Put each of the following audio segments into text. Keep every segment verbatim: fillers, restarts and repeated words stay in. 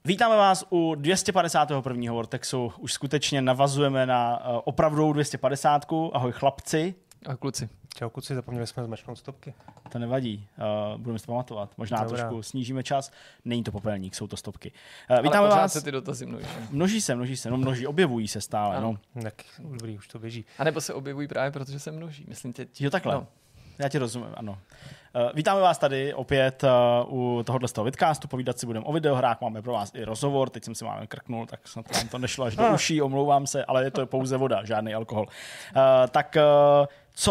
Vítáme vás u dvě stě padesátého prvního Vortexu. Už skutečně navazujeme na uh, opravdovou dvě stě padesátku. Ahoj chlapci. Ahoj kluci. Čau kluci, zapomněli jsme zmačknout stopky. To nevadí, uh, budeme si to pamatovat. Možná Dobrá. trošku snížíme čas. Není to popelník, jsou to stopky. Uh, vítáme Ale vás. se ty dotazy množí. Množí se, množí se, no množí, objevují se stále. No. Tak dobrý, už to běží. A nebo se objevují právě, protože se množí. Myslím tě. Jo, takhle. No. Já ti rozumím, ano. Uh, vítáme vás tady opět uh, u tohohle z toho vidcastu. Povídat si budeme o videohrách, máme pro vás i rozhovor. Teď jsem si máme krknul, tak snad vám to nešlo až do uší, omlouvám se, ale je to pouze voda, žádný alkohol. Uh, tak uh,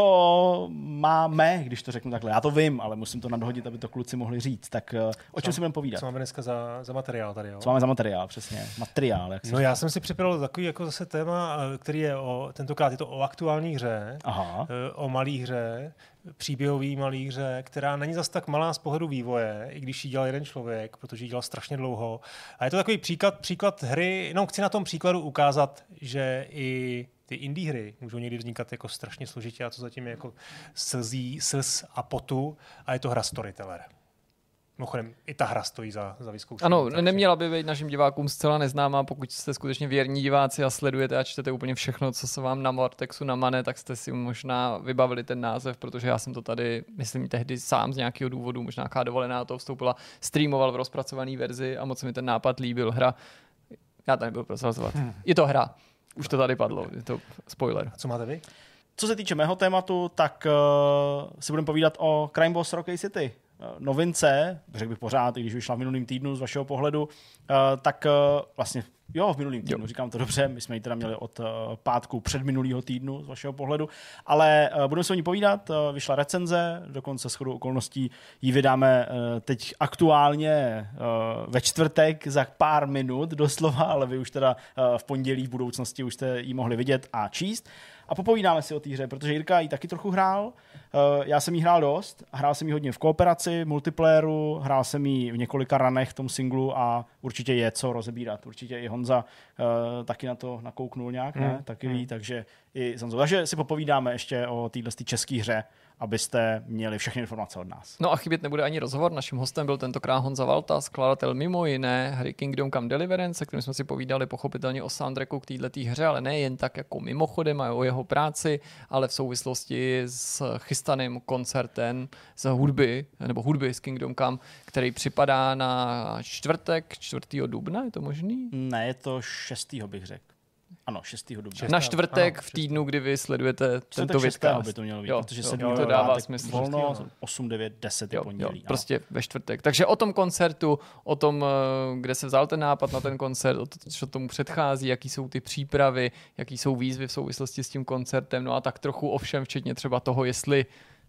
co máme, když to řeknu takhle? Já to vím, ale musím to nadhodit, aby to kluci mohli říct. Tak uh, o čem si budeme povídat? Co máme dneska za, za materiál tady? Jo? Co máme za materiál, přesně. Materiál, jak No já jsem si připravil takový jako zase téma, který je o, tentokrát je to o aktuální hře, Aha. o malý hře, příběhový malý hře, která není zas tak malá z pohledu vývoje, i když ji dělal jeden člověk, protože ji dělal strašně dlouho. A je to takový příklad, příklad hry, no chci na tom příkladu ukázat, že i ty indie hry můžou někdy vznikat jako strašně složitě a to zatím je jako slzí, slz a potu a je to hra Storyteller. Mimochodem, i ta hra stojí za, za vyzkoušení. Ano, takže neměla by být našim divákům zcela neznámá, pokud jste skutečně věrní diváci a sledujete a čtete úplně všechno, co se vám na Vortexu namane, tak jste si možná vybavili ten název, protože já jsem to tady, myslím, tehdy sám z nějakého důvodu, možná nějaká dovolená to vstoupila, streamoval v rozpracované verzi a moc mi ten nápad líbil. Hra, já to nebudu prosazovat. Hmm. Je to hra. Už to tady padlo, je to spoiler. A co máte vy? Co se týče mého tématu, tak uh, si budeme povídat o Crime Boss Rocky City. Novince, řekl bych pořád, i když vyšla v minulým týdnu z vašeho pohledu, uh, tak uh, vlastně, jo, v minulým týdnu, jo. Říkám to dobře, my jsme ji teda měli od uh, pátku před minulýho týdnu z vašeho pohledu, ale uh, budeme se o ní povídat, uh, vyšla recenze, dokonce shodou okolností ji vydáme uh, teď aktuálně uh, ve čtvrtek za pár minut doslova, ale vy už teda uh, v pondělí v budoucnosti už jste ji mohli vidět a číst. A popovídáme si o té hře, protože Jirka ji taky trochu hrál. Já jsem jí hrál dost, hrál jsem ji hodně v kooperaci, multiplayeru, hrál jsem ji v několika ranech v tom singlu a určitě je co rozebírat. Určitě i Honza uh, taky na to nakouknul nějak, ne? Hmm. Taky ví, takže i Honzo. Takže si popovídáme ještě o téhle české hře, abyste měli všechny informace od nás. No a chybět nebude ani rozhovor. Naším hostem byl tentokrát Honza Valta, skladatel mimo jiné hry Kingdom Come Deliverance, se kterým jsme si povídali pochopitelně o soundtracku k této hře, ale ne jen tak jako mimochodem a o jeho práci, ale v souvislosti s chystaným koncertem z hudby, nebo hudby z Kingdom Come, který připadá na čtvrtek, čtvrtého dubna, je to možný? Ne, je to šestého bych řekl. Ano, šestého dubna. Na čtvrtek ano, v týdnu, kdy vy sledujete tento vidcast. by to mělo být, jo, protože jo, sedmého to dává smysl. Volno, osm, devět, deset je pondělí. Jo, prostě ve čtvrtek. Takže o tom koncertu, o tom, kde se vzal ten nápad na ten koncert, o to, co tomu předchází, jaký jsou ty přípravy, jaký jsou výzvy v souvislosti s tím koncertem, no a tak trochu ovšem, včetně třeba toho, jestli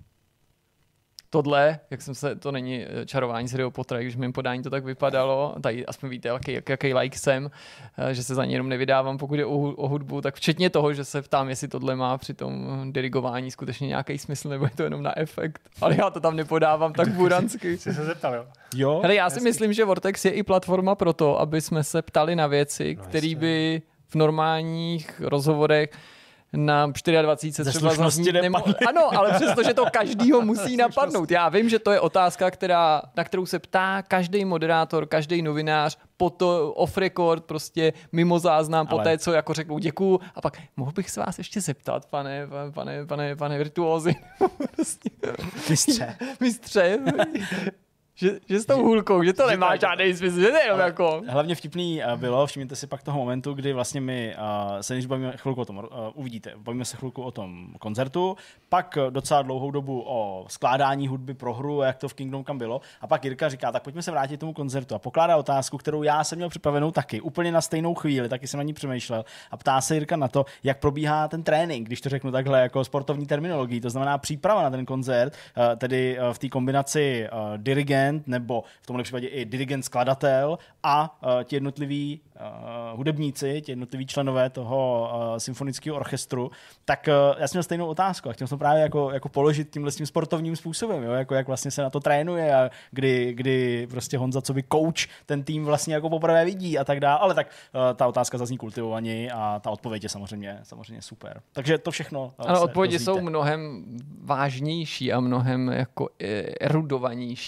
tohle, jak jsem se, to není čarování z Harryho Pottera, když v mém podání to tak vypadalo, tady aspoň víte, jaký, jak, jaký like jsem, že se za ně jenom nevydávám, pokud je o, o hudbu, tak včetně toho, že se ptám, jestli tohle má při tom dirigování skutečně nějaký smysl, nebo je to jenom na efekt, ale já to tam nepodávám tak buransky. Jsi se zeptal, jo? Jo? Hele, já si myslím, že Vortex je i platforma pro to, aby jsme se ptali na věci, no, které by v normálních rozhovorech na dvacet čtyři třeba zaznít nemohli. Ano, ale přesto, že to každýho musí napadnout. Já vím, že to je otázka, která, na kterou se ptá každý moderátor, každý novinář, po to off record, prostě mimo záznam, ale... po té, co jako řeknou děkuju. A pak, mohl bych se vás ještě zeptat, pane, pane, pane, pane virtuózi. Mistře. Mistře. Že, že s tou hůlkou, že to že nemá žádný smysl, že jenom jako... Hlavně vtipný bylo, všimněte si pak toho momentu, kdy vlastně my uh, se než bavíme chvilku o tom, uh, uvidíte, bavíme se chvilku o tom koncertu, pak docela dlouhou dobu o skládání hudby pro hru, jak to v Kingdom Come bylo, a pak Jirka říká, tak pojďme se vrátit k tomu koncertu a pokládá otázku, kterou já jsem měl připravenou taky, úplně na stejnou chvíli, taky jsem na ní přemýšlel a ptá se Jirka na to, jak probíhá ten trénink, když to řeknu takhle jako sportovní terminologii, to znamená příprava na ten koncert, uh, tedy uh, v té kombinaci uh, dirigent nebo v tomhle případě i dirigent, skladatel a uh, ti jednotliví uh, hudebníci, ti jednotliví členové toho uh, symfonického orchestru, tak uh, já jsem měl stejnou otázku a chtěl jsem právě jako, jako položit tímhle tím sportovním způsobem, jo? Jako jak vlastně se na to trénuje a kdy, kdy prostě Honza, co by coach, ten tým vlastně jako poprvé vidí a tak dále, ale tak uh, ta otázka zazní kultivovaněji a ta odpověď je samozřejmě, samozřejmě super. Takže to všechno uh, ale odpovědi dozvíte. Jsou mnohem vážnější a mnohem jako erudovanější než ty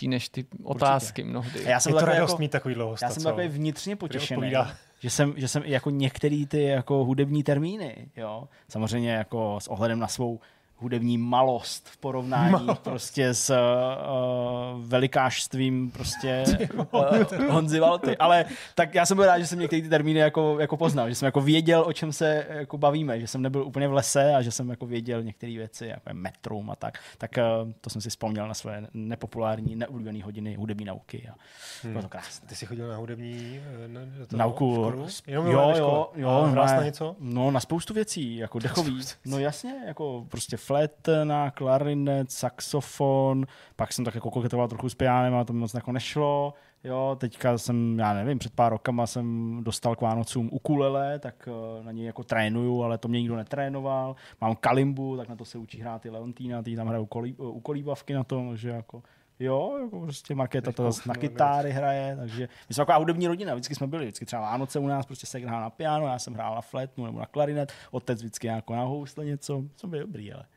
otázky mnohdy. Já jsem je to radost jako, mít takovýhle hosta. Já jsem takový vnitřně potěšený, že jsem, že jsem jako některý ty jako hudební termíny, jo, samozřejmě jako s ohledem na svou hudební malost v porovnání malost. prostě s uh, velikášstvím prostě uh, Honzy Valty. Ale tak já jsem byl rád, že jsem některé ty termíny jako, jako poznal, že jsem jako věděl, o čem se jako bavíme, že jsem nebyl úplně v lese a že jsem jako věděl některé věci, jako je metrum a tak. Tak uh, to jsem si vzpomněl na své nepopulární, neoblíbené hodiny hudební nauky a hmm. bylo to krásné. Ty jsi chodil na hudební na, na to, nauku? Jo, jo, jo, jo hrál na něco? No na spoustu věcí, jako dechový. No jasně, jako prostě flet na klarinet, saxofon, pak jsem tak jako koketoval trochu s pianem, ale to mi moc jako nešlo. Jo, teďka jsem, já nevím, před pár rokama jsem dostal k Vánocům ukulele, tak na něj jako trénuju, ale to mě nikdo netrénoval. Mám kalimbu, tak na to se učí hrát i Leontína, ty tam hrajou u kolíbavky na tom, že jako jo, jako prostě Markéta to zase na kytáry hraje, takže my jsme taková hudební rodina, vždycky jsme byli, vždycky třeba Vánoce u nás, prostě se hrál na piano, já jsem hrál na flétnu nebo na klarinet, otec vždycky jako na housle něco, co by dobrý, ale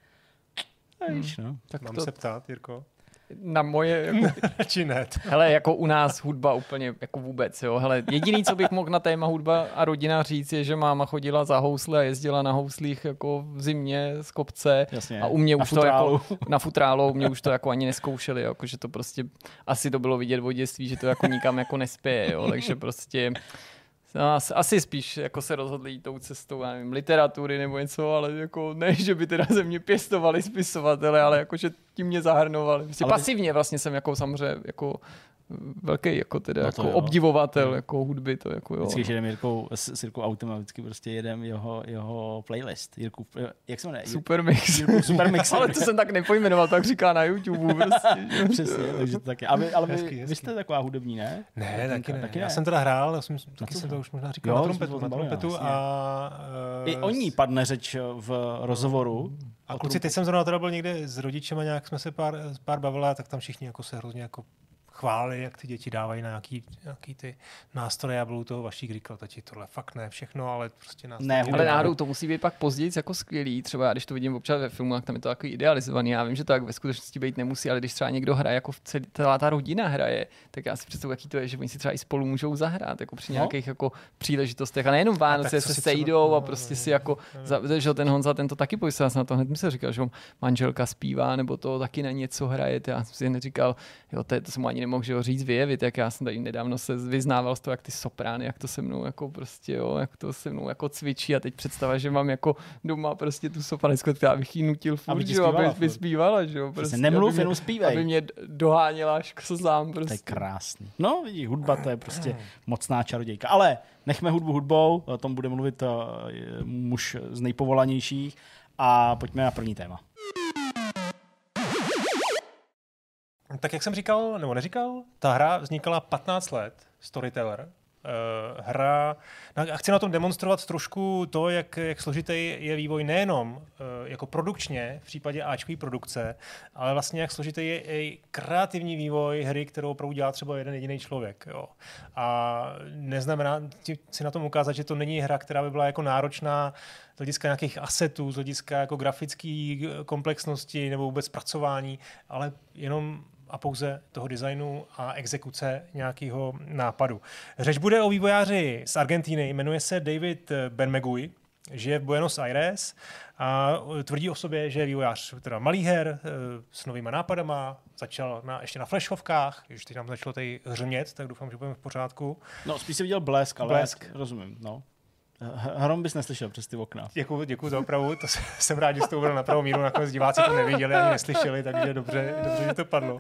víš, no. Tak mám to... se ptát, Jirko? Na moje... Jako... Či ne? Hele, jako u nás hudba úplně jako vůbec, jo. Hele, jediný, co bych mohl na téma hudba a rodina říct, je, že máma chodila za housle a jezdila na houslích jako v zimě z kopce. Jasně, a u mě už futrálu. to jako... Na futrálu, u mě už to jako ani neskoušeli, jako, že to prostě... Asi to bylo vidět od dětství, že to jako nikam jako nespěje, jo. Takže prostě... No, asi spíš jako se rozhodli jít tou cestou, já nevím, literatury nebo něco, ale jako ne, že by teda ze mě pěstovali spisovatele, ale jako, že tím mě zahrnovali. Prostě pasivně vlastně jsem jako samozřejmě jako velký jako teda no jako obdivovatel no. jako hudby to jako jo. Vždycky, když jedem Jirkou, s Jirkou autem a vždycky prostě jedem jeho, jeho playlist. Jirku, jak se jmenuje? Supermix. Jirku Supermix. Ale to jsem tak nepojmenoval, tak říká na YouTube prostě. Přesně, takže to taky. A vy, ale vy, hezky, hezky. Vy jste taková hudební, ne? Ne, taky ne. Taky ne. Já jsem teda hrál, já jsem, taky jsem to už možná říkal, jo, na trompetu, na trompetu a... Uh, I o ní padne řeč v rozhovoru. A kluci, teď jsem zrovna teda byl někde s rodičema, nějak jsme se pár, pár bavili, tak tam všichni jako se hrozně jako chválí, jak ty děti dávají na nějaký, nějaký ty nástroje a byl toho Vašík říkal, tati, tohle fakt ne všechno, ale prostě nástroje. Ne, ale náhodou to musí být pak později jako skvělý, třeba když to vidím občas ve filmu, tak tam je to takový idealizovaný, já vím, že to tak ve skutečnosti být nemusí, ale když třeba někdo hraje, jako celý, celá ta rodina hraje, tak já si představuji, jaký to je, že oni si třeba i spolu můžou zahrát, jako při nějakých no? jako příležitostech a nejenom Vánoce se sejdou třeba... a prostě si jako, za, že ten Honza, ten to taky pojistá, na to hned mi se říkal, že manželka zpívá, nebo to taky na něco hraje, já jsem si neříkal, jo, to, to jsem ani nemohl, že ho říct vyjevit, jak já jsem tady nedávno se vyznával z toho, jak ty soprány, jak to se mnou jako prostě, jo, jak to se mnou jako cvičí a teď představa, že mám jako doma prostě tu sopranickou, která bych jí nutil furt, aby, jo, aby furt. Zpívala, že jo, prostě. Nemluv, jenom zpívej. Aby mě doháněla až k slzám prostě. To je krásný. No, vidíš, hudba to je prostě mocná čarodějka. Ale nechme hudbu hudbou, o tom bude mluvit uh, muž z nejpovolanějších a pojďme na první téma. Tak jak jsem říkal, nebo neříkal, ta hra vznikala patnáct let, Storyteller. Uh, hra, a chci na tom demonstrovat trošku to, jak, jak složitý je vývoj nejenom uh, jako produkčně v případě áčkové produkce, ale vlastně jak složitý je i kreativní vývoj hry, kterou opravdu dělá třeba jeden jediný člověk. Jo. A neznamená, chci na tom ukázat, že to není hra, která by byla jako náročná z hlediska nějakých asetů, z hlediska jako grafické komplexnosti nebo vůbec zpracování, ale jenom a pouze toho designu a exekuce nějakého nápadu. Řeč bude o vývojáři z Argentíny, jmenuje se David Benmeguy, žije v Buenos Aires a tvrdí o sobě, že je vývojář teda malých her s novýma nápadama, začal na, ještě na flashovkách, když teď nám začalo tady hřmět, tak doufám, že budeme v pořádku. No, spíš si viděl blesk, ale blesk. Rozumím, no. Hrom bys neslyšel přes ty okna. Děkuju, děkuju za opravu, to jsem rád, že jsi to uvedl na pravou míru, nakonec diváci to neviděli ani neslyšeli, takže dobře, dobře, že to padlo.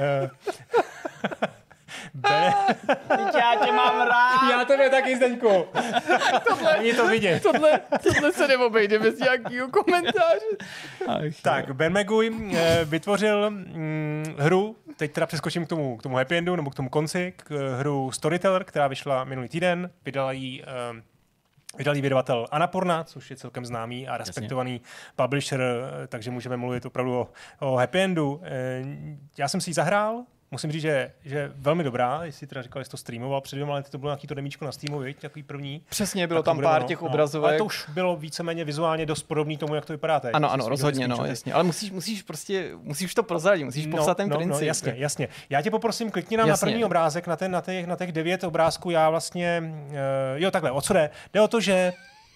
Be... Já tě mám rád. Já tebe taky, Zdeňku. Není to vidět. Tohle, tohle se neobejde bez nějakého komentáře. Ach, tak, Benmeguy vytvořil mm, hru, teď teda přeskočím k tomu, k tomu happy endu, nebo k tomu konci, k hru Storyteller, která vyšla minulý týden, vydala ji um, vydalý vydavatel Annapurna, což je celkem známý a respektovaný Jasně. publisher, takže můžeme mluvit opravdu o, o happy endu. Já jsem si ji zahrál, musím říct, že, že velmi dobrá, jestli teda říkal, jestli to streamoval před dvěma lety, to bylo nějaký to demíčko na Steamu, viď, takový první. Přesně, bylo tam pár těch no, obrazovek. Ale to už bylo víceméně vizuálně dost podobný tomu, jak to vypadá teď. Ano, ano, rozhodně, no, jasně. Ale musíš, musíš prostě, musíš to prozradit, musíš no, popsat ten no, princip. No, jasně, jasně. Já tě poprosím, klikni nám jasně. na první obrázek, na, ten, na, těch, na těch devět obrázků, já vlastně, uh, jo takhle, o co jde? Jde o to, že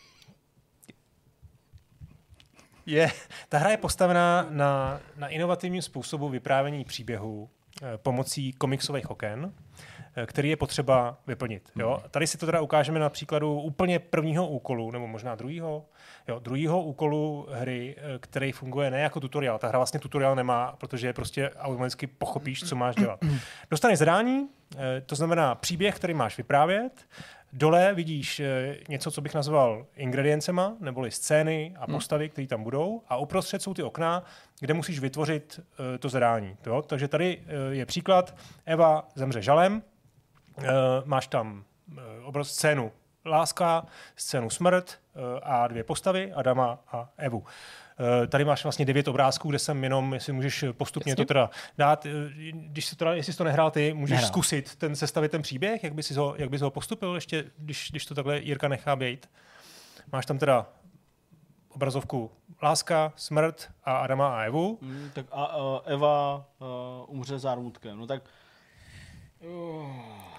je, ta hra je postavená na, na inovativním způsobu vyprávění příběhů eh, pomocí komiksových oken, eh, který je potřeba vyplnit. Jo? Tady si to teda ukážeme na příkladu úplně prvního úkolu, nebo možná druhého, jo, druhého úkolu hry, eh, který funguje ne jako tutoriál. Ta hra vlastně tutoriál nemá, protože prostě automaticky pochopíš, co máš dělat. Dostaneš zadání, eh, to znamená příběh, který máš vyprávět. Dole vidíš e, něco, co bych nazval ingrediencema, neboli scény a postavy, které tam budou. A uprostřed jsou ty okna, kde musíš vytvořit e, to zadání. Jo? Takže tady e, je příklad. Eva zemře žalem. E, máš tam e, obraz scénu láska, scénu smrt e, a dvě postavy, Adama a Evu. Tady máš vlastně devět obrázků, kde jsem jenom, jestli můžeš postupně Jasně. to teda dát, když jsi to, jestli jsi to nehrál ty, můžeš Nehrál. zkusit ten, sestavit ten příběh, jak bys ho, jak bys ho postupil ještě, když, když to takhle Jirka nechá být. Máš tam teda obrazovku láska, smrt a Adama a Evu. Mm, tak a uh, Eva uh, umře zármutkem. No tak uh,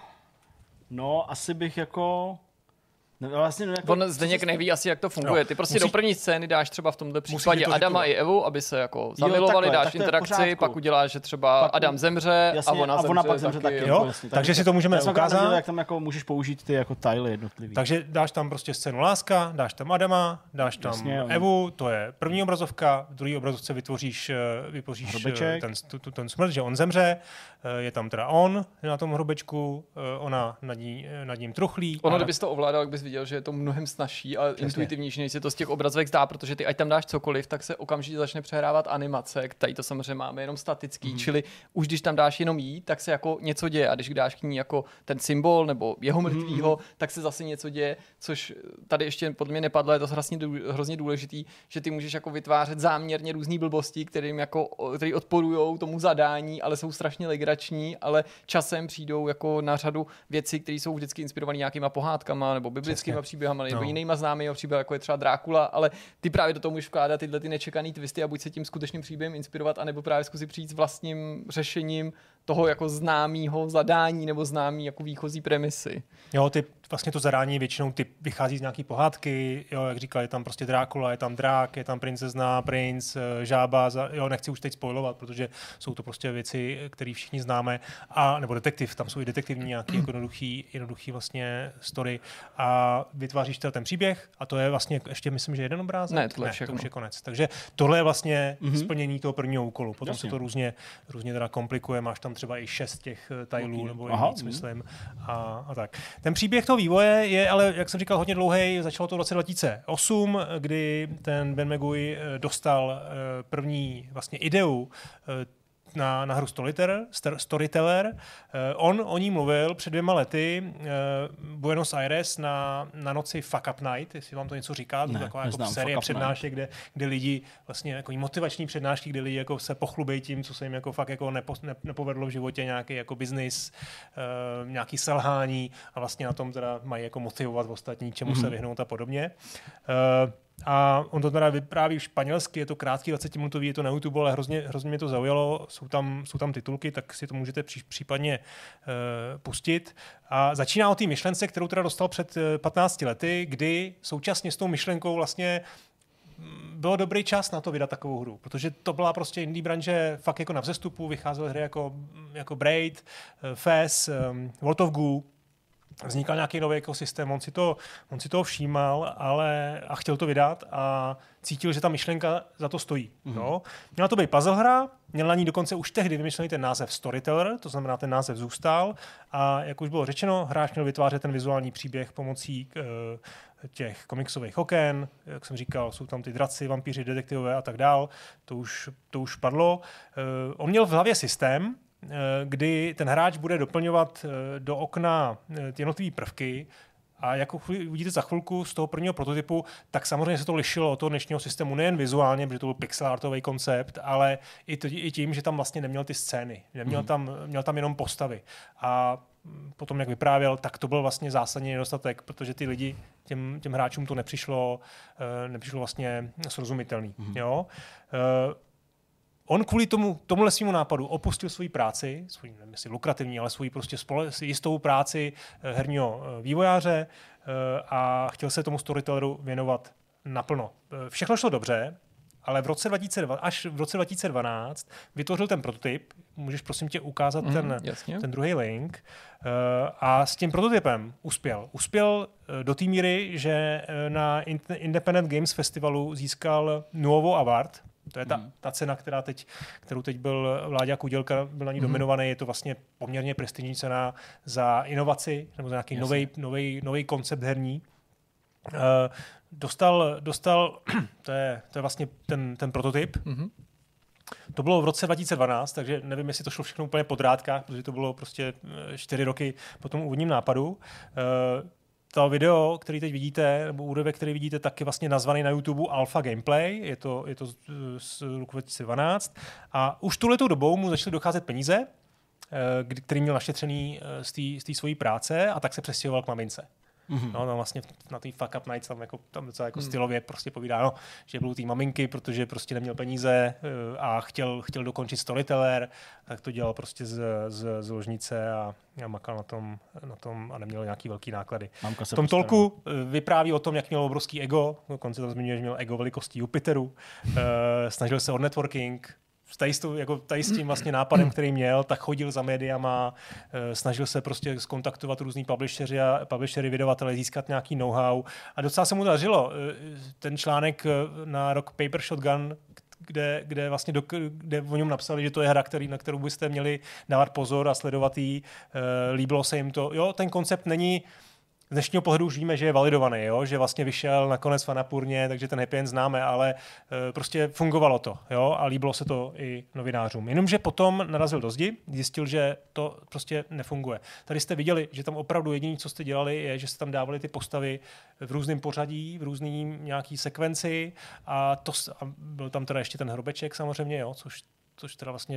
no asi bych jako No, vlastně, no, jako, on Zdeněk neví asi, jak to funguje. Ty prostě musí... do první scény dáš třeba v tomhle případě Adama i Evu, aby se jako zamilovali, jo, dáš interakci, pak uděláš, že třeba pak, Adam zemře jasně, a ona, a ona zemře pak zemře taky. taky. Jo? Vlastně, takže si to můžeme ukázat. Jak tam jako můžeš použít ty jako tily jednotlivý. Takže dáš tam prostě scénu láska, dáš tam Adama, dáš tam jasně, Evu, to je první obrazovka, v druhé obrazovce vytvoříš, vytvoříš ten, ten, ten smrt, že on zemře, je tam teda on na tom hrobečku, ona nad, ní, nad ním truchlí. Ono, kdybys to ovládal, bys viděl, že je to mnohem snazší a Přesně. intuitivnější, než se to z těch obrazovek zdá, protože ty ať tam dáš cokoliv, tak se okamžitě začne přehrávat animace, tady to samozřejmě máme jenom statický, mm. čili už když tam dáš jenom jí, tak se jako něco děje a když dáš k ní jako ten symbol nebo jeho mrtvýho, mm. tak se zase něco děje, což tady ještě podle mě nepadlo, je to hrozně, hrozně důležitý, že ty můžeš jako vytvářet záměrně různý blbosti, kterým jako, který odporujou tomu zadání, ale jsou strašně legrační, ale časem přijdou jako na řadu věci, které jsou vždycky inspirované nějakýma pohádkama nebo biblickými příběhama nebo no. jinýma známými příběhy, jako je třeba Drákula, ale ty právě do toho můžeš vkládat tyhle ty nečekaný twisty a buď se tím skutečným příběhem inspirovat, anebo právě zkusit přijít s vlastním řešením toho jako známého zadání nebo známý jako výchozí premisy. Jo, ty vlastně to zadání většinou ty vychází z nějaký pohádky, jo, jak říkal, je tam prostě Drákula, je tam drák, je tam princezna, princ, žába, jo, nechci už teď spoilovat, protože jsou to prostě věci, které všichni známe, a nebo detektiv, tam jsou i detektivní nějaký jako jednoduchý, jednoduchý vlastně story a vytváříš teda ten příběh a to je vlastně ještě myslím, že jeden obrázek. Ne, tohle ne, to už je konec. Takže tohle je vlastně mm-hmm. splnění toho prvního úkolu. Potom Jasně. se to různě, různě teda komplikuje, máš tam třeba i šest těch tajlů okay. nebo Aha, víc, mm. myslím. A, a tak. Ten příběh toho vývoje je ale, jak jsem říkal, hodně dlouhý. Začalo to v roce dva tisíce osm, kdy ten Ben Meguy dostal první vlastně ideu na, na hru Storyteller. Storyteller. Uh, on o ní mluvil před dvěma lety uh, Buenos Aires na, na noci Fuck Up Night, jestli vám to něco říká. Ne, to taková jako série přednášek, kde, kde lidi, vlastně jako motivační přednášky, kde lidi jako se pochlubí tím, co se jim jako fakt jako nepo, ne, nepovedlo v životě, nějaký jako business, uh, nějaký selhání a vlastně na tom teda mají jako motivovat ostatní, čemu mm-hmm. se vyhnout a podobně. Uh, A on to teda vypráví španělsky, je to krátký, dvacetiminutový, je to na YouTube, ale hrozně, hrozně mě to zaujalo. Jsou tam, jsou tam titulky, tak si to můžete pří, případně uh, pustit. A začíná o té myšlence, kterou teda dostal před patnácti lety, kdy současně s tou myšlenkou vlastně bylo dobrý čas na to vydat takovou hru, protože to byla prostě indie branže fakt jako na vzestupu, vycházely hry jako, jako Braid, Fez, um, World of Goo, vznikal nějaký nový ekosystém, on si to, on si toho všímal, ale a chtěl to vydat a cítil, že ta myšlenka za to stojí. Mm-hmm. No. Měla to být puzzle hra, měl na ní dokonce už tehdy vymyšlený ten název Storyteller, to znamená, ten název zůstal a jak už bylo řečeno, hráč měl vytvářet ten vizuální příběh pomocí uh, těch komiksových oken, jak jsem říkal, jsou tam ty draci, vampíři, detektivové a tak dál, to už, to už padlo. Uh, on měl v hlavě systém, kdy ten hráč bude doplňovat do okna ty jednotlivé prvky A jako uvidíte za chvilku z toho prvního prototypu, tak samozřejmě se to lišilo od toho dnešního systému nejen vizuálně, protože to byl pixel artový koncept, ale i, to, i tím, že tam vlastně neměl ty scény. Neměl hmm. tam, měl tam jenom postavy. A potom, jak vyprávěl, tak to byl vlastně zásadní nedostatek, protože ty lidi, těm, těm hráčům to nepřišlo, nepřišlo vlastně srozumitelný. Hmm. Jo? On kvůli tomu, tomuhle svýmu nápadu opustil svoji práci, svůj, nevím jestli lukrativní, ale svoji prostě spole, jistou práci herního vývojáře a chtěl se tomu storytelleru věnovat naplno. Všechno šlo dobře, ale v roce dva tisíce dva, až v roce dva tisíce dvanáct vytvořil ten prototyp, můžeš prosím tě ukázat mm, ten, ten druhý link, a s tím prototypem uspěl. Uspěl do té míry, že na Independent Games Festivalu získal Nuovo Award. To je ta, hmm. ta cena, která teď, kterou teď byl Vláďa Kudělka, byl na ní hmm. dominovaný. Je to vlastně poměrně prestižní cena za inovaci, nebo za nějaký nový koncept herní. Uh, dostal, dostal to, je, to je vlastně ten, ten prototyp. Hmm. To bylo v roce dva tisíce dvanáct, takže nevím, jestli to šlo všechno úplně po drátkách, protože to bylo prostě čtyři roky po tom úvodním nápadu. Uh, To video, který teď vidíte, nebo úryvek, který vidíte, tak je vlastně nazvaný na YouTube Alpha Gameplay, je to, je to z roku dva tisíce dvanáct. A už tuhletou dobou mu začaly docházet peníze, který měl našetřený z té svojí práce, a tak se přestěhoval k mamince. Mm-hmm. No, no, vlastně na té Fuck Up Nights tam, jako, tam docela jako mm. stylově prostě povídá, no, že byl u té maminky, protože prostě neměl peníze a chtěl, chtěl dokončit Storyteller, tak to dělal prostě z, z, z ložnice a, a makal na tom, na tom a neměl nějaký velký náklady. V tom tolku vypráví o tom, jak měl obrovský ego, dokonce tam zmiňuje, že měl ego velikosti Jupiteru, snažil se o networking, Tady s, tou, jako tady s tím vlastně nápadem, který měl, tak chodil za médiama, snažil se prostě skontaktovat různý publishery a publishery, vydavatele, získat nějaký know-how a docela se mu dařilo. Ten článek na Rock Paper Shotgun, kde, kde vlastně do, kde o něm napsali, že to je hra, který, na kterou byste měli dávat pozor a sledovat jí, líbilo se jim to. Jo, ten koncept není z dnešního pohledu už víme, že je validovaný, jo? Že vlastně vyšel nakonec v Annapurně, takže ten happy end známe, ale e, prostě fungovalo to, jo? A líbilo se to i novinářům. Jenomže potom narazil do zdi, zjistil, že to prostě nefunguje. Tady jste viděli, že tam opravdu jediné, co jste dělali, je, že jste tam dávali ty postavy v různém pořadí, v různým nějaký sekvenci a, to, a byl tam teda ještě ten hrobeček samozřejmě, jo? Což, což teda vlastně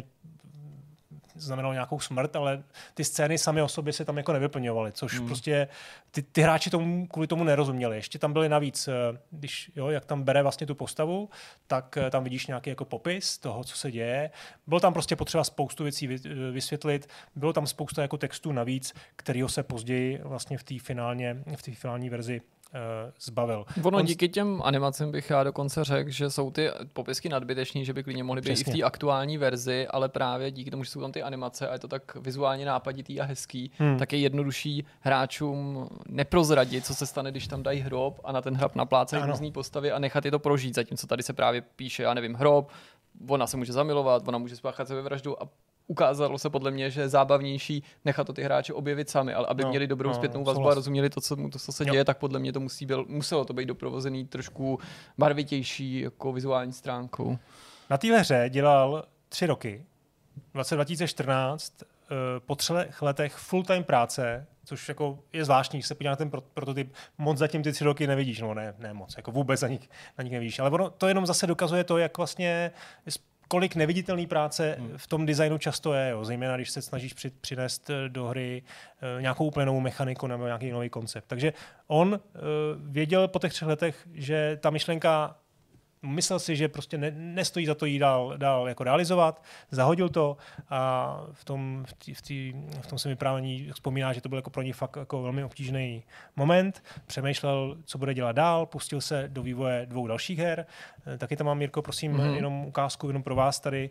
znamenalo nějakou smrt, ale ty scény samy o sobě se tam jako nevyplňovaly, což hmm. prostě ty, ty hráči tomu, kvůli tomu nerozuměli. Ještě tam byly navíc, když, jo, jak tam bere vlastně tu postavu, tak tam vidíš nějaký jako popis toho, co se děje. Bylo tam prostě potřeba spoustu věcí vysvětlit, bylo tam spousta jako textů navíc, kterýho se později vlastně v té finálně, v té finální verzi zbavil. Ono On... díky těm animacím bych já dokonce řekl, že jsou ty popisky nadbyteční, že by klidně mohly být Přesně. i v té aktuální verzi, ale právě díky tomu, že jsou tam ty animace a je to tak vizuálně nápaditý a hezký, hmm. tak je jednodušší hráčům neprozradit, co se stane, když tam dají hrob a na ten hrob naplácají různý postavy a nechat je to prožít, zatímco tady se právě píše, já nevím, hrob, ona se může zamilovat, ona může spáchat sebevraždu a ukázalo se podle mě, že je zábavnější nechat to ty hráči objevit sami, ale aby no, měli dobrou no, zpětnou vazbu a rozuměli to, co, to, co se jo. děje, tak podle mě to musí byl, muselo to být doprovozený trošku barvitější jako vizuální stránkou. Na téhle hře dělal tři roky, v roce dva tisíce čtrnáct, po třech letech full-time práce, což jako je zvláštní, když se podívá na ten prototyp, moc zatím ty tři roky nevidíš, no ne, ne moc, jako vůbec na nich, na nich nevidíš, ale ono to jenom zase dokazuje to, jak vlastně kolik neviditelné práce hmm. v tom designu často je, jo. Zejména když se snažíš při, přinést do hry uh, nějakou úplně novou mechaniku nebo nějaký nový koncept. Takže on uh, věděl po těch třech letech, že ta myšlenka, myslel si, že prostě ne, nestojí za to jí dál, dál jako realizovat, zahodil to a v tom, v tý, v tý, v tom se vyprávění vzpomíná, že to byl jako pro něj fakt jako velmi obtížný moment. Přemýšlel, co bude dělat dál, pustil se do vývoje dvou dalších her. Taky tam mám, Mirko, prosím, mm-hmm. jenom ukázku jenom pro vás tady.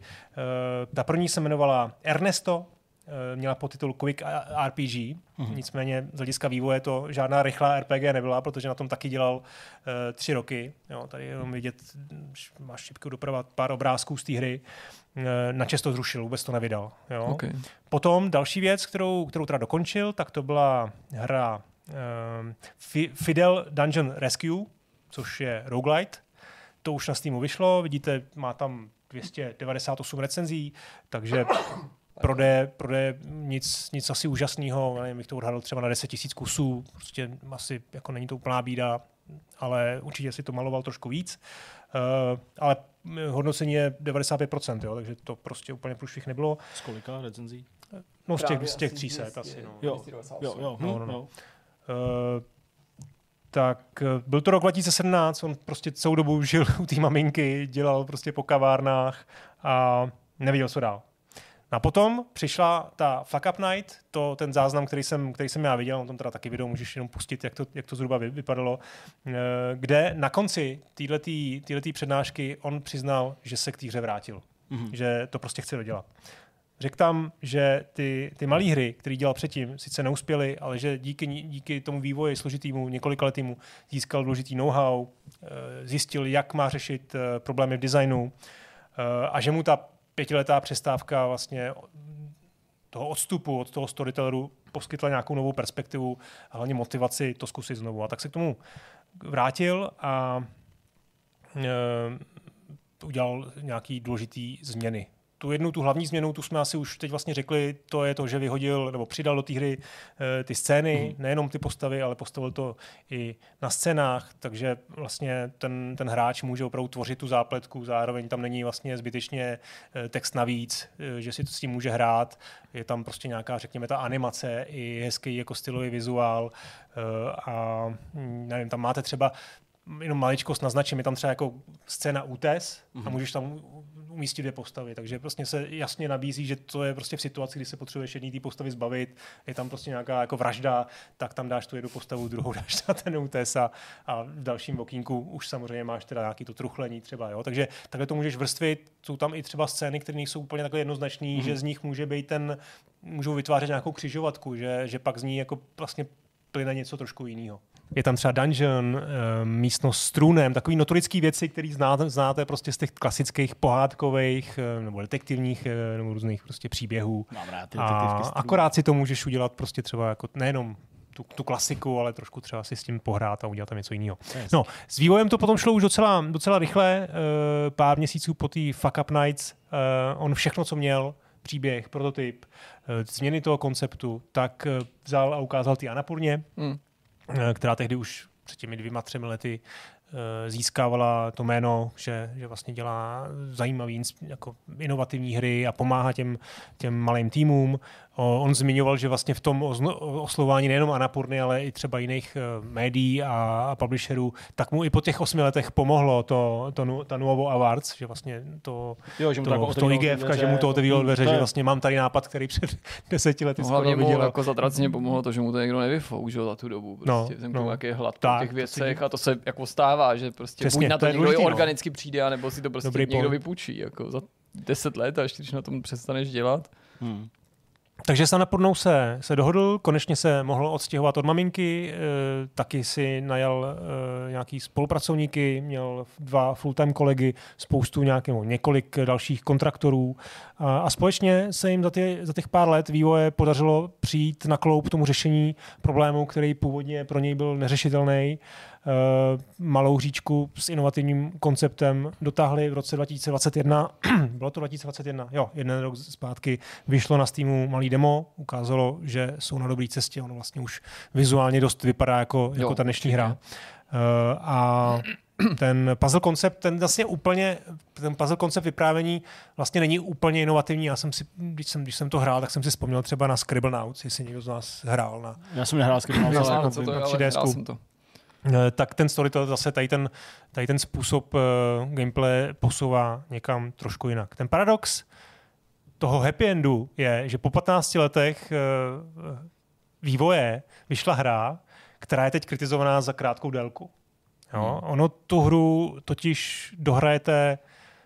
Ta první se jmenovala Ernesto, měla podtitul Quick R P G, mm-hmm. nicméně z hlediska vývoje to žádná rychlá R P G nebyla, protože na tom taky dělal uh, tři roky. Jo, tady jenom vidět, máš šipku doprava, pár obrázků z té hry. Uh, načas to zrušil, vůbec to nevydal. Jo. Okay. Potom další věc, kterou, kterou teda dokončil, tak to byla hra uh, Fidel Dungeon Rescue, což je roguelite. To už na Steamu vyšlo, vidíte, má tam dvě stě devadesát osm recenzí, takže prodeje, prodeje nic, nic asi úžasného, nevím, bych to odhadl třeba na deset tisíc kusů, prostě asi jako není to úplná bída, ale určitě si to maloval trošku víc. Uh, ale hodnocení je devadesát pět procent, jo, takže to prostě úplně průšvih nebylo. Z kolika recenzí? No z těch, z těch tří set asi. No. Jo, jo, jo. No, no, no. Uh, tak byl to rok dva tisíce sedmnáct, on prostě celou dobu žil u té maminky, dělal prostě po kavárnách a neviděl, co dál. A potom přišla ta Fuck Up Night, to, ten záznam, který jsem, který jsem já viděl, on tam teda taky video můžeš jenom pustit, jak to, jak to zhruba vypadalo, kde na konci téhletý přednášky on přiznal, že se k té hře vrátil, mm-hmm. že to prostě chce dodělat. Řekl tam, že ty, ty malé hry, které dělal předtím, sice neuspěly, ale že díky, díky tomu vývoji složitýmu, několikaletému, získal důležitý know-how, zjistil, jak má řešit problémy v designu a že mu ta pětiletá přestávka vlastně toho odstupu od toho storytelleru poskytla nějakou novou perspektivu a hlavně motivaci to zkusit znovu. A tak se k tomu vrátil a e, udělal nějaký důležitý změny. Tu jednu, tu hlavní změnu, tu jsme asi už teď vlastně řekli, to je to, že vyhodil nebo přidal do té hry e, ty scény, mm. nejenom ty postavy, ale postavil to i na scénách, takže vlastně ten, ten hráč může opravdu tvořit tu zápletku, zároveň tam není vlastně zbytečně e, text navíc, e, že si to s tím může hrát, je tam prostě nějaká, řekněme, ta animace i hezký jako stylový vizuál e, a nevím, tam máte třeba jenom maličkost naznačím, je tam třeba jako scéna útes mm. a můžeš tam umístit dvě postavy, takže prostě se jasně nabízí, že to je prostě v situaci, kdy se potřebuješ jedný té postavy zbavit, je tam prostě nějaká jako vražda, tak tam dáš tu jednu postavu, druhou dáš na ten útes a, a v dalším okýnku už samozřejmě máš teda nějaký to truchlení třeba, jo, takže takhle to můžeš vrstvit, jsou tam i třeba scény, které nejsou úplně takhle jednoznačný, mm. že z nich může být ten, můžou vytvářet nějakou křižovatku, že, že pak z ní jako vlastně plyne něco trošku jiného. Je tam třeba dungeon, e, místnost s trůnem, takový notorický věci, které znáte, znáte prostě z těch klasických pohádkových e, nebo detektivních e, nebo různých prostě příběhů. Mám rád ty a akorát si to můžeš udělat prostě třeba jako nejenom tu, tu klasiku, ale trošku třeba si s tím pohrát a udělat tam něco jiného. No, s vývojem to potom šlo už docela, docela rychle, e, pár měsíců po té Fuck Up Nights, e, on všechno, co měl, příběh, prototyp, e, změny toho konceptu, tak e, vzal a ukázal ty Annapurně, mm. která tehdy už před těmi dvěma, třemi lety získávala to jméno, že, že vlastně dělá zajímavý, jako inovativní hry a pomáhá těm, těm malým týmům. On zmiňoval, že vlastně v tom oslovování nejenom Annapurny, ale i třeba jiných médií a, a publisherů, tak mu i po těch osmi letech pomohlo to, to, ta Nuovo Awards, že vlastně to, jo, že to, to, to I G F, že mu to otevíralo dveře, že vlastně mám tady nápad, který před deseti lety skoro viděl. Hlavně mu jako zatraceně pomohlo to, že mu to někdo nevyfouk, že za tu dobu. Prostě no, no, jaký je hlad po těch věcech a to se jako stává, že prostě přesně, buď na to, to někdo důležitý, organicky no. přijde, anebo si to prostě Dobrý někdo point. vypůjčí. Jako za deset let, až když na tom přestaneš dělat. Hmm. Takže s Annapurnou se, se dohodl, konečně se mohl odstěhovat od maminky, e, taky si najal e, nějaký spolupracovníky, měl dva full-time kolegy, spoustu nějakého, několik dalších kontraktorů a, a společně se jim za, ty, za těch pár let vývoje podařilo přijít na kloub tomu řešení problému, který původně pro něj byl neřešitelný. Uh, malou hříčku s inovativním konceptem dotáhli v roce dva tisíce dvacet jedna. Bylo to dva tisíce dvacet jedna? Jo, jeden rok zpátky vyšlo na Steamu malý demo, ukázalo, že jsou na dobré cestě, ono vlastně už vizuálně dost vypadá jako, jo, jako ta dnešní hra. Uh, a ten puzzle koncept, ten vlastně úplně, ten puzzle koncept vyprávění vlastně není úplně inovativní. Já jsem si, když jsem, když jsem to hrál, tak jsem si vzpomněl třeba na Scribblenauts, jestli někdo z nás hrál na... Já jsem nehrál Scribblenauts, ale co to je, ale hrál jsem to. Tak ten storyteller zase tady ten, tady ten způsob uh, gameplay posouvá někam trošku jinak. Ten paradox toho happy endu je, že po patnácti letech uh, vývoje vyšla hra, která je teď kritizovaná za krátkou délku. Jo? Hmm. Ono tu hru totiž dohrajete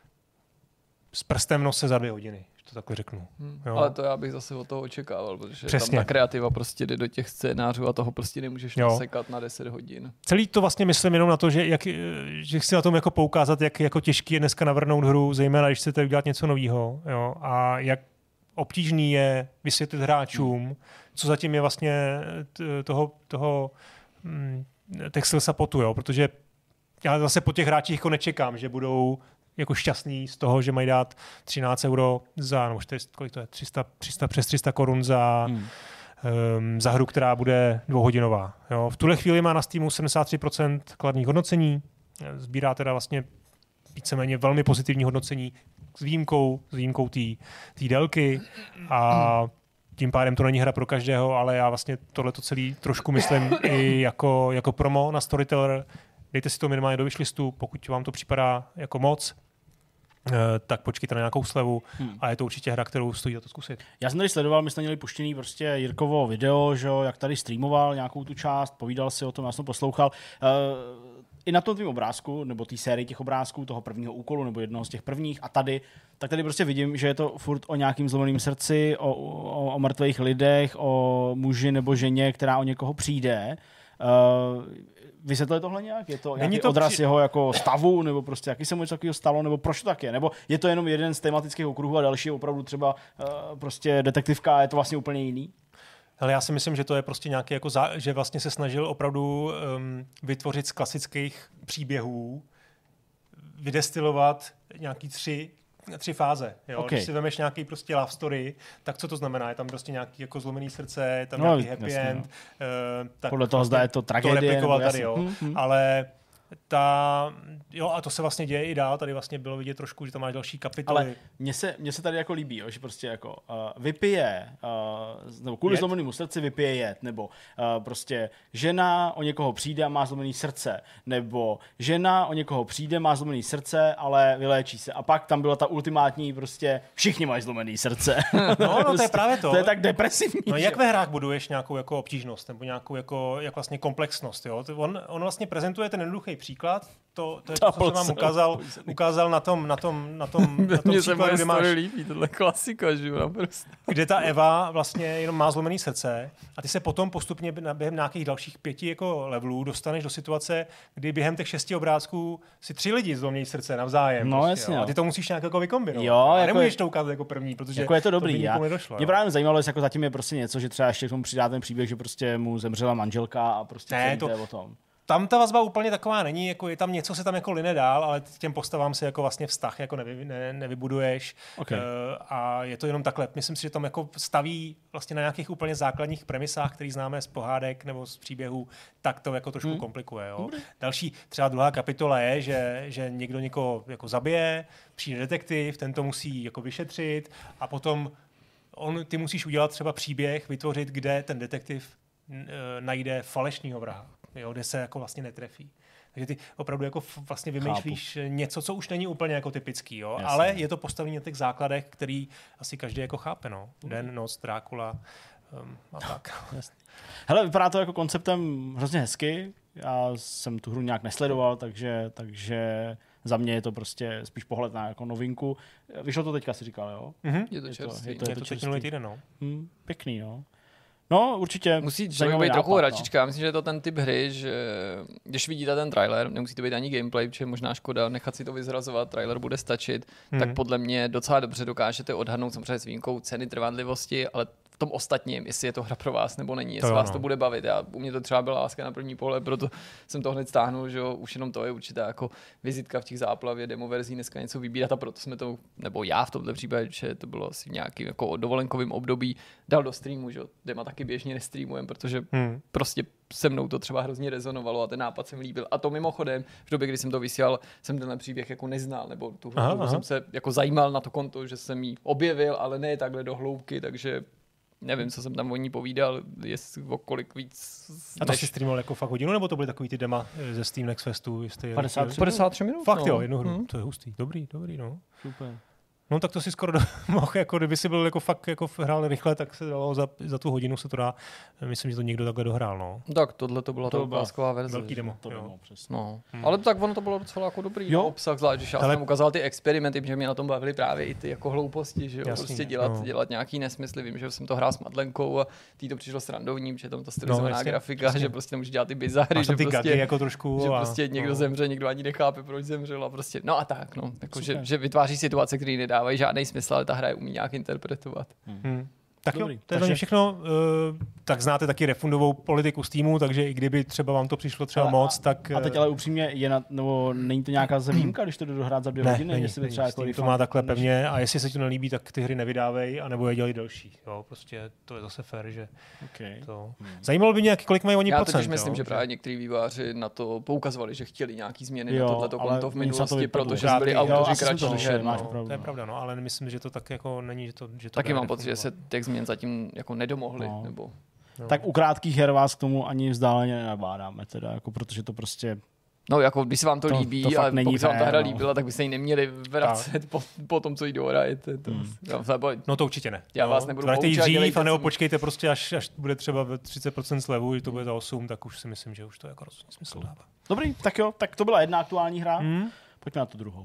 s prstem v nose za dvě hodiny. To takhle řeknu. Hmm. Ale to já bych zase od toho očekával, protože Přesně. tam ta kreativa prostě jde do těch scénářů a toho prostě nemůžeš jo. nasekat na deset hodin. Celý to vlastně myslím jenom na to, že, jak, že chci na tom jako poukázat, jak jako těžký je dneska navrhnout hru, zejména když chcete udělat něco nového. Jo? A jak obtížný je vysvětlit hráčům, hmm. co zatím je vlastně toho, toho hm, těch skill supportu, jo? Protože já zase po těch hráčích jako nečekám, že budou jako šťastný z toho, že mají dát třináct euro za, nebo čtyři sta, kolik to je, tři sta, tři sta, přes tři sta korun za, hmm. um, za hru, která bude dvouhodinová. Jo. V tuhle chvíli má na Steamu sedmdesát tři procent kladných hodnocení, sbírá teda vlastně víceméně velmi pozitivní hodnocení s výjimkou, s výjimkou té délky a tím pádem to není hra pro každého, ale já vlastně tohleto celý trošku myslím i jako, jako promo na Storyteller. Dejte si to minimálně do wishlistu, pokud vám to připadá jako moc, tak počkejte na nějakou slevu hmm. a je to určitě hra, kterou stojí za to zkusit. Já jsem tady sledoval, my jsme měli puštěný prostě Jirkovo video, že jak tady streamoval nějakou tu část, povídal si o tom, já jsem poslouchal. Uh, I na tom tvým obrázku, nebo té sérii těch obrázků, toho prvního úkolu, nebo jednoho z těch prvních a tady, tak tady prostě vidím, že je to furt o nějakým zlomeným srdci, o, o, o mrtvých lidech, o muži nebo ženě, která o někoho přijde. Uh, Vysvětluje tohle nějak? Je to Není nějaký to odraz při... jeho jako stavu, nebo prostě jaký se mu něco takového stalo, nebo proč to tak je? Nebo je to jenom jeden z tematických okruhů a další je opravdu třeba uh, prostě detektivka a je to vlastně úplně jiný? Ale já si myslím, že to je prostě nějaký jako zá... že vlastně se snažil opravdu um, vytvořit z klasických příběhů, vydestilovat nějaký tři tři fáze. Jo? Okay. Když si vemeš nějaký prostě love story, tak co to znamená? Je tam prostě nějaký jako zlomený srdce, je tam no, nějaký happy jasně, end. No. Uh, tak podle toho vlastně zda je to tragédie. To replikoval tady, jo. Hmm, hmm. Ale ta, jo, a to se vlastně děje i dál, tady vlastně bylo vidět trošku, že tam máš další kapitoly. Ale mně se, mně se tady jako líbí, jo, že prostě jako uh, vypije, uh, nebo kvůli zlomenému srdci vypije jed, nebo uh, prostě žena o někoho přijde a má zlomený srdce, nebo žena o někoho přijde, má zlomený srdce, ale vyléčí se. A pak tam byla ta ultimátní prostě všichni mají zlomený srdce. No, no prostě, to je právě to. To je tak depresivní. No, jak ve hrách buduješ nějakou jako obtížnost, nebo nějakou jako, jak vlastně komplexnost, jo? On, on vlastně prezentuje ten jednoduchý příklad, to, to je to, co jsem vám ukázal, ukázal na tom, na tom, na tom, na tom příkladu, kde máš... líbí, tohle klasika, že jo, naprosto. Kde ta Eva vlastně jenom má zlomený srdce a ty se potom postupně během nějakých dalších pěti jako levelů dostaneš do situace, kdy během těch šesti obrázků si tři lidi zlomějí srdce navzájem. No, prostě, jasně, a ty to musíš nějak jako vykombinovat. Jo, a jako nemůžeš je, to ukázat jako první, protože jako je to dobrý. To by Já, nedošlo. Mě právě zajímalo, jestli jako zatím je prostě něco, že třeba ještě k tomu přidá ten příběh, že prostě mu zemřela manželka a prostě ne, to, je o tom. Tam ta vazba úplně taková není, jako je tam něco, se tam jako line dál, ale těm postavám si jako vlastně vztah jako nevy, ne, nevybuduješ. Okay. Uh, a je to jenom takhle. Myslím si, že tam jako staví vlastně na nějakých úplně základních premisách, který známe z pohádek nebo z příběhů, tak to jako trošku hmm. komplikuje. Jo. Další, třeba druhá kapitola je, že, že někdo někoho jako zabije, přijde detektiv, ten to musí jako vyšetřit a potom on, ty musíš udělat třeba příběh, vytvořit, kde ten detektiv uh, najde falešného vraha. Jo, kde se jako vlastně netrefí. Takže ty opravdu jako vlastně vymýšlíš Chápu. něco, co už není úplně jako typický, jo? Ale je to postavené na těch základech, který asi každý jako chápe, no. Den, noc, Drákula um, a tak. Jasný. Hele, vypadá to jako konceptem hrozně hezky. Já jsem tu hru nějak nesledoval, takže, takže za mě je to prostě spíš pohled na jako novinku. Vyšlo to teďka, si říkal, jo? Mm-hmm. Je to čerstvý. Je to, je to, je to teď minulý týden, no. Hmm, pěkný, no. No, určitě. Musí člověk být trochu hračička. No. Myslím, že je to ten typ hry, že když vidíte ten trailer, nemusí to být ani gameplay, protože je možná škoda nechat si to vyzrazovat, trailer bude stačit, hmm. tak podle mě docela dobře dokážete odhadnout samozřejmě s výjimkou ceny, trvanlivosti, ale v tom ostatním, jestli je to hra pro vás nebo není, jestli to vás no. to bude bavit. Já, u mě to třeba byla láska na první pohled, proto jsem to hned stáhnul, že jo, už jenom to je určitá jako vizitka v těch záplavě, demo verzí dneska něco vybírat a proto jsme to, nebo já v tomto případě, že to bylo asi nějaký jako dovolenkovým období, dal do streamu, že jo, dema taky běžně nestreamujem, protože hmm. prostě se mnou to třeba hrozně rezonovalo a ten nápad se mi líbil. A to mimochodem, v době, kdy jsem to vysílal, jsem tenhle příběh jako neznal, nebo tu aha, aha. jsem se jako zajímal na to konto, že jsem ji objevil, ale ne takhle do hloubky, takže nevím, co jsem tam o ní povídal, jestli o kolik víc. A to než... si streamoval jako fakt hodinu, nebo to byly takový ty dema ze Steam Next Festu? padesát tři minut? Fakt no. jo, jednu hru. Hmm. To je hustý. Dobrý, dobrý, no. Super. No tak to si skoro do, mohl, jako kdyby si byl jako fakt jako hrál rychle, tak se dalo za, za tu hodinu se to dá. Myslím, že to někdo takhle dohrál, no. Tak tohle to byla to ta ukázková verze. Velký demo. To demo, přesně. No. Hmm. Ale tak ono to bylo docela jako dobrý jo. obsah, zvlášť, když já jsem ukázal ty experimenty, že mě na tom bavili právě i ty jako hlouposti, že jo, Jasný, prostě dělat, no. dělat nějaký nesmysly. Vím, že jsem to hrál s Madlenkou a tý to přišlo srandovní, že tam ta stylizovaná no, grafika, jasný. Že prostě nemůže dělat ty bizary, že ty prostě jako trošku, že a, prostě někdo no. zemře, někdo ani nechápe, proč zemřel a prostě no a tak, no, jako, že, že vytváří situace, které nedávají žádný smysl, ale ta hra je umí nějak interpretovat. Hmm. Tak Dobrý. jo, to je Takže... všechno. Uh, tak znáte taky refundovou politiku Steamu, takže i kdyby třeba vám to přišlo třeba ale, moc, tak... A teď ale upřímně, je na, nebo není to nějaká výjimka, když to jdu dohrát za dvě ne, hodiny? Není, jestli není, třeba jako jako to má takhle pevně a jestli se ti to nelíbí, tak ty hry nevydávej, anebo je dělají další. Jo, prostě to je zase fér, že okay. to... Hmm. Zajímalo by mě, kolik mají oni Já procent. Já totiž myslím, jo, že právě některý vývojáři na to poukazovali, že chtěli nějaký změny jo, na tohleto konto v to minulosti, protože byli autoři kratší her. To je pravda, no, ale nemyslím, že to tak jako není, že to, že to taky mám pocit, že se těch změn zatím jako nedomohli. No. Nebo... No. Tak u krátkých her vás k tomu ani vzdáleně nenabádáme, teda, jako protože to prostě... No, jako když se vám to, to líbí, to ale pokud se vám ta hra no. líbila, tak byste ji neměli vracet po, po tom, co jí dohrajete. To, hmm. to, no to určitě ne. Já no, vás nebudu poučat. Dřív, dělejte dřív, anebo počkejte prostě, až, až bude třeba třicet procent slevu, že to bude za osm, tak už si myslím, že už to jako rozhodně smysl dává. Dobrý, tak jo, tak to byla jedna aktuální hra. Hmm. Pojďme na tu druhou.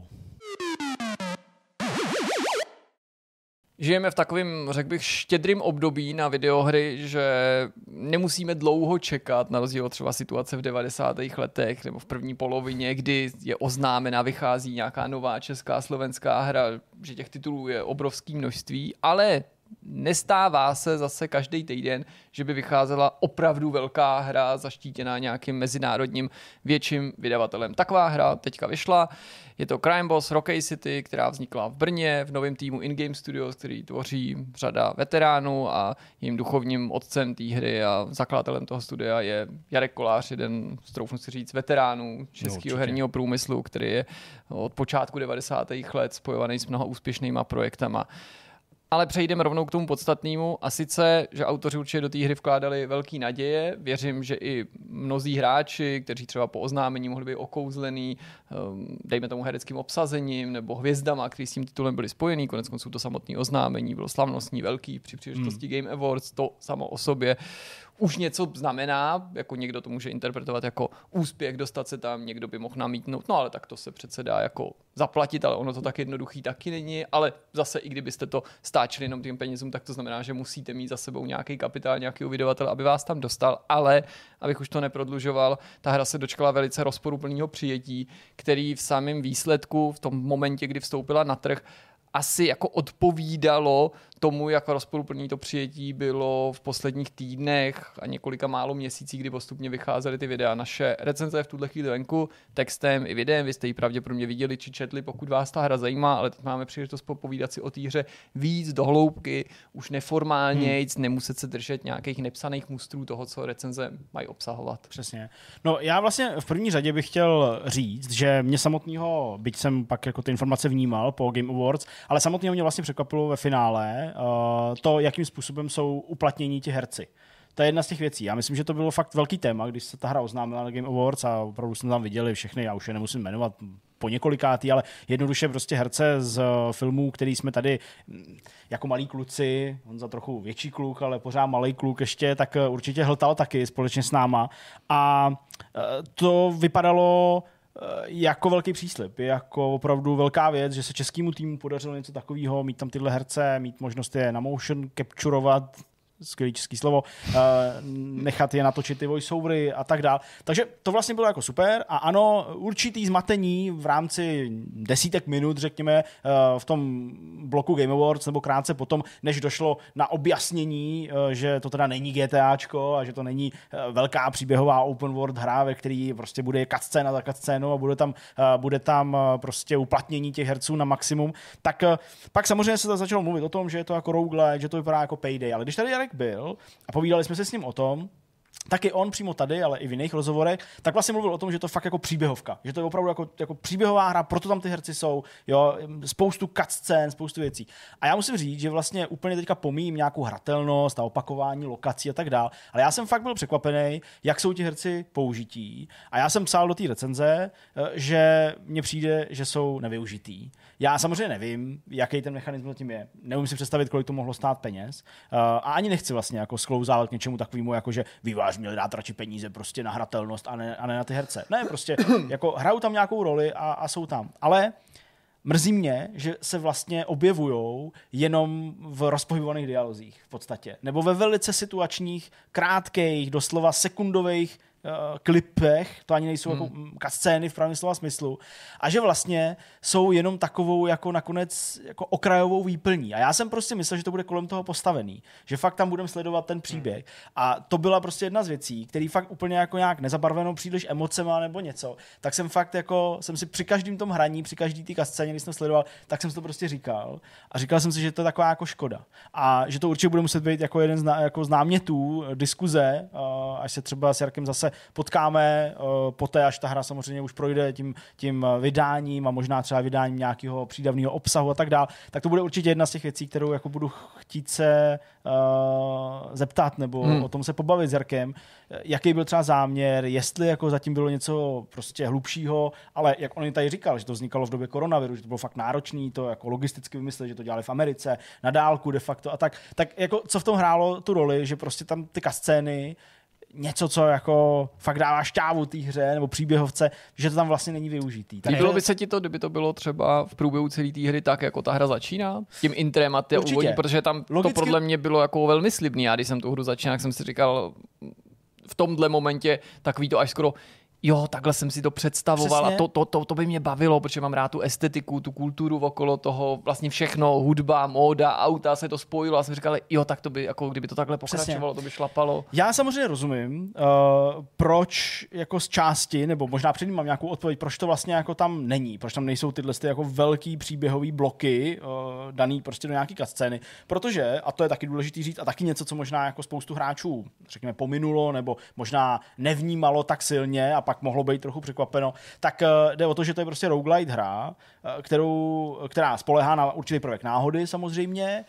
Žijeme v takovém, řekl bych, štědrým období na videohry, že nemusíme dlouho čekat, na rozdíl od třeba situace v devadesátých letech nebo v první polovině, kdy je oznámena, vychází nějaká nová česká, slovenská hra, že těch titulů je obrovské množství, ale nestává se zase každý týden, že by vycházela opravdu velká hra zaštítěná nějakým mezinárodním větším vydavatelem. Taková hra teďka vyšla, je to Crime Boss Rocky City, která vznikla v Brně v novém týmu In-Game Studios, který tvoří řada veteránů a jejím duchovním otcem té hry a zakladatelem toho studia je Jarek Kolář, jeden, troufnu si říct, veteránů českého no, herního průmyslu, který je od počátku devadesátých let spojovaný s mnoha úspěšnýma projektama. Ale přejdeme rovnou k tomu podstatnému a sice, že autoři určitě do té hry vkládali velký naděje. Věřím, že i mnozí hráči, kteří třeba po oznámení mohli být okouzlený, dejme tomu hereckým obsazením nebo hvězdama, kteří s tím titulem byli spojený, konec konců to samotné oznámení bylo slavnostní, velký při příležitosti hmm. Game Awards, to samo o sobě už něco znamená, jako někdo to může interpretovat jako úspěch, dostat se tam, někdo by mohl namítnout, no ale tak to se přece dá jako zaplatit, ale ono to tak jednoduchý taky není, ale zase i kdybyste to stáčili jenom tím penězům, tak to znamená, že musíte mít za sebou nějaký kapitál, nějaký vydavatel, aby vás tam dostal, ale abych už to neprodlužoval, ta hra se dočkala velice rozporuplného přijetí, který v samém výsledku, v tom momentě, kdy vstoupila na trh, asi jako odpovídalo tomu, jak rozporuplný to přijetí bylo v posledních týdnech a několika málo měsících, kdy postupně vycházely ty videa. Naše recenze je v tuhle chvíli venku textem i videem, vy jste ji pravděpodobně viděli či četli, pokud vás ta hra zajímá, ale teď máme příležitost popovídat si o té hře víc do hloubky, už neformálně, hmm. nemuset se držet nějakých nepsaných mustrů toho, co recenze mají obsahovat. Přesně. No já vlastně v první řadě bych chtěl říct, že mě samotného, byť jsem pak jako ty informace vnímal po Game Awards, ale samotného mě vlastně překvapilo ve finále uh, to, jakým způsobem jsou uplatnění ti herci. To je jedna z těch věcí. Já myslím, že to bylo fakt velký téma, když se ta hra oznámila na Game Awards a opravdu jsme tam viděli všechny, já už je nemusím jmenovat po několikátý, ale jednoduše prostě herce z filmů, který jsme tady jako malí kluci, on za trochu větší kluk, ale pořád malý kluk ještě, tak určitě hltal taky společně s náma. A to vypadalo jako velký příslib, jako opravdu velká věc, že se českému týmu podařilo něco takového, mít tam tyhle herce, mít možnost je na motion capturovat, skvělý český slovo, nechat je natočit ty voiceovery a tak dál. Takže to vlastně bylo jako super a ano, určitý zmatení v rámci desítek minut, řekněme, v tom bloku Game Awards nebo krátce potom, než došlo na objasnění, že to teda není GTAčko a že to není velká příběhová open world hra, ve který prostě bude cutscéna za cutscénou a bude tam, bude tam prostě uplatnění těch herců na maximum, tak pak samozřejmě se to začalo mluvit o tom, že je to jako roguelike, že to vypadá jako Payday, ale když tady Jarek byl a povídali jsme se s ním o tom, taky on přímo tady, ale i v jiných rozhovorech, tak vlastně mluvil o tom, že to fakt jako příběhovka, že to je opravdu jako, jako příběhová hra, proto tam ty herci jsou, jo, spoustu cutscén, spoustu věcí. A já musím říct, že vlastně úplně teďka pomíjím nějakou hratelnost a opakování lokací a tak dál, ale já jsem fakt byl překvapený, jak jsou ti herci použití. A já jsem psal do té recenze, že mně přijde, že jsou nevyužitý. Já samozřejmě nevím, jaký ten mechanismus zatím je. Neumím si představit, kolik to mohlo stát peněz. A ani nechci vlastně jako sklouzávat k něčemu takovému, jako že vývojář měl dát radši peníze prostě na hratelnost a ne, a ne na ty herce. Ne, prostě jako hrajou tam nějakou roli a, a jsou tam. Ale mrzí mě, že se vlastně objevujou jenom v rozpohybovaných dialozích v podstatě. Nebo ve velice situačních, krátkých, doslova sekundových uh, klipech, to ani nejsou hmm. jako scény v pravém slova smyslu, a že vlastně jsou jenom takovou jako nakonec jako okrajovou výplní. A já jsem prostě myslel, že to bude kolem toho postavený, že fakt tam budeme sledovat ten příběh. Hmm. A to byla prostě jedna z věcí, který fakt úplně jako nějak nezabarvenou příliš emocema nebo něco, tak jsem fakt jako, jsem si při každém tom hraní, při každý té scéně, když jsem sledoval, tak jsem si to prostě říkal. A říkal jsem si, že to je taková jako škoda. A že to určitě bude muset být jako jeden z, ná, jako z námětů diskuze, až se třeba s Jarkem zase potkáme poté, až ta hra samozřejmě už projde tím, tím vydáním a možná třeba vydáním nějakého přídavného obsahu a tak dál, tak to bude určitě jedna z těch věcí, kterou jako budu chtít se uh, zeptat nebo hmm. o tom se pobavit s Jarkem, jaký byl třeba záměr, jestli jako zatím bylo něco prostě hlubšího, ale jak on tady říkal, že to vznikalo v době koronaviru, že to bylo fakt náročný, to jako logisticky vymyslet, že to dělali v Americe, na dálku de facto a tak, tak jako co v tom hrálo tu roli, že prostě tam ty scény, něco, co jako fakt dává šťávu té hře nebo příběhovce, že to tam vlastně není využitý. Líbilo by se ti to, kdyby to bylo třeba v průběhu celé té hry tak, jako ta hra začíná? Tím intrem a ty úvodní, protože tam logicky to podle mě bylo jako velmi slibný. Já když jsem tu hru začínal, tak jsem si říkal v tomhle momentě takový to až skoro jo, takhle jsem si to představoval Přesně. a to, to, to, to by mě bavilo, protože mám rád tu estetiku, tu kulturu okolo toho, vlastně všechno, hudba, móda, auta, se to spojilo a jsem říkal, jo, tak to by, jako kdyby to takhle pokračovalo, Přesně. to by šlapalo. Já samozřejmě rozumím, uh, proč jako z části, nebo možná předtím mám nějakou odpověď, proč to vlastně jako tam není, proč tam nejsou tyhle ty jako velký příběhový bloky uh, daný prostě do nějaký cutscény, protože, a to je taky důležitý říct, a taky něco, co možná jako spoustu hráčů, řekněme, pominulo, nebo možná nevnímalo tak silně a pak mohlo být trochu překvapeno, tak uh, jde o to, že to je prostě roguelite hra, uh, kterou, která spolehá na určitý prvek náhody samozřejmě.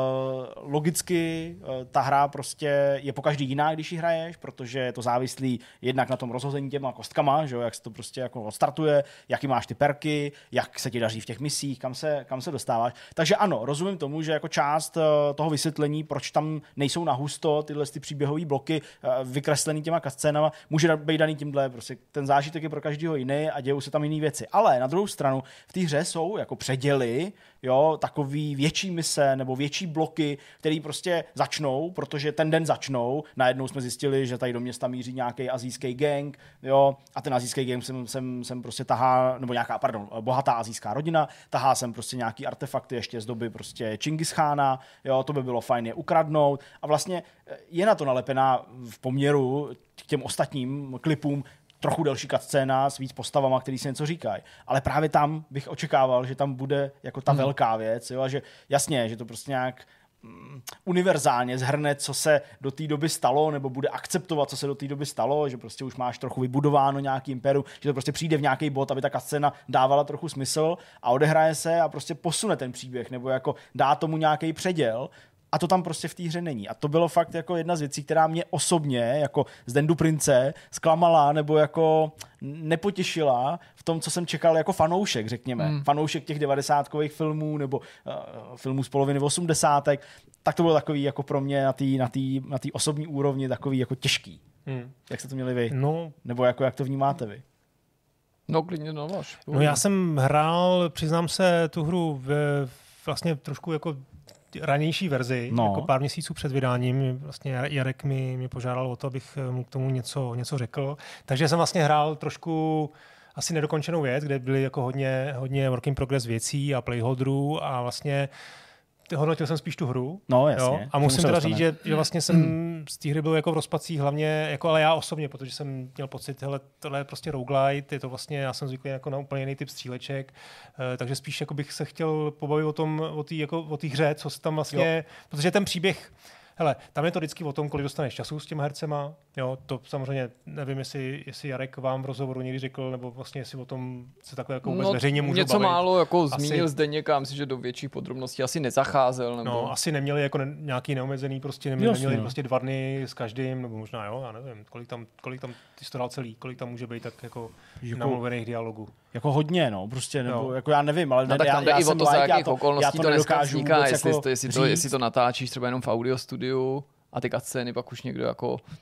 Uh, logicky uh, ta hra prostě je pokaždý jiná, když ji hraješ, protože je to závislý jednak na tom rozhození těma kostkama, že jo, jak se to prostě jako odstartuje, jaký máš ty perky, jak se ti daří v těch misích, kam se, kam se dostáváš. Takže ano, rozumím tomu, že jako část uh, toho vysvětlení, proč tam nejsou na husto tyhle ty příběhové bloky uh, vykreslený těma scénama, může být daný tímhle prostě ten zážitek je pro každého jiný a dějou se tam jiné věci. Ale na druhou stranu v té hře jsou jako předěly, jo, takový větší mise nebo větší bloky, které prostě začnou, protože ten den začnou. Najednou jsme zjistili, že tady do města míří nějaký asijský gang, jo, a ten asijský gang sem, sem, sem prostě tahá, nebo nějaká, pardon, bohatá asijská rodina, tahá sem prostě nějaký artefakty ještě z doby prostě Čingischána, jo, to by bylo fajn je ukradnout a vlastně je na to nalepená v poměru k těm ostatním klipům trochu delší cutscéna s víc postavama, který si něco říkají. Ale právě tam bych očekával, že tam bude jako ta hmm. velká věc, jo, a že jasně, že to prostě nějak mm, univerzálně zhrne, co se do té doby stalo, nebo bude akceptovat, co se do té doby stalo, že prostě už máš trochu vybudováno nějaký impérium, že to prostě přijde v nějaký bod, aby ta cutscéna dávala trochu smysl a odehraje se a prostě posune ten příběh, nebo jako dá tomu nějaký předěl. A to tam prostě v té hře není. A to bylo fakt jako jedna z věcí, která mě osobně, jako z Dendu Prince, zklamala nebo jako nepotěšila v tom, co jsem čekal jako fanoušek, řekněme. Mm. Fanoušek těch devadesátkových filmů nebo uh, filmů z poloviny osmdesátek. Tak to bylo takový jako pro mě na té na tý, na tý osobní úrovni takový jako těžký. Mm. Jak jste to měli vy? No. Nebo jako jak to vnímáte vy? No klidně no váš. No já jsem hrál, přiznám se, tu hru v, vlastně trošku jako ranější verzi, no. jako pár měsíců před vydáním. Vlastně Jarek mi, mi požádal o to, abych mu k tomu něco, něco řekl. Takže jsem vlastně hrál trošku asi nedokončenou věc, kde byly jako hodně, hodně work in progress věcí a playholderů a vlastně hodnotil jsem spíš tu hru. No, jasně. Jo? A musím teda říct, že, že vlastně jsem mm. z té hry byl jako v rozpacích hlavně, jako, ale já osobně, protože jsem měl pocit, hele, tohle je prostě roguelite, je to vlastně, já jsem zvyklý jako na úplně jiný typ stříleček, uh, takže spíš jako bych se chtěl pobavit o tom, o té jako, o té hře, co se tam vlastně, jo. Protože ten příběh, hele, tam je to vždycky o tom, kolik dostaneš času s těma hercema. Jo, to samozřejmě nevím, jestli, jestli Jarek vám v rozhovoru někdy řekl, nebo vlastně jestli o tom se takhle jako vůbec no, veřejně můžu něco bavit. Něco málo jako asi, zmínil Zdeněk a myslím, že do větších podrobností asi nezacházel. Nebo... No, asi neměli jako ne, nějaký neomezený, prostě neměli, neměli prostě dva dny s každým, nebo možná jo, já nevím, kolik tam, kolik tam ty jsi to dal celý, kolik tam může být tak jako, jako namluvených dialogů. Jako hodně, no, prostě, nebo, jako já nevím, ale no, ne, tak tam jde já, i o to, za jakých okolností to dneska vzniká, jestli, jako to, jestli, to, jestli to natáčíš třeba jenom v audio studiu a ty cutscény pak už někdo jako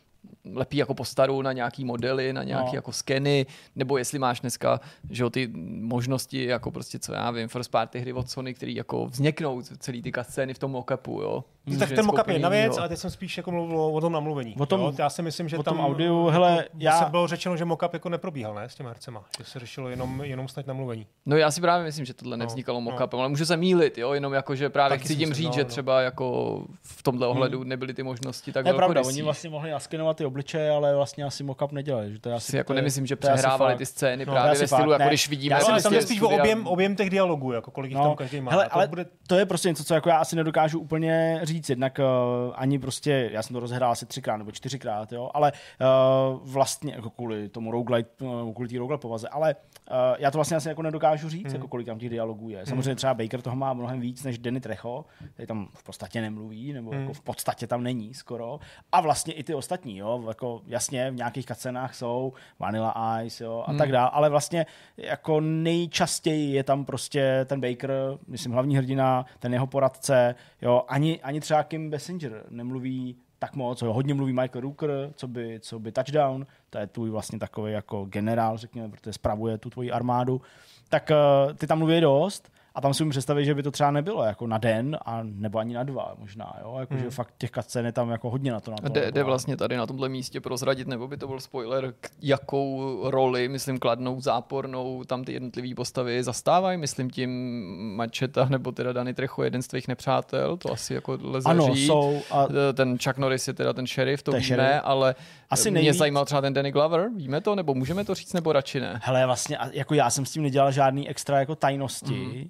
lepí jako postaru na nějaký modely, na nějaký no. jako skeny, nebo jestli máš dneska, že jo, ty možnosti, jako prostě, co já vím, first party hry od Sony, který jako vzniknou celý ty scény v tom mockupu, jo. Hmm. Tak ten mockup je jedna věc, ale teď jsem spíš jako mluvil o tom namluvení. O tom, jo? Já si myslím, že o tam tom audiu, hele, já... se bylo řečeno, že mockup jako neprobíhal, ne, s těma hercema, že se řešilo jenom, jenom snad namluvení. No já si právě myslím, že tohle nevznikalo no, mockupem, no. ale můžu se mýlit, jo, jenom jako, že právě chci tím říct, no, že no. třeba jako v tomhle ohledu hmm. nebyly ty možnosti tak velkorysí. Pravda, oni vlastně mohli naskenovat ty obličeje, ale vlastně asi mockup nedělali. Že to já si, si jako to nemyslím, že přehrávali ty scény no, právě ve stylu, jako když vidíme. Já tam je spíš o objem, objem těch dialogů, jako kolik jich no, tam každý má. Hele, to ale bude... to je prostě něco, co jako já asi nedokážu úplně říct. Jednak uh, ani prostě, já jsem to rozhrál asi třikrát nebo čtyřikrát, jo, ale uh, vlastně jako kvůli tomu roguelite, uh, kvůli té roguelite povaze, ale uh, já to vlastně asi jako nedokážu říct, hmm. jako kolik tam těch dialogů je. Samozřejmě třeba Baker toho má mnohem víc než Danny Trejo, který tam v podstatě nemluví, nebo hmm. jako v podstatě tam není skoro. A vlastně i ty ostatní, jo, jako jasně v nějakých cutscenách jsou Vanilla Ice, jo, a hmm. tak dále, ale vlastně jako nejčastěji je tam prostě ten Baker, myslím hlavní hrdina, ten jeho poradce, jo, ani, ani třeba Kim Basinger nemluví tak moc, jo, hodně mluví Michael Rooker, co by, co by Touchdown, to je tvůj vlastně takový jako generál, řekněme, protože spravuje tu tvoji armádu, tak uh, ty tam mluví dost. A tam si mi představit, že by to třeba nebylo jako na den, a nebo ani na dva možná, jo? Jako, hmm. že fakt těch cutscén je tam jako hodně na to. Na to jde, jde vlastně tady na tomhle místě prozradit, nebo by to byl spoiler, jakou roli, myslím kladnou, zápornou, tam ty jednotlivé postavy zastávají, myslím tím Macheta, nebo teda Danny Trejo, jeden z tvých nepřátel, to asi jako lze ano, říct. Jsou, a... Ten Chuck Norris je teda ten šerif, to, to víme, šerif. Ale asi mě nejvíc... zajímal třeba ten Danny Glover, víme to, nebo můžeme to říct, nebo radši ne? Hele, vlastně jako já jsem s tím nedělal žádný extra jako tajnosti, mm.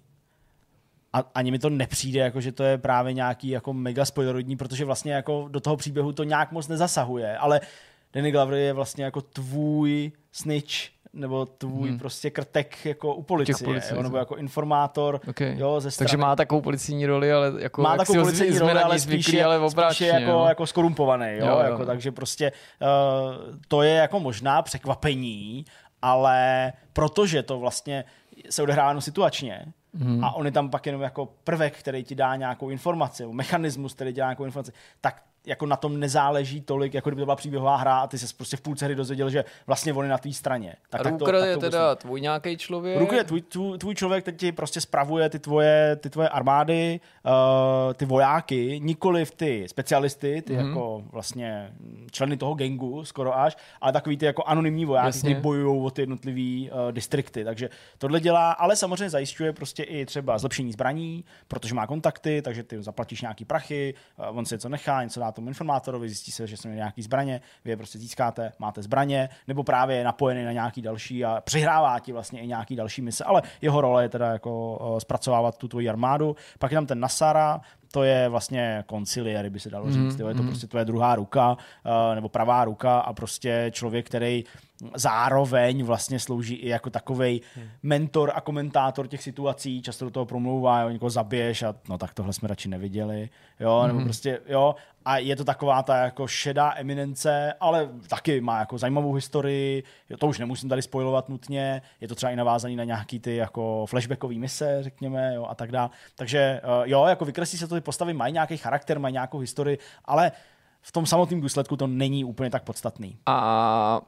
A ani mi to nepřijde, jako, že to je právě nějaký jako mega spoilerodní, protože vlastně jako do toho příběhu to nějak moc nezasahuje, ale Danny Glover je vlastně jako tvůj snitch, nebo tvůj hmm. prostě krtek jako u policie, policie jo, nebo jako informátor. Okay. Jo, ze strany... Takže má takovou policijní roli, ale jako má takovou policijní roli, ale zvyklý, spíš je, ale obráčně, spíš je jako, jako skorumpovaný. Jo, jo, jo. jako, takže prostě uh, to je jako možná překvapení, ale protože to vlastně se odehrává no situačně, Hmm. a on je tam pak jenom jako prvek, který ti dá nějakou informaci, mechanismus, který ti dá nějakou informaci, tak jako na tom nezáleží tolik, jako kdyby to byla příběhová hra a ty se prostě v půlce hry dozvěděl, že vlastně on je na tvý straně. Tak, a tak Rooker to, tak je to teda prostě... tvůj nějaký člověk? Rooker je tvůj, tvůj, tvůj člověk, který ti prostě spravuje ty tvoje, ty tvoje armády, uh, ty vojáky, nikoliv ty specialisty, ty mm-hmm. jako vlastně členy toho gangu skoro až, ale takový ty jako anonymní vojáky, kteří bojují o ty jednotlivý uh, distrikty. Takže tohle dělá, ale samozřejmě zajišťuje prostě i třeba zlepšení zbraní, protože má kontakty, takže ty zaplatíš nějaký prachy, uh, on si něco nechá, něco dá tomu informátorovi, zjistí se, že jsou nějaký zbraně, vy je prostě získáte, máte zbraně, nebo právě je napojený na nějaký další a přihrává ti vlastně i nějaký další mise, ale jeho role je teda jako uh, zpracovávat tu tvoji armádu. Pak je tam ten Nassara, to je vlastně konciliéry, by se dalo říct. Mm, je to mm. prostě tvoje druhá ruka, uh, nebo pravá ruka a prostě člověk, který zároveň vlastně slouží i jako takovej hmm. mentor a komentátor těch situací, často do toho promlouvá, jo, někoho zabiješ a no tak tohle jsme radši neviděli, jo, nebo hmm. prostě, jo, a je to taková ta jako šedá eminence, ale taky má jako zajímavou historii, jo, to už nemusím tady spoilovat nutně, je to třeba i navázaný na nějaký ty jako flashbackový mise, řekněme, jo, a tak dále. Takže jo, jako vykreslí se to, ty postavy mají nějaký charakter, mají nějakou historii, ale v tom samotném důsledku to není úplně tak podstatný. A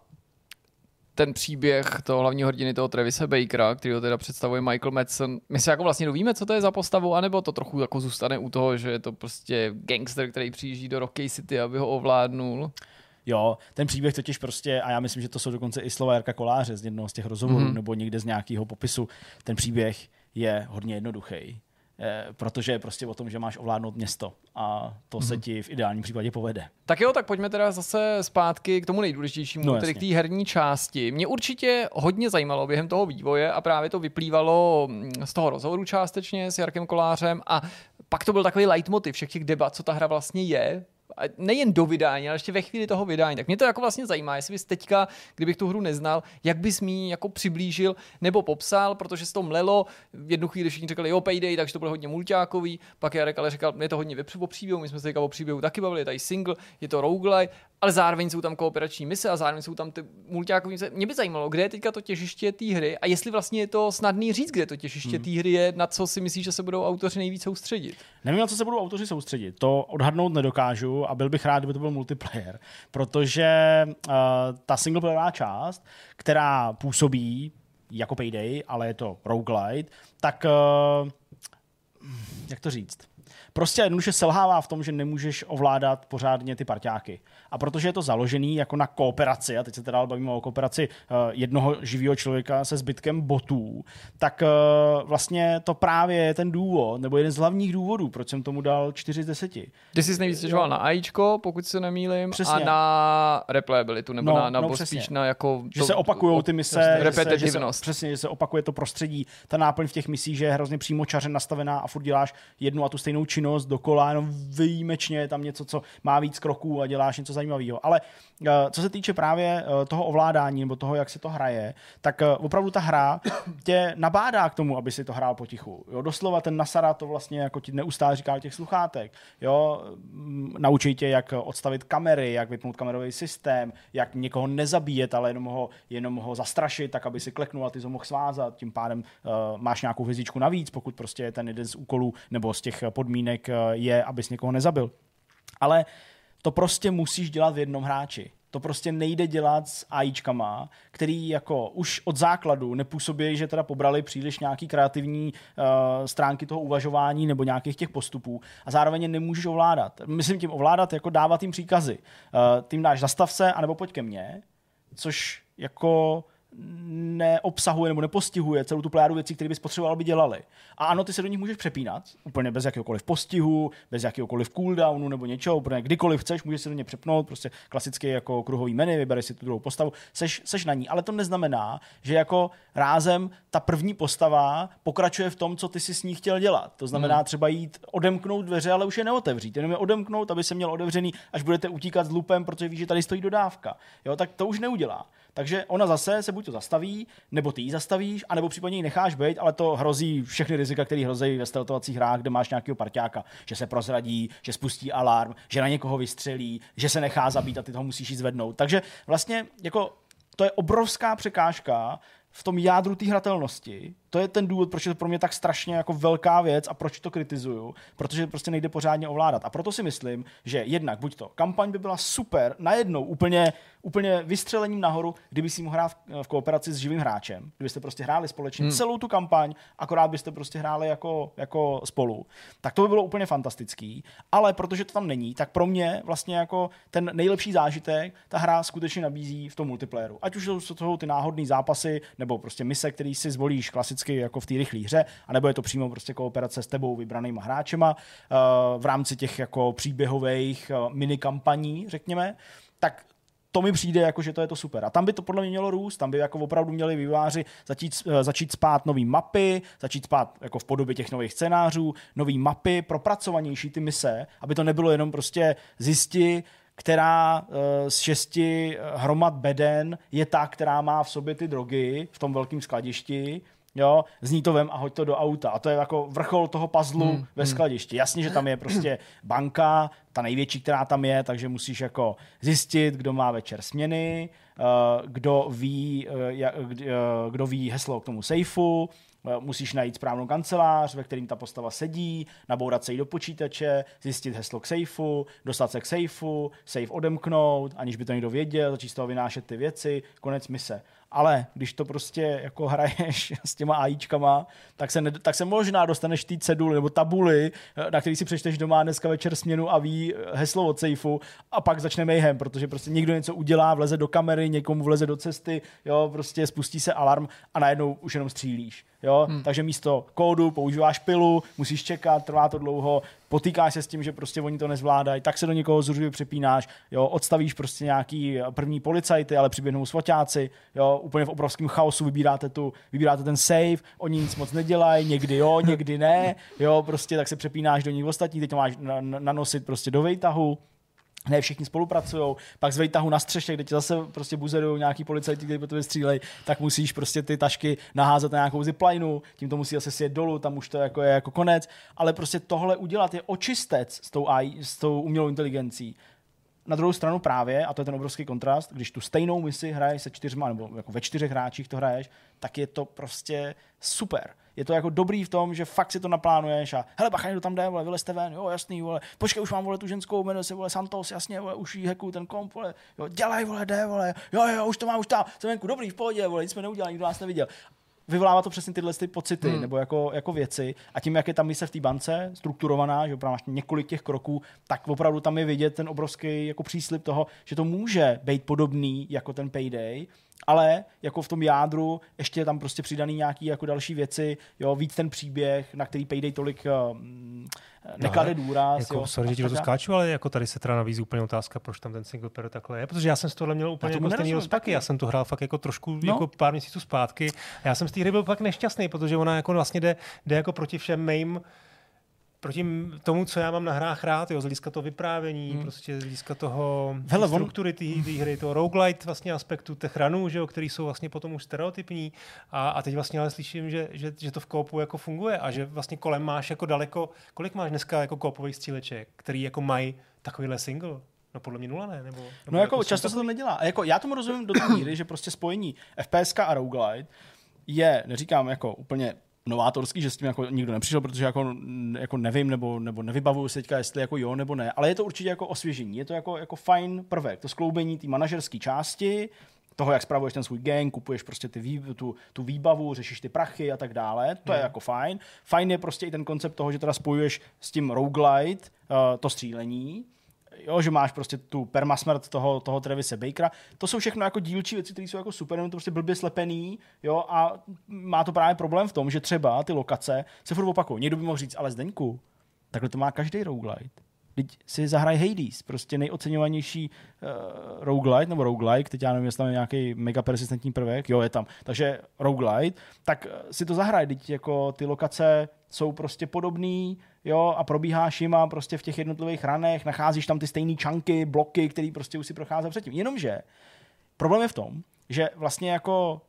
ten příběh toho hlavního hrdiny, toho Travise Bakera, který ho teda představuje Michael Madsen, my se jako vlastně dovíme, co to je za postavu, anebo to trochu jako zůstane u toho, že je to prostě gangster, který přijíždí do Rocky City, aby ho ovládnul? Jo, ten příběh totiž prostě, a já myslím, že to jsou dokonce i slova Jarka Koláře z jednoho z těch rozhovorů, mm-hmm. nebo někde z nějakého popisu, ten příběh je hodně jednoduchý. Protože je prostě o tom, že máš ovládnout město a to se ti v ideálním případě povede. Tak jo, tak pojďme teda zase zpátky k tomu nejdůležitějšímu, no, tedy k té herní části. Mě určitě hodně zajímalo během toho vývoje a právě to vyplývalo z toho rozhovoru částečně s Jarkem Kolářem a pak to byl takový leitmotiv všech těch debat, co ta hra vlastně je. A nejen do vydání, ale ještě ve chvíli toho vydání. Tak mě to jako vlastně zajímá, jestli bys teďka, kdybych tu hru neznal, jak bys mi jako přiblížil nebo popsal, protože se to mlelo. V jednu chvíli všichni řekli, jo, Payday, takže to bude hodně mulťákový. Pak Jarek ale říkal, je to hodně o příběhu, my jsme se teďka o příběhu taky bavili, je tady single, je to roguelike ale zároveň jsou tam kooperační mise a zároveň jsou tam ty multiákové mise. Mě by zajímalo, kde je teďka to těžiště té hry a jestli vlastně je to snadný říct, kde to těžiště hmm. té hry je, na co si myslíš, že se budou autoři nejvíc soustředit. Nevím, na co se budou autoři soustředit. To odhadnout nedokážu a byl bych rád, kdyby to byl multiplayer, protože uh, ta singleplayerová část, která působí jako Payday, ale je to roguelite, tak uh, jak to říct? Prostě jednoduše selhává v tom, že nemůžeš ovládat pořádně ty parťáky. A protože je to založený jako na kooperaci, a teď se teda bavíme o kooperaci uh, jednoho živého člověka se zbytkem botů, tak uh, vlastně to právě je ten důvod, nebo jeden z hlavních důvodů, proč jsem tomu dal čtyři z deseti. Ty jsi nejvíc stěžoval na AIčko, pokud se nemýlím, přesně. A na replayabilitu, nebo no, na, na no, spíš na jako... Že to, se opakujou ty mise, repetitivnost. Že se, přesně, že se opakuje to prostředí, ta náplň v těch misích, že je hrozně přímočaře nastavená a furt děláš jednu a tu stejnou činnost dokola, jenom výjimečně je tam něco, co má víc kroků a děláš něco zajímavého. Ale uh, co se týče právě uh, toho ovládání nebo toho, jak se to hraje, tak uh, opravdu ta hra tě nabádá k tomu, aby si to hrál potichu. Jo, doslova ten Nasara to vlastně jako ti neustále říká do těch sluchátek. Jo, m, naučí tě, jak odstavit kamery, jak vypnout kamerový systém, jak někoho nezabíjet, ale jenom ho, jenom ho zastrašit, tak aby si kleknul a ty ho mohl svázat. Tím pádem uh, máš nějakou hvězdičku navíc, pokud prostě je ten jeden z úkolů nebo z těch podmínek je, abys někoho nezabil. Ale to prostě musíš dělat v jednom hráči. To prostě nejde dělat s AIčkama, který jako už od základu nepůsobí, že teda pobrali příliš nějaký kreativní uh, stránky toho uvažování nebo nějakých těch postupů a zároveň je nemůžeš ovládat. Myslím tím ovládat, jako dávat jim příkazy. Uh, tím dáš zastav se, anebo pojď ke mně, což jako neobsahuje nebo nepostihuje celou tu pléjádu věcí, které bys potřeboval, aby dělali. A ano, ty se do nich můžeš přepínat, úplně bez jakéhokoliv postihu, bez jakéhokoliv cooldownu nebo něčeho, protože kdykoliv chceš, můžeš se do ně přepnout, prostě klasicky jako kruhový menu, vybereš si tu druhou postavu, seš, seš na ní, ale to neznamená, že jako rázem ta první postava pokračuje v tom, co ty si s ní chtěl dělat. To znamená hmm. třeba jít odemknout dveře, ale už je neotevřít, jenom je odemknout, aby se měl otevřený, až budete utíkat s lupem, protože víš, že tady stojí dodávka. Jo, tak to už neudělá. Takže ona zase se buď to zastaví, nebo ty ji zastavíš, anebo případně ji necháš být, ale to hrozí všechny rizika, které hrozí ve stealthovacích hrách, kde máš nějakého parťáka, že se prozradí, že spustí alarm, že na někoho vystřelí, že se nechá zabít a ty toho musíš jít zvednout. Takže vlastně jako to je obrovská překážka v tom jádru té hratelnosti. To je ten důvod, proč je to pro mě tak strašně jako velká věc a proč to kritizuju, protože prostě nejde pořádně ovládat. A proto si myslím, že jednak buď to kampaň by byla super, najednou úplně, úplně vystřelením nahoru, kdyby si mohl hrát v, v kooperaci s živým hráčem, kdybyste prostě hráli společně hmm. celou tu kampaň, akorát byste prostě hráli jako, jako spolu. Tak to by bylo úplně fantastický, ale protože to tam není, tak pro mě vlastně jako ten nejlepší zážitek ta hra skutečně nabízí v tom multiplayeru. Ať už jsou to ty náhodné zápasy, nebo prostě mise, který si zvolíš klasicky jako v té rychlé hře, anebo je to přímo prostě kooperace s tebou vybranýma hráčema uh, v rámci těch jako příběhových uh, minikampaní, řekněme, tak to mi přijde, jako, že to je to super. A tam by to podle mě mělo růst, tam by jako opravdu měli vývojáři začít, uh, začít spát nový mapy, začít spát jako v podobě těch nových scénářů, nový mapy, propracovanější ty mise, aby to nebylo jenom prostě zjisti, která uh, z šesti hromad beden je ta, která má v sobě ty drogy v tom velkém skladišti. Jo, zní to vem a hoď to do auta. A to je jako vrchol toho puzzlu hmm, ve skladišti. Jasně, že tam je prostě banka, ta největší, která tam je, takže musíš jako zjistit, kdo má večer směny, kdo ví, kdo ví heslo k tomu sejfu, musíš najít správnou kancelář, ve kterým ta postava sedí, nabourat se jí do počítače, zjistit heslo k sejfu, dostat se k sejfu, sejf odemknout, aniž by to někdo věděl, začít z toho vynášet ty věci, konec mise. Ale když to prostě jako hraješ s těma AIčkama, tak se, ne, tak se možná dostaneš té ceduly nebo tabuly, na který si přečteš doma dneska večer směnu a ví heslo od sejfu a pak začne mayhem, protože prostě někdo něco udělá, vleze do kamery, někomu vleze do cesty, jo, prostě spustí se alarm a najednou už jenom střílíš. Jo? Hmm. Takže místo kódu používáš pilu, musíš čekat, trvá to dlouho, potýkáš se s tím, že prostě oni to nezvládají, tak se do někoho zuřivě přepínáš, jo? Odstavíš prostě nějaký první policajty, ale přiběhnou svoťáci, jo? Úplně v obrovském chaosu vybíráte, tu, vybíráte ten save, oni nic moc nedělají, někdy jo, někdy ne, jo? Prostě tak se přepínáš do nich ostatní, teď to máš nanosit prostě do vejtahu. Ne všichni spolupracujou, pak z vejtahu na střeše, kde ti zase prostě buzerujou nějaký policajti, kteří po tebe střílejí, tak musíš prostě ty tašky naházet na nějakou ziplineu, tím to musí zase sjet dolů, tam už to jako je jako konec, ale prostě tohle udělat je očistec s tou, A I, s tou umělou inteligencí. na druhou stranu právě, a to je ten obrovský kontrast, když tu stejnou misi hraješ se čtyřma, nebo jako ve čtyřech hráčích to hraješ, tak je to prostě super. Je to jako dobrý v tom, že fakt si to naplánuješ a hele, bacha, kdo tam jde, vole, vylezte ven, jo, jasný, vole, počkej, už mám, vole, tu ženskou, jmenuje se, vole, Santos, jasně, vole, už jí heku ten komp, vole, jo, dělej, vole, jde, vole, jo, jo, už to mám, už tam, jsem venku, dobrý, v pohodě, vole, nic jsme neudělali, nikdo nás neviděl. Vyvolává to přesně tyhle ty pocity hmm. nebo jako, jako věci a tím, jak je ta mise v té bance strukturovaná, že opravdu máš několik těch kroků, tak opravdu tam je vidět ten obrovský jako příslib toho, že to může být podobný jako ten Payday, ale jako v tom jádru ještě je tam prostě přidaný nějaký jako další věci, jo, víc ten příběh, na který Payday tolik um, neklade no, důraz. Jako, jo, sorry, že ti do toho skáču, ale jako tady se teda navízí úplně otázka, proč tam ten single player takhle je, protože já jsem z tohle měl úplně jako stejný rozpaky, já jsem to hrál fakt jako trošku no. jako pár měsíců zpátky a já jsem z té hry byl fakt nešťastný, protože ona jako vlastně jde, jde jako proti všem mým proti tomu, co já mám na hrách rád, jo, z hlediska toho vyprávění, hmm. prostě z hlediska toho Hele, struktury té hry, toho roguelite vlastně aspektu těch ranů, že jo, který jsou vlastně potom už stereotypní a, a teď vlastně ale slyším, že, že, že to v koopu jako funguje a že vlastně kolem máš jako daleko, kolik máš dneska jako koopových stříleček, který jako mají takovýhle single? No podle mě nula ne, nebo... nebo no jako, jako často se to nedělá. A jako já tomu rozumím do té míry, že prostě spojení F P S a roguelite je, neříkám jako úplně novátorský, že s tím jako nikdo nepřišel, protože jako, jako nevím, nebo, nebo nevybavuju se teďka, jestli jako jo nebo ne, ale je to určitě jako osvěžení, je to jako, jako fajn prvek, to skloubení té manažerské části, toho, jak spravuješ ten svůj gang, kupuješ prostě ty vý, tu, tu výbavu, řešíš ty prachy a tak dále, to hmm. je jako fajn. Fajn je prostě i ten koncept toho, že teda spojuješ s tím roguelite uh, to střílení, jo, že máš prostě tu permasmrt toho, toho Travise Bakera. To jsou všechno jako dílčí věci, které jsou jako super, jenom to prostě blbě slepený, jo, a má to právě problém v tom, že třeba ty lokace se furt opakují. Někdo by mohl říct, ale Zdeňku, takhle to má každý roguelite. Teď si zahraj Hades, prostě nejoceňovanější uh, roguelite nebo roguelike, teď já nevím, jestli tam je nějaký mega persistentní prvek, jo, je tam. Takže roguelite, tak si to zahraj, teď jako ty lokace jsou prostě podobný, jo, a probíháš jima prostě v těch jednotlivých ranech, nacházíš tam ty stejné čanky, bloky, který prostě už si procházel předtím. Jenomže problém je v tom, že vlastně jako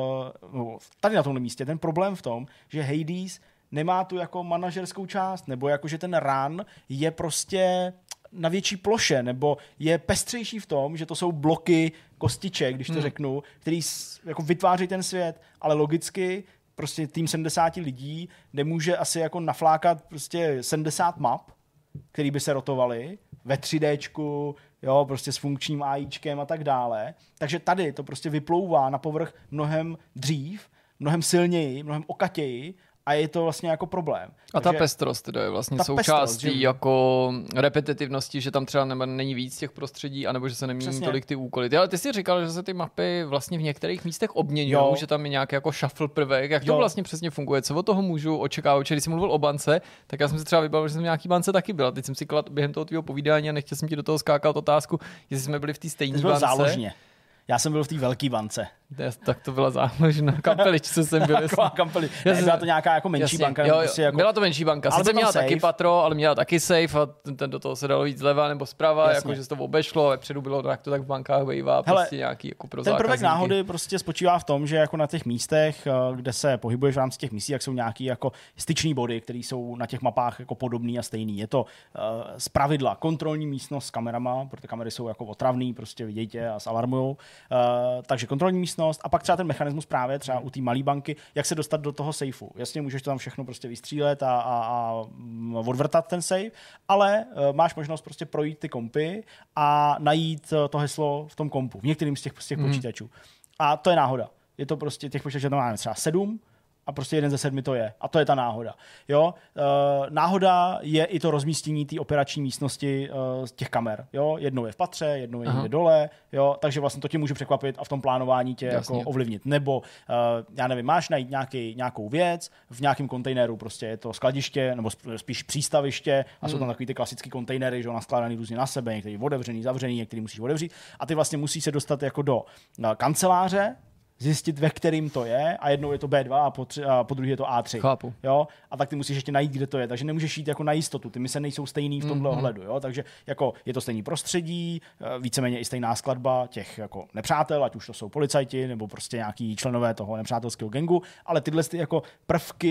uh, tady na tomhle místě ten problém v tom, že Hades nemá tu jako manažerskou část, nebo jako, že ten run je prostě na větší ploše, nebo je pestřejší v tom, že to jsou bloky kostiček, když to hmm. řeknu, který jako vytváří ten svět, ale logicky prostě tým sedmdesát lidí nemůže asi jako naflákat prostě sedmdesát map, který by se rotovaly ve tři déčku, jo, prostě s funkčním AIčkem a tak dále. Takže tady to prostě vyplouvá na povrch mnohem dřív, mnohem silněji, mnohem okatěji a je to vlastně jako problém. A ta pestrost teda je vlastně součástí že... jako repetitivnosti, že tam třeba není víc těch prostředí, anebo že se nemění Přesně. tolik ty úkoly. Ale ty jsi říkal, že se ty mapy vlastně v některých místech obměňují, že tam je nějaký jako shuffle prvek. Jak jo. to vlastně přesně funguje? Co od toho můžu očekávat? Když jsi mluvil o bance, tak já jsem si třeba vybavil, že jsem v nějaký bance taky byl. Teď jsem si kladl během toho tvýho povídání a nechtěl jsem ti do toho skákat otázku, jestli jsme byli v té stejné bance. Záložně. Já jsem byl v té velké bance. Tak to byla záložna kampeličce jsem byl. Kampeli. Ne, byla to nějaká jako menší jasně, banka. Jo, jo, prostě jako... Byla to menší banka. Sice měla safe. Taky patro, ale měla taky safe a ten, ten do toho se dalo jít zleva nebo zprava, jakože se to obešlo a vepředu bylo tak to tak v bankách bývá prostě nějaký jako pro ten zákazníky. Prvek náhody prostě spočívá v tom, že jako na těch místech, kde se pohybuješ v rámci těch misí, jak jsou nějaký jako styční body, které jsou na těch mapách jako podobný a stejný. Je to uh, zpravidla kontrolní místnost s kamerama, protože kamery jsou jako otravný, prostě vidějte a zalarmujou. Uh, takže kontrolní místnost a pak třeba ten mechanismus právě třeba u té malé banky, jak se dostat do toho safeu. Jasně, můžeš to tam všechno prostě vystřílet a, a, a odvrtat ten safe, ale uh, máš možnost prostě projít ty kompy a najít to heslo v tom kompu, v některým z těch, z těch mm. počítačů. A to je náhoda. Je to prostě, těch počítačů máme třeba sedm, a prostě jeden ze sedmi to je. A to je ta náhoda. Jo? E, náhoda je i to rozmístění té operační místnosti e, z těch kamer. Jo? Jednou je v patře, jednou je někde dole. Jo? Takže vlastně to tě může překvapit a v tom plánování tě jako ovlivnit. Nebo, e, já nevím, máš najít nějaký, nějakou věc v nějakém kontejneru, prostě je to skladiště, nebo spíš přístaviště a hmm. jsou tam takový ty klasický kontejnery, že naskládaný různě na sebe, některý otevřený, zavřený, některý musíš otevřít. A ty vlastně musíš se dostat jako do kanceláře, zjistit, ve kterým to je a jednou je to bé dva a po, tři, a po druhé je to á tři. Chápu. Jo? A tak ty musíš ještě najít, kde to je. Takže nemůžeš jít jako na jistotu. Ty mise nejsou stejný v tomhle mm-hmm. ohledu. Jo? Takže jako je to stejný prostředí, víceméně i stejná skladba těch jako nepřátel, ať už to jsou policajti nebo prostě nějaký členové toho nepřátelského gangu, ale tyhle ty jako prvky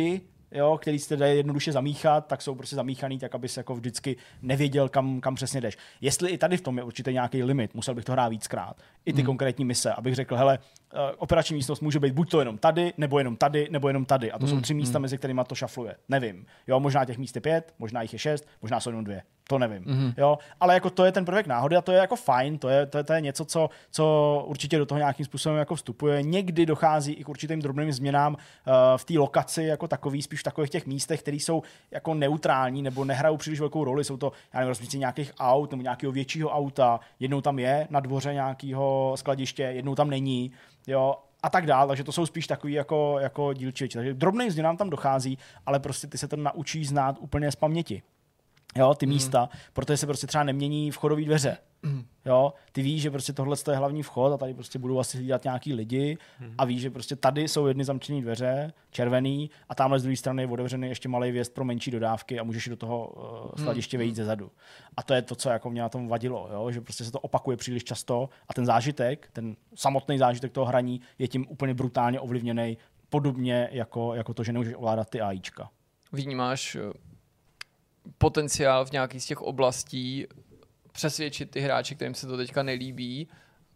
jo, který se dají jednoduše zamíchat, tak jsou prostě zamíchaný, tak aby se jako vždycky nevěděl, kam, kam přesně jdeš. Jestli i tady v tom je určitě nějaký limit, musel bych to hrát víckrát. I ty mm. konkrétní mise, abych řekl, hele, uh, operační místnost může být buď to jenom tady, nebo jenom tady, nebo jenom tady. A to mm. jsou tři místa, mm. mezi kterými to šafluje. Nevím. Jo, možná těch míst je pět, možná jich je šest, možná jsou jenom dvě. To nevím. Mm-hmm. Jo, ale jako to je ten prvek náhody a to je jako fajn, to je, to je, to je něco, co, co určitě do toho nějakým způsobem jako vstupuje. Někdy dochází i k určitým drobným změnám uh, v té lokaci jako takový, spíš v takových těch místech, které jsou jako neutrální nebo nehrajou příliš velkou roli. Jsou to, já nevím, rozpříci nějakých aut nebo nějakého většího auta. Jednou tam je na dvoře nějakého skladiště, jednou tam není. Jo, a tak dál, takže to jsou spíš takový jako, jako dílčí věci. Takže drobným změnám tam dochází, ale prostě ty se to naučíš znát úplně z paměti. Jo, ty mm. místa, protože se prostě třeba nemění vchodové dveře. Mm. Jo, ty víš, že prostě tohle je hlavní vchod a tady prostě budou asi hlídat nějaký lidi mm. a víš, že prostě tady jsou jedny zamčené dveře, červený a tamhle z druhé strany je otevřený ještě malý vjezd pro menší dodávky a můžeš do toho uh, skladiště mm. vejít zezadu. A to je to, co jako mě na tom vadilo, jo, že prostě se to opakuje příliš často a ten zážitek, ten samotný zážitek toho hraní je tím úplně brutálně ovlivněný, podobně jako, jako to, že nemůžeš ovládat ty AIčka. Vnímáš potenciál v nějakých z těch oblastí přesvědčit ty hráče, kterým se to teďka nelíbí,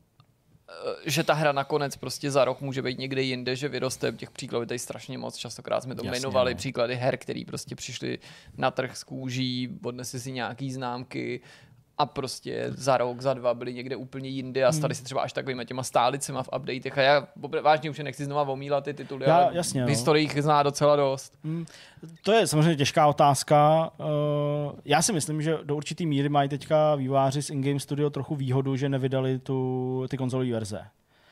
že ta hra nakonec prostě za rok může být někde jinde, že vyroste. Těch příkladů je tady strašně moc. Častokrát jsme to Jasně, jmenovali, no. příklady her, který prostě přišli na trh z kůží, odnesli si nějaký známky a prostě za rok, za dva byli někde úplně jinde a stali se třeba až takovýma těma stálicema v updatech. A já vážně už nechci znova omílat ty tituly, já, ale jasně, v historii jich zná docela dost. Hmm. To je samozřejmě těžká otázka. Já si myslím, že do určitý míry mají teďka vývojáři z In-Game Studio trochu výhodu, že nevydali tu, ty konzolové verze.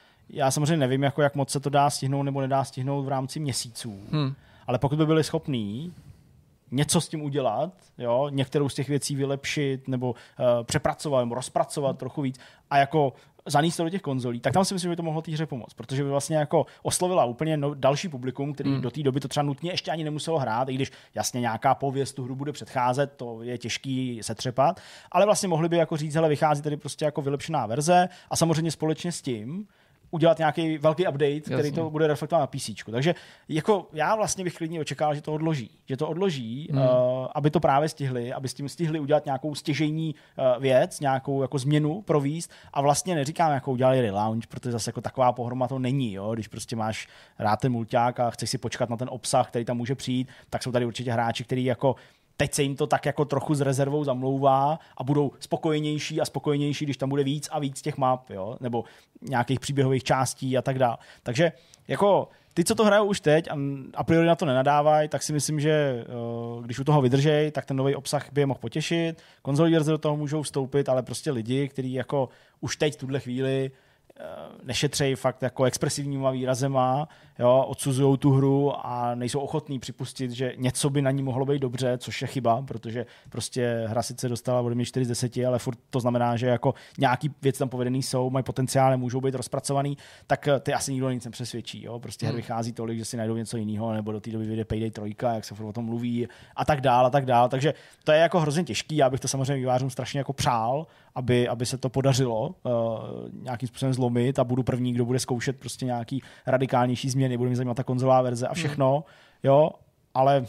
Já samozřejmě nevím, jako jak moc se to dá stihnout nebo nedá stihnout v rámci měsíců. Hmm. Ale pokud by byli schopní něco s tím udělat, jo, některou z těch věcí vylepšit nebo uh, přepracovat nebo rozpracovat trochu víc a jako zanést to do těch konzolí, tak tam si myslím, že by to mohlo té hře pomoct, protože by vlastně jako oslovila úplně no, další publikum, který hmm. do té doby to třeba nutně ještě ani nemuselo hrát, i když jasně nějaká pověst tu hru bude předcházet, to je těžký setřepat, ale vlastně mohli by jako říct, hele, vychází tady prostě jako vylepšená verze a samozřejmě společně s tím udělat nějaký velký update, který Jasně. to bude reflektovat na PCčku. Takže jako já vlastně bych klidně očekával, že to odloží. Že to odloží, hmm. uh, aby to právě stihli, aby s tím stihli udělat nějakou stěžejní uh, věc, nějakou jako změnu provést a vlastně neříkám, jako udělali relaunch, protože zase jako taková pohroma to není, jo? Když prostě máš rád ten mulťák a chceš si počkat na ten obsah, který tam může přijít, tak jsou tady určitě hráči, kteří jako teď se jim to tak jako trochu s rezervou zamlouvá a budou spokojenější a spokojenější, když tam bude víc a víc těch map, jo? Nebo nějakých příběhových částí a tak dále. Takže jako ty, co to hrajou už teď a a priori na to nenadávají, tak si myslím, že uh, když u toho vydržej, tak ten nový obsah by je mohl potěšit. Konzolní verze do toho můžou vstoupit, ale prostě lidi, kteří jako už teď v tuhle chvíli nešetřejí fakt jako expresivníma výrazema, jo, odsuzujou tu hru a nejsou ochotní připustit, že něco by na ní mohlo být dobře, což je chyba, protože prostě hra sice dostala ode mě čtyři z deseti, ale furt to znamená, že jako nějaký věci tam povedený jsou, mají potenciál, můžou být rozpracovaný, tak ty asi nikdo nic nepřesvědčí, jo, prostě hmm. her vychází tolik, že si najdou něco jiného, nebo do té doby vyjde Payday tři, jak se furt o tom mluví a tak dál a tak dál, takže to je jako hrozně těžký, já bych to samozřejmě vývojářům strašně jako přál, aby, aby se to podařilo uh, nějakým způsobem zlomit a budu první, kdo bude zkoušet prostě nějaký radikálnější změny, bude mě zajímat ta konzolová verze a všechno, hmm. jo, ale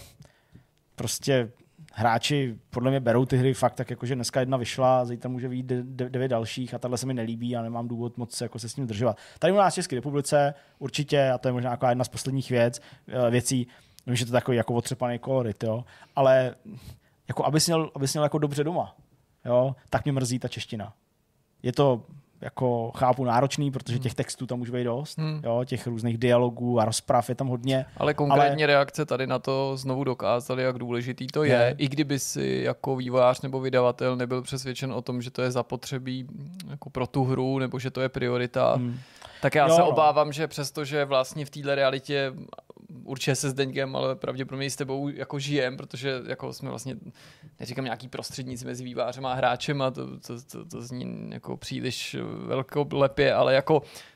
prostě hráči podle mě berou ty hry fakt tak jako, že dneska jedna vyšla, zítra může vyjít devět dalších a tahle se mi nelíbí a nemám důvod moc jako se s ním držovat. Tady u nás v České republice určitě, a to je možná jako jedna z posledních věc, věcí, vím, že to je takový jako otřepaný kolorit, jo, ale jako abys měl, abys měl jako dobře doma, jo, tak mě mrzí ta čeština. Je to jako chápu náročný, protože těch textů tam může být dost, hmm. jo, těch různých dialogů a rozprav je tam hodně. Ale konkrétně ale... reakce tady na to znovu dokázaly, jak důležitý to je, je. I kdyby si jako vývojář nebo vydavatel nebyl přesvědčen o tom, že to je zapotřebí jako pro tu hru, nebo že to je priorita, hmm. tak já jo, se obávám, no. že přestože vlastně v téhle realitě určitě se s Deňkem, ale pravděpodobně s tebou jako žijem, protože jako jsme vlastně, neříkám nějaký prostředníci mezi vývářem a hráčem a to, to, to, to zní jako příliš velkolepě, ale jako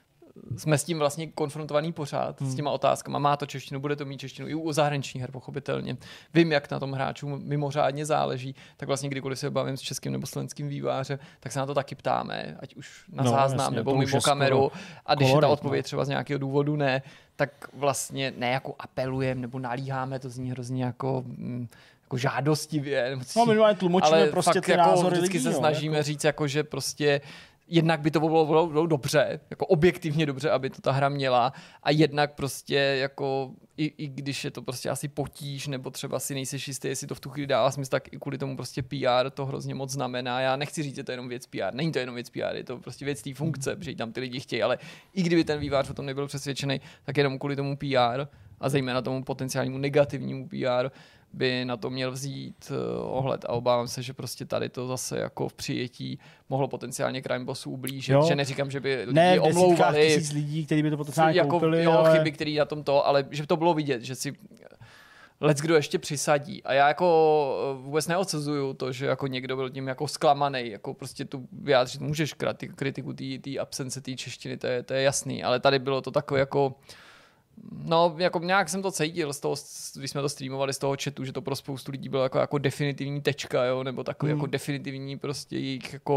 jsme s tím vlastně konfrontovaný pořád, hmm. s těma otázkama. Má to češtinu, bude to mít češtinu i u zahraničních her, pochopitelně. Vím, jak na tom hráčům mimořádně záleží, tak vlastně kdykoliv se bavím s českým nebo slovenským vývojářem, tak se na to taky ptáme, ať už na no, záznam jasně, nebo mimo kameru. A když kolorit, je ta odpověď no. třeba z nějakého důvodu ne, tak vlastně ne jako apelujeme nebo nalíháme, to zní hrozně jako... Mm, jako žádostivě. Nebo no, minimálně tlumočíme ale prostě fakt ty jako názory vždycky lidí, se no, snažíme jako... říct, jako, že prostě jednak by to bylo, bylo, bylo dobře, jako objektivně dobře, aby to ta hra měla a jednak prostě jako i, i když je to prostě asi potíž nebo třeba si nejseš jistý, jestli to v tu chvíli dává smysl, tak i kvůli tomu prostě P R to hrozně moc znamená. Já nechci říct, že to je jenom věc P R, není to jenom věc P R, je to prostě věc té funkce, protože tam ty lidi chtějí, ale i kdyby ten vývojář o tom nebyl přesvědčený, tak jenom kvůli tomu P R a zejména tomu potenciálnímu negativnímu P R by na to měl vzít uh, ohled a obávám se, že prostě tady to zase jako v přijetí mohlo potenciálně crime bossu ublížit, jo. Že neříkám, že by lidi ne, omlouvali tisíc lidí, kteří by to potenciálně jako, koupili, jo, ale... chyby, který na tom to, ale že to bylo vidět, že si lec kdo ještě přisadí. A já jako vůbec neodsuzuju to, že jako někdo byl tím jako zklamaný, jako prostě tu vyjádřit můžeš kritiku té absence té češtiny, to je, to je jasný, ale tady bylo to takové jako no, jako nějak jsem to cítil z toho, když jsme to streamovali z toho chatu, že to pro spoustu lidí bylo jako, jako definitivní tečka, jo, nebo takový hmm. jako definitivní prostě jejich jako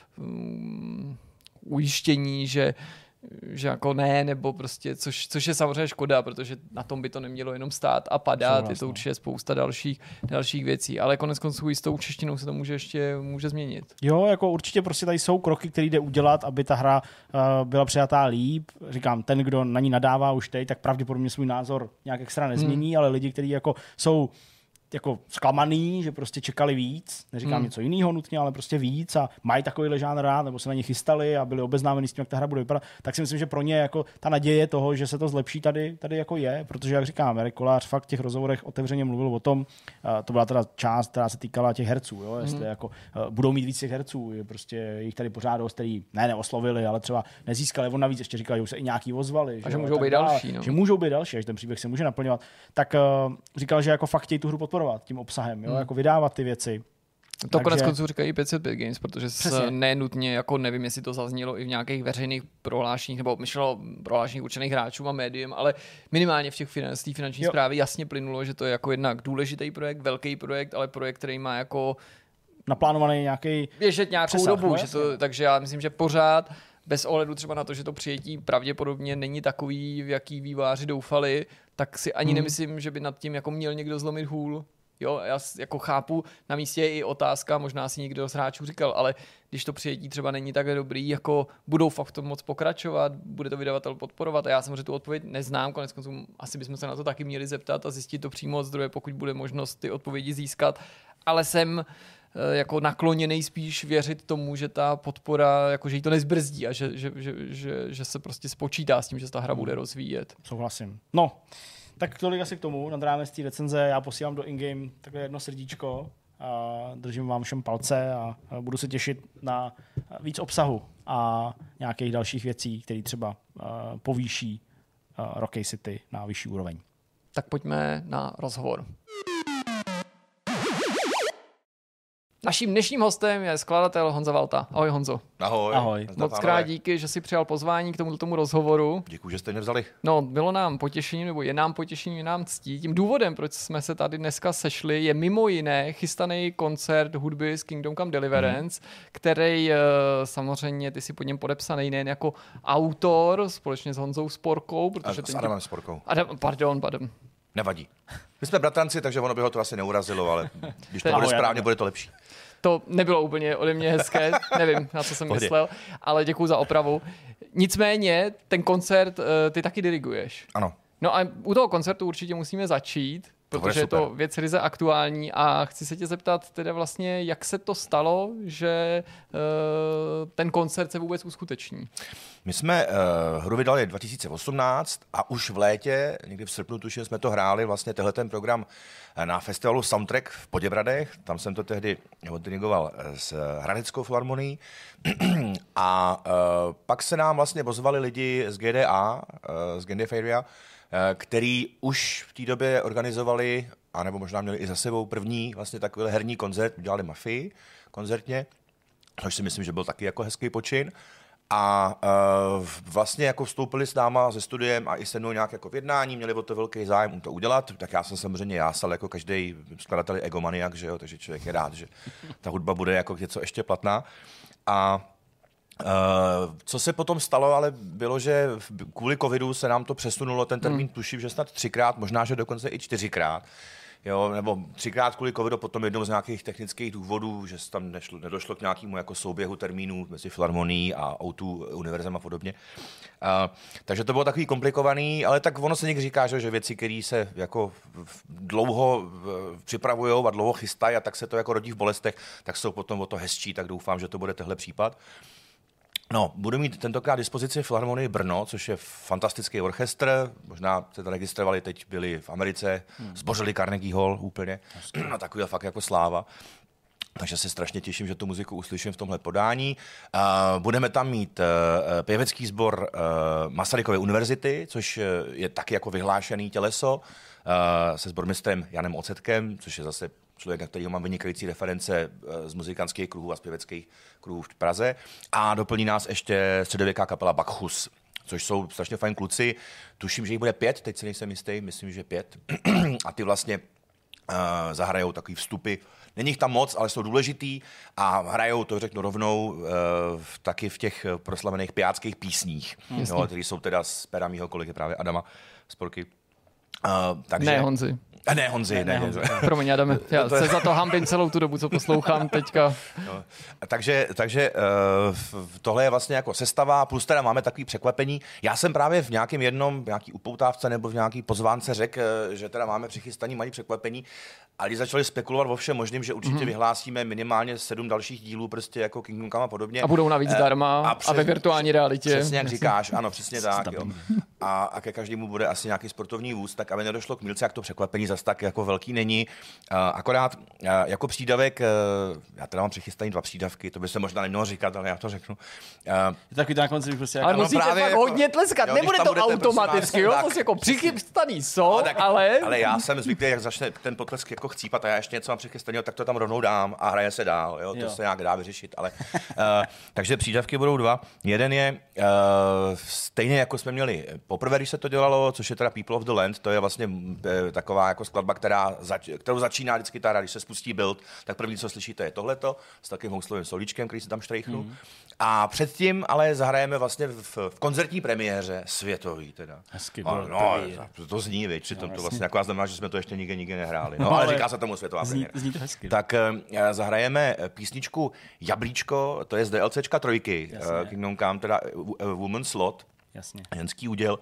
um, ujištění, že že jako ne, nebo prostě, což, což je samozřejmě škoda, protože na tom by to nemělo jenom stát a padat, je to určitě spousta dalších, dalších věcí, ale konec konců i s tou češtinou se to může ještě může změnit. Jo, jako určitě prostě tady jsou kroky, které jde udělat, aby ta hra uh, byla přijatá líp. Říkám, ten, kdo na ní nadává už teď, tak pravděpodobně svůj názor nějak extra nezmění, hmm. ale lidi, kteří jako jsou jako zklamaný, že prostě čekali víc, neříkám hmm. něco jiného nutně, ale prostě víc a mají takovýhle žánr rád, nebo se na ně chystali a byli obeznámeni s tím, jak ta hra bude vypadat, tak si myslím, že pro ně jako ta naděje toho, že se to zlepší tady, tady jako je, protože jak říkám, Erik Kolář fakt v těch rozhovorech otevřeně mluvil o tom, to byla teda část, která se týkala těch herců, jo, jestli hmm. jako budou mít víc těch herců, je prostě jich tady pořád dost, který ne neoslovili, ale třeba nezískali, on navíc ještě říkal, že už se i nějaký ozvali, a že, že můžou být další, no. že můžou být další, že ten příběh se může naplňovat. Tak uh, říkal, že jako fakt chtějí tu hru podporovat tím obsahem, jo? Hmm. Jako vydávat ty věci. To Takže... konec konců říkají i pět set pět Games, protože se nenutně, jako nevím, jestli to zaznělo i v nějakých veřejných prohlášeních, nebo myšlelo prohlášeních určených hráčům a médiím, ale minimálně v těch finan- z té finanční zprávy jasně plynulo, že to je jako jednak důležitý projekt, velký projekt, ale projekt, který má jako naplánovaný nějaký běžet nějakou dobu, no, že to, takže já myslím, že pořád bez ohledu třeba na to, že to přijetí pravděpodobně není takový, v jaký vývojáři doufali, tak si ani hmm. nemyslím, že by nad tím jako měl někdo zlomit hůl. Jo, já jako chápu, na místě je i otázka, možná si někdo z hráčů říkal, ale když to přijetí třeba není tak dobrý, jako budou fakt v tom moc pokračovat, bude to vydavatel podporovat a já samozřejmě tu odpověď neznám, konec konců asi bychom se na to taky měli zeptat a zjistit to přímo od zdroje, pokud bude možnost ty odpovědi získat, ale jsem jako nakloněnej spíš věřit tomu, že ta podpora, jako že jí to nezbrzdí a že, že, že, že, že se prostě spočítá s tím, že ta hra bude rozvíjet. Souhlasím. No, tak tolik asi k tomu. Nad rámec té recenze já posílám do in-game takhle jedno srdíčko a držím vám všem palce a budu se těšit na víc obsahu a nějakých dalších věcí, které třeba povýší Rocky City na vyšší úroveň. Tak pojďme na rozhovor. Naším dnešním hostem je skladatel Honza Valta. Ahoj Honzo. Ahoj. Ahoj. Moc krát díky, že jsi přijal pozvání k tomuto tomu rozhovoru. Děkuji, že jste mě vzali. No, bylo nám potěšením, nebo je nám potěšením, je nám ctí. Tím důvodem, proč jsme se tady dneska sešli, je mimo jiné chystaný koncert hudby z Kingdom Come Deliverance, hmm. který samozřejmě, ty jsi pod něm podepsaný nejen jako autor, společně s Honzou Sporkou. Protože A s Adamem tě... Sporkou. Adam, pardon, pardon. Nevadí. My jsme bratranci, takže ono by ho to asi neurazilo, ale když to bude správně, bude to lepší. To nebylo úplně ode mě hezké, nevím, na co jsem Pohodě. myslel, ale děkuju za opravu. Nicméně, ten koncert ty taky diriguješ. Ano. No a u toho koncertu určitě musíme začít, protože je to věc ryze aktuální a chci se tě zeptat teda vlastně, jak se to stalo, že uh, ten koncert se vůbec uskuteční. My jsme uh, hru vydali dva tisíce osmnáct a už v létě, někdy v srpnu tuším, jsme to hráli vlastně tenhle ten program na festivalu Soundtrack v Poděbradech. Tam jsem to tehdy dirigoval s Hradeckou filharmonií a uh, pak se nám vlastně ozvali lidi z G D A, uh, z Gendefaria, který už v té době organizovali, anebo možná měli i za sebou první vlastně takový herní koncert, dělali Mafii koncertně, což si myslím, že byl taky jako hezký počin. A uh, vlastně jako vstoupili s náma se studiem a i se mnou nějak jako v jednání, měli o to velký zájem to udělat, tak já jsem samozřejmě jásal jako každý skladatel egomaniak, že jo, takže člověk je rád, že ta hudba bude jako něco ještě platná. A Uh, co se potom stalo, ale bylo, že kvůli covidu se nám to přesunulo, ten termín hmm. tuším, že snad třikrát, možná, že dokonce i čtyřikrát. Jo, nebo třikrát kvůli covidu, potom jednou z nějakých technických důvodů, že tam nešlo, nedošlo k nějakému jako souběhu termínů mezi Filharmonií a ó dva univerzem a podobně. Uh, takže to bylo takový komplikovaný, ale tak ono se někdy říká, že, že věci, které se jako dlouho připravujou a dlouho chystají a tak se to jako rodí v bolestech, tak jsou potom o to hezčí, tak doufám, že to bude tehle případ. No, budu mít tentokrát dispozici Filharmonii Brno, což je fantastický orchestr. Možná se to registrovali, teď byli v Americe, hmm. zbořili Carnegie Hall úplně. A takový fakt jako sláva. Takže se strašně těším, že tu muziku uslyším v tomhle podání. Uh, budeme tam mít uh, pěvecký sbor uh, Masarykovy univerzity, což je taky jako vyhlášený těleso, uh, se sbormistrem Janem Ocetkem, což je zase člověk, na kterého mám vynikající reference z muzikantských kruhů a zpěveckých kruhů v Praze. A doplní nás ještě středověká kapela Bacchus, což jsou strašně fajn kluci. Tuším, že jich bude pět, teď se nejsem jistý, myslím, že pět. A ty vlastně uh, zahrajou takový vstupy. Není jich tam moc, ale jsou důležitý a hrajou, to řeknu rovnou, uh, taky v těch proslavených pijáckých písních, no, které jsou teda z pera mýho kolegy právě Adama Sporky. Uh, takže... Ne Honzi. A ne Honzi, ne, ne, ne Honzi. Promiň, Adame, já se za to hambím celou tu dobu, co poslouchám teďka. No, takže takže uh, tohle je vlastně jako sestava, plus teda máme takový překvapení. Já jsem právě v nějakém jednom, nějaký upoutávce nebo v nějaký pozvánce řekl, že teda máme přichystaný malý překvapení, a když začali spekulovat o všem možným, že určitě mm-hmm. vyhlásíme minimálně sedm dalších dílů prostě jako Kingdom Come a podobně. A budou navíc zdarma a, přes, a ve virtuální realitě. Přesně jak říkáš, ano, přesně tak. Jo. A, a ke každému bude asi nějaký sportovní vůz, tak aby nedošlo k milce, jak to překvapení zas tak jako velký není. Uh, akorát uh, jako přídavek, uh, já teda mám přichystaný dva přídavky, to by se možná nemělo říkat, ale já to řeknu. Uh, je takový na konci prostě ale musíte fakt jako, hodně tleskat, jo, nebude to automaticky, jo, to jako přichystaný jsou, ale, tak, ale... ale já jsem zvyklý, jak začne ten potlesk jako chcípat a já ještě něco mám přichystaného, tak to tam rovnou dám a hraje se dál, jo, to jo. se nějak dá vyřešit, ale uh, takže přídavky budou dva. Jeden je uh, stejně jako jsme měli poprvé, když se to dělalo, což je teda People of the Land, to je vlastně uh, taková jako skladba, která zač- kterou začíná vždycky ta, když se spustí build, tak první, co slyšíte, je tohleto s takým houslovým solíčkem, který se tam štrejchnu. Mm. A předtím ale zahrajeme vlastně v, v koncertní premiéře světový teda. Hezky, no, no, to, to zní, viď, přitom no, to vlastně jako znamená, že jsme to ještě nikdy, nikdy nehráli. No, ale říká se tomu světová zní, zní to hezky. Tak uh, zahrajeme písničku Jablíčko, to je z DLCčka trojky, uh, Kingdom Come, teda uh, Woman's Lot, Jasně. ženský úděl.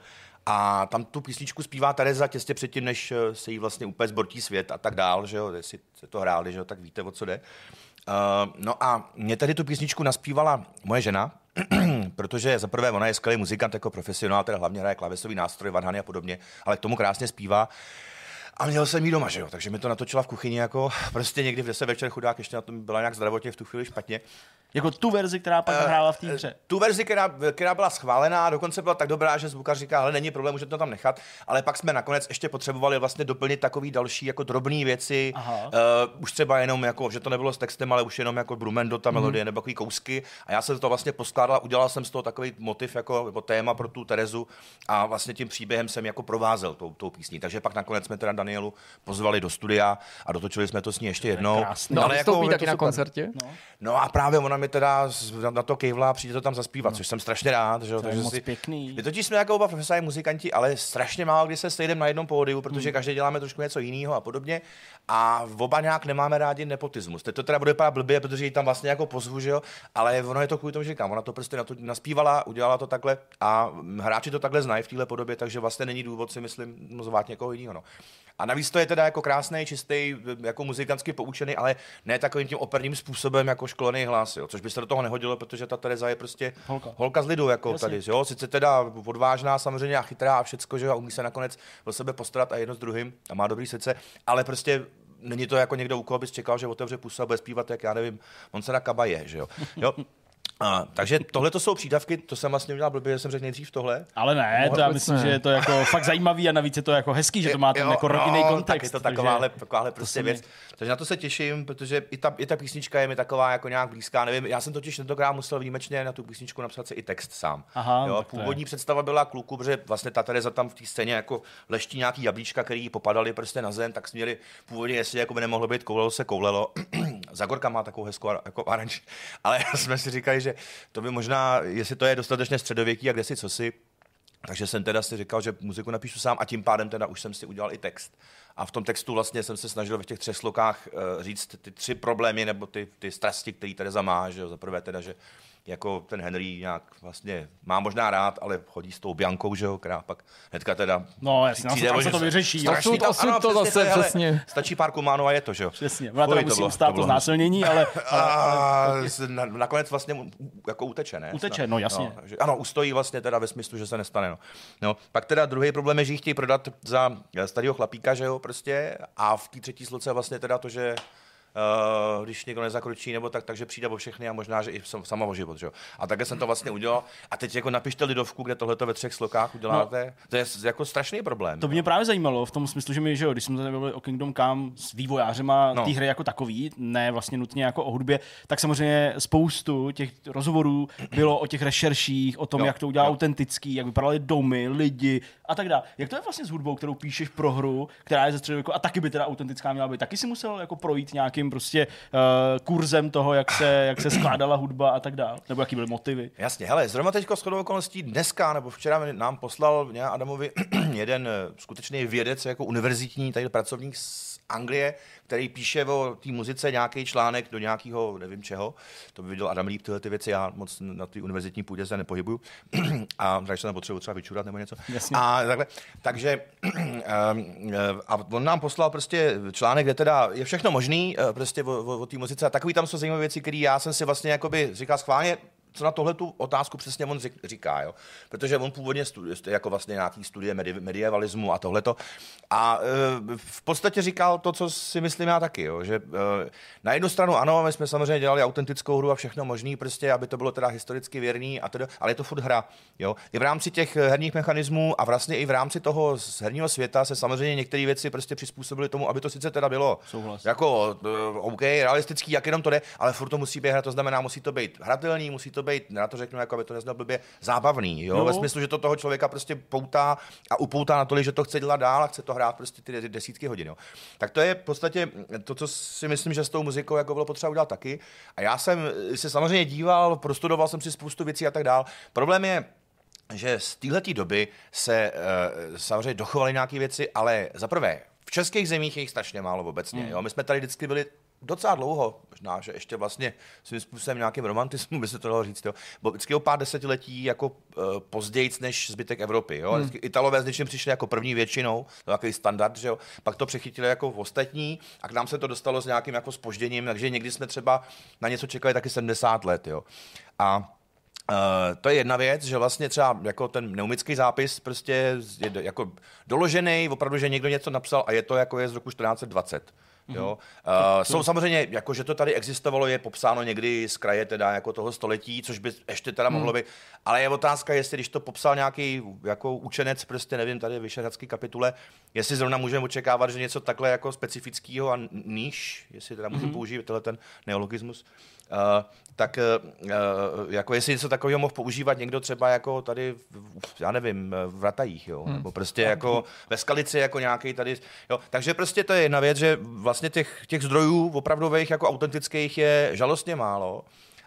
A tam tu písničku zpívá Tereza těsně předtím, než se jí vlastně úplně zbortí svět a tak dál, že jo, jestli se to hráli, že jo, tak víte, o co jde. Uh, no a mě tady tu písničku naspívala moje žena, protože za prvé ona je skvělý muzikant jako profesionál, teda hlavně hraje klávesový nástroj, varhany a podobně, ale k tomu krásně zpívá. A měl jsem jí doma, že jo, takže mi to natočila v kuchyni jako prostě někdy v deset večer chudák, ještě na tom byla nějak zdravotně v tu chvíli špatně. Jako tu verzi, která pak hrála v té hře. Tu verzi, která, která byla schválená, dokonce byla tak dobrá, že zvukař říká, ale není problém, můžete to tam nechat, ale pak jsme nakonec ještě potřebovali vlastně doplnit takový další jako drobné věci. Uh, už třeba jenom jako, že to nebylo s textem, ale už jenom jako brumendo, ta melodie, mm. nebo takový kousky. A já jsem to vlastně poskládal, udělal jsem z toho takový motiv jako, jako téma pro tu Terezu a vlastně tím příběhem jsem jako provázel tou, tou písní. Takže pak nakonec jsme teda Danielu pozvali do studia a dotočili jsme to s ní ještě jednou. No, ale jako, taky na koncertě? No. no a právě ona mi teda na to kejvla a přijde to tam zaspívat, no. což jsem strašně rád. Že? To Takže je moc si... pěkný. My totiž jsme jako oba profesionální muzikanti, ale strašně málo kdy se sejdeme na jednom pódiu, protože hmm. každý děláme trošku něco jiného a podobně. A oba nějak nemáme rádi nepotismus. Teď to teda bude vypadat blbě, protože ji tam vlastně jako pozvu, že jo, ale ono je to kvůli tomu, že říkám, ona to prostě na to naspívala, udělala to takhle a hráči to takhle znají v téhle podobě, takže vlastně není důvod si myslím zvát někoho jiného. No. A navíc to je teda jako krásný, čistý, jako muzikantsky poučený, ale ne takovým tím operním způsobem jako školený hlas, jo, což by se do toho nehodilo, protože ta Tereza je prostě holka, holka z lidu, jako Jasně. tady, jo, sice teda odvážná samozřejmě a chytrá a všecko, že jo, a umí se nakonec o sebe postarat a jedno s druhým a má dobrý srdce, ale prostě není to jako někdo, u koho bys čekal, že otevře pusu a bude zpívat, jak já nevím, Montserrat Caballé, že jo. jo. A, takže tohle to jsou přídavky, to jsem vlastně udělal blbě, že jsem řekl nejdřív tohle. Ale ne, to já myslím, ne. že je to jako fakt zajímavý a navíc je to jako hezký, že to má ten jako rodinný no, kontext. Tak je to takováhle, takováhle prostě věc. Mě... Takže na to se těším, protože i ta, i ta písnička je mi taková jako nějak blízká, nevím, já jsem totiž tentokrát musel výjimečně na tu písničku napsat si i text sám. Aha, jo, původní představa byla kluku, protože vlastně ta Tereza tam v té scéně jako leští nějaký jablíčka, který popadaly prostě na zem, tak směli původně, jestli jako by nemohlo být, koulelo se koulelo. Zagorka má takovou hezkou jako aranž, ale jsme si říkali, že to by možná, jestli to je dostatečně středověký a kde si co si, takže jsem teda si říkal, že muziku napíšu sám a tím pádem teda už jsem si udělal i text. A v tom textu vlastně jsem se snažil v těch třech slokách uh, říct ty tři problémy nebo ty, ty strasti, které Tereza má, že jo, za prvé teda, že jako ten Henry nějak vlastně má možná rád, ale chodí s tou Biankou, že jo, která pak hnedka teda... No jasně, přijde, se to vyřeší. Strašný, osud, osud ano, to zase to je, přesně. Stačí pár kumánů a je to, že jo. Přesně, ona teda musí ustát to znásilnění, ale... ale, ale na, nakonec vlastně jako uteče, ne? Uteče, no jasně. No, takže, ano, ustojí vlastně teda ve smyslu, že se nestane, no. no. Pak teda druhý problém je, že ji chtějí prodat za starého chlapíka, že jo, prostě, a v té třetí sloce vlastně teda to, že Uh, když někdo nezakročí nebo tak, takže přijde o všechny a možná, že i sama o život, že jo. A takhle jsem to vlastně udělal. A teď jako napište lidovku, kde tohleto ve třech slokách uděláte. No, to je jako strašný problém. To mě právě zajímalo v tom smyslu, že my, že jo, když jsme tady mluvili o Kingdom Come s vývojářema no. té hry jako takový, ne vlastně nutně jako o hudbě, tak samozřejmě spoustu těch rozhovorů bylo o těch rešerších, o tom, jo, jak to udělá jo. autentický, jak vypadaly domy, lidi a tak dále. Jak to je vlastně s hudbou, kterou píšeš pro hru, která je ze středověku a taky by teda autentická měla být. Taky si musel jako projít nějakým prostě uh, kurzem toho, jak se, jak se skládala hudba a tak dále, nebo jaký byly motivy. Jasně, hele, zrovna teďko shodou okolností dneska nebo včera nám poslal nějak Adamovi jeden skutečný vědec jako univerzitní tady pracovník z Anglie, který píše o té muzice nějaký článek do nějakého, nevím čeho, to by viděl Adam líp tyhle ty věci, já moc na té univerzitní půdě se nepohybuju a takže se tam potřebuji třeba vyčurat nebo něco. Jasně. A takhle, takže a on nám poslal prostě článek, kde teda je všechno možný, prostě o, o, o té muzice a takový tam jsou zajímavé věci, které já jsem si vlastně jakoby říkal schválně, co na tohle tu otázku přesně on říká, jo? Protože on původně studuje jako vlastně nějaký studie medi- medievalismu a tohleto a e, v podstatě říkal to, co si myslím já taky, jo? Že e, na jednu stranu ano, my jsme samozřejmě dělali autentickou hru a všechno možný, prostě, aby to bylo teda historicky věrný a teda, ale je to furt hra, jo? I v rámci těch herních mechanismů a vlastně i v rámci toho herního světa se samozřejmě některé věci prostě přizpůsobily tomu, aby to sice teda bylo Souhlas. jako OK, realistický, jak jenom to jde, ale furt to musí být hra, to znamená, musí to být hratelný, musí to být, na to řeknu, jako aby to neznělo blbě, zábavný, jo? No. Ve smyslu, že to toho člověka prostě poutá a upoutá na tolik, že to chce dělat dál a chce to hrát prostě ty desítky hodin, jo? Tak to je v podstatě to, co si myslím, že s tou muzikou jako bylo potřeba udělat taky. A já jsem se samozřejmě díval, prostudoval jsem si spoustu věcí a tak dál. Problém je, že z téhletý doby se uh, samozřejmě dochovaly nějaké věci, ale za prvé, v českých zemích je jich strašně málo obecně, mm. jo? My jsme tady vždycky byli docela dlouho, možná, že ještě vlastně svým způsobem nějakým romantismu by se to dalo říct, jo. Bo vždycky o pár desetiletí jako uh, pozdějc než zbytek Evropy, jo. Hmm. Italové s něčím přišli jako první většinou, to je takový standard, že jo. Pak to přechytili jako v ostatní a k nám se to dostalo s nějakým jako zpožděním, takže někdy jsme třeba na něco čekali taky sedmdesát let, jo. A Uh, to je jedna věc, že vlastně třeba jako ten neumický zápis prostě je jako doložený, opravdu, že někdo něco napsal a je to jako je z roku čtrnáct dvacet. Jo. Uh, jsou samozřejmě, jako že to tady existovalo, je popsáno někdy z kraje teda jako toho století, což by ještě teda mohlo být, ale je otázka, jestli když to popsal nějaký jako učenec, prostě nevím, tady v Vyšehradské kapitule, jestli zrovna můžeme očekávat, že něco takhle jako specifického a níž, jestli teda můžu mm-hmm. použít tenhle ten neologismus, uh, tak uh, jako jestli něco takového mohl používat někdo třeba jako tady, v, já nevím, v Ratajích, jo, hmm. nebo prostě jako ve Skalici jako nějaký tady, jo, takže prostě to je jedna věc, že vlastně těch, těch zdrojů opravdových jako autentických je žalostně málo.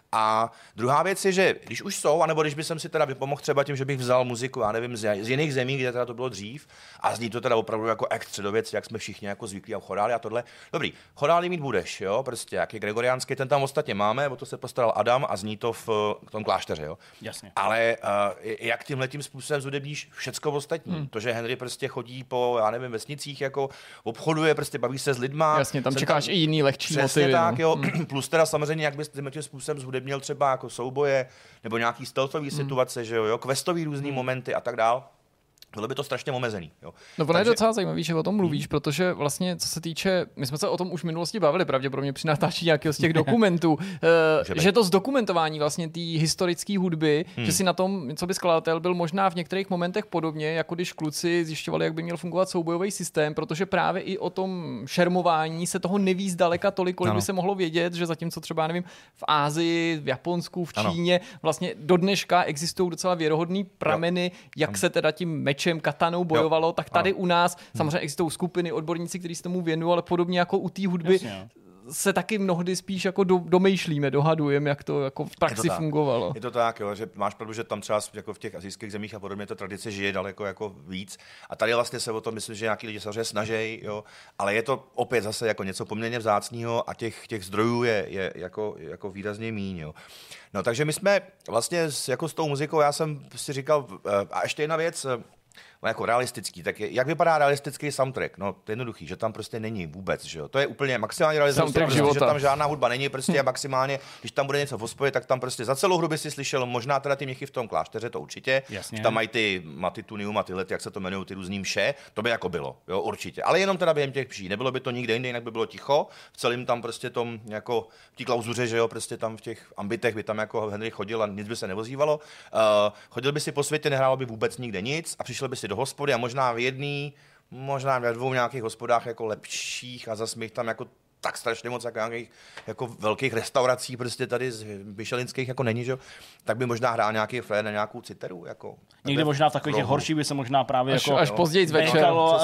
A druhá věc je, že když už jsou, anebo když bych si teda vypomohl třeba tím, že bych vzal muziku, já nevím, z, z jiných zemí, kde teda to bylo dřív, a zní to teda opravdu jako akt středověc, jak jsme všichni jako zvyklí a chorály a tohle. Dobrý, chorály mít budeš, jo, prostě jaký gregoriánský, ten tam ostatně máme, o to se postaral Adam a zní to v, v tom klášteře, jo. Jasně. Ale uh, jak tímhletím způsobem zhudebníš všecko ostatní? Hmm. To, že Henry prostě chodí po, já nevím, vesnicích, jako obchoduje, prostě baví se s lidma. Jasně, tam čekáš tam, i jiný lehčí přesně motivy. Tak, no. jo. Hmm. Plus teda samozřejmě, jak bys tímhletím způsobem zhudebnil třeba jako souboje, nebo nějaký stealthový hmm. situace, že jo, jo, questový různý hmm. momenty a tak dál. Bylo by to strašně omezený. Jo. No ono Takže... je docela zajímavý, že o tom mluvíš, hmm. protože vlastně, co se týče, my jsme se o tom už v minulosti bavili, pravděpodobně při natáčení nějakého z těch dokumentů, že to zdokumentování vlastně té historické hudby, hmm. že si na tom, co by skladatel byl možná v některých momentech podobně, jako když kluci zjišťovali, jak by měl fungovat soubojový systém, protože právě i o tom šermování se toho neví zdaleka tolik, kolik ano. by se mohlo vědět, že zatímco třeba, nevím, v Ázii, v Japonsku, v Číně, ano. vlastně do dneška existují docela věrohodný prameny, jo. jak ano. se teda tím mečem katanou bojovalo, jo. tak tady ano. u nás samozřejmě existují skupiny, odborníci, kteří se tomu věnují, ale podobně jako u té hudby Jasně. se taky mnohdy spíš jako do, domýšlíme, dohadujeme, jak to jako v praxi je fungovalo. Je to tak, jo, že máš pravdu, že tam třeba jako v těch asijských zemích a podobně ta tradice žije daleko jako víc. A tady vlastně se o tom myslím, že nějaký lidi samozřejmě snaží, jo, ale je to opět zase jako něco poměrně vzácného a těch, těch zdrojů je, je jako, jako výrazně míň. Jo. No takže my jsme vlastně s, jako s tou muzikou, já jsem si říkal, a ještě jedna věc, jako realistický, tak je, jak vypadá realistický soundtrack? No, to je jednoduchý, že tam prostě není vůbec, že jo. To je úplně maximální realistický, prostě, že tam žádná hudba není, prostě maximálně, když tam bude něco v hospodě, tak tam prostě za celou hru by si slyšel, možná teda ty měchy v tom klášteře, to určitě. Jasně. Tam mají ty matitunium a tyhle, jak se to jmenují, ty různý mše, to by jako bylo, jo, určitě. Ale jenom teda během těch mší, nebylo by to nikde jinde, jinak by bylo ticho, v celém tam prostě tom jako v té klauzuře, že jo, prostě tam v těch ambitech by tam jako Henry chodil a nic by se nevozívalo. Uh, chodil by si po světě, nehrálo by vůbec nikde nic a přišel by si do hospody a možná v jedný, možná ve dvou nějakých hospodách jako lepších a zase bych tam jako tak strašně moc jako nějakých jako velkých restaurací prostě tady z michelinských jako není, že? Tak by možná hrál nějaký frér na nějakou citeru. Jako, někdy možná v takových těch horší by se možná právě až, jako... Až později večer.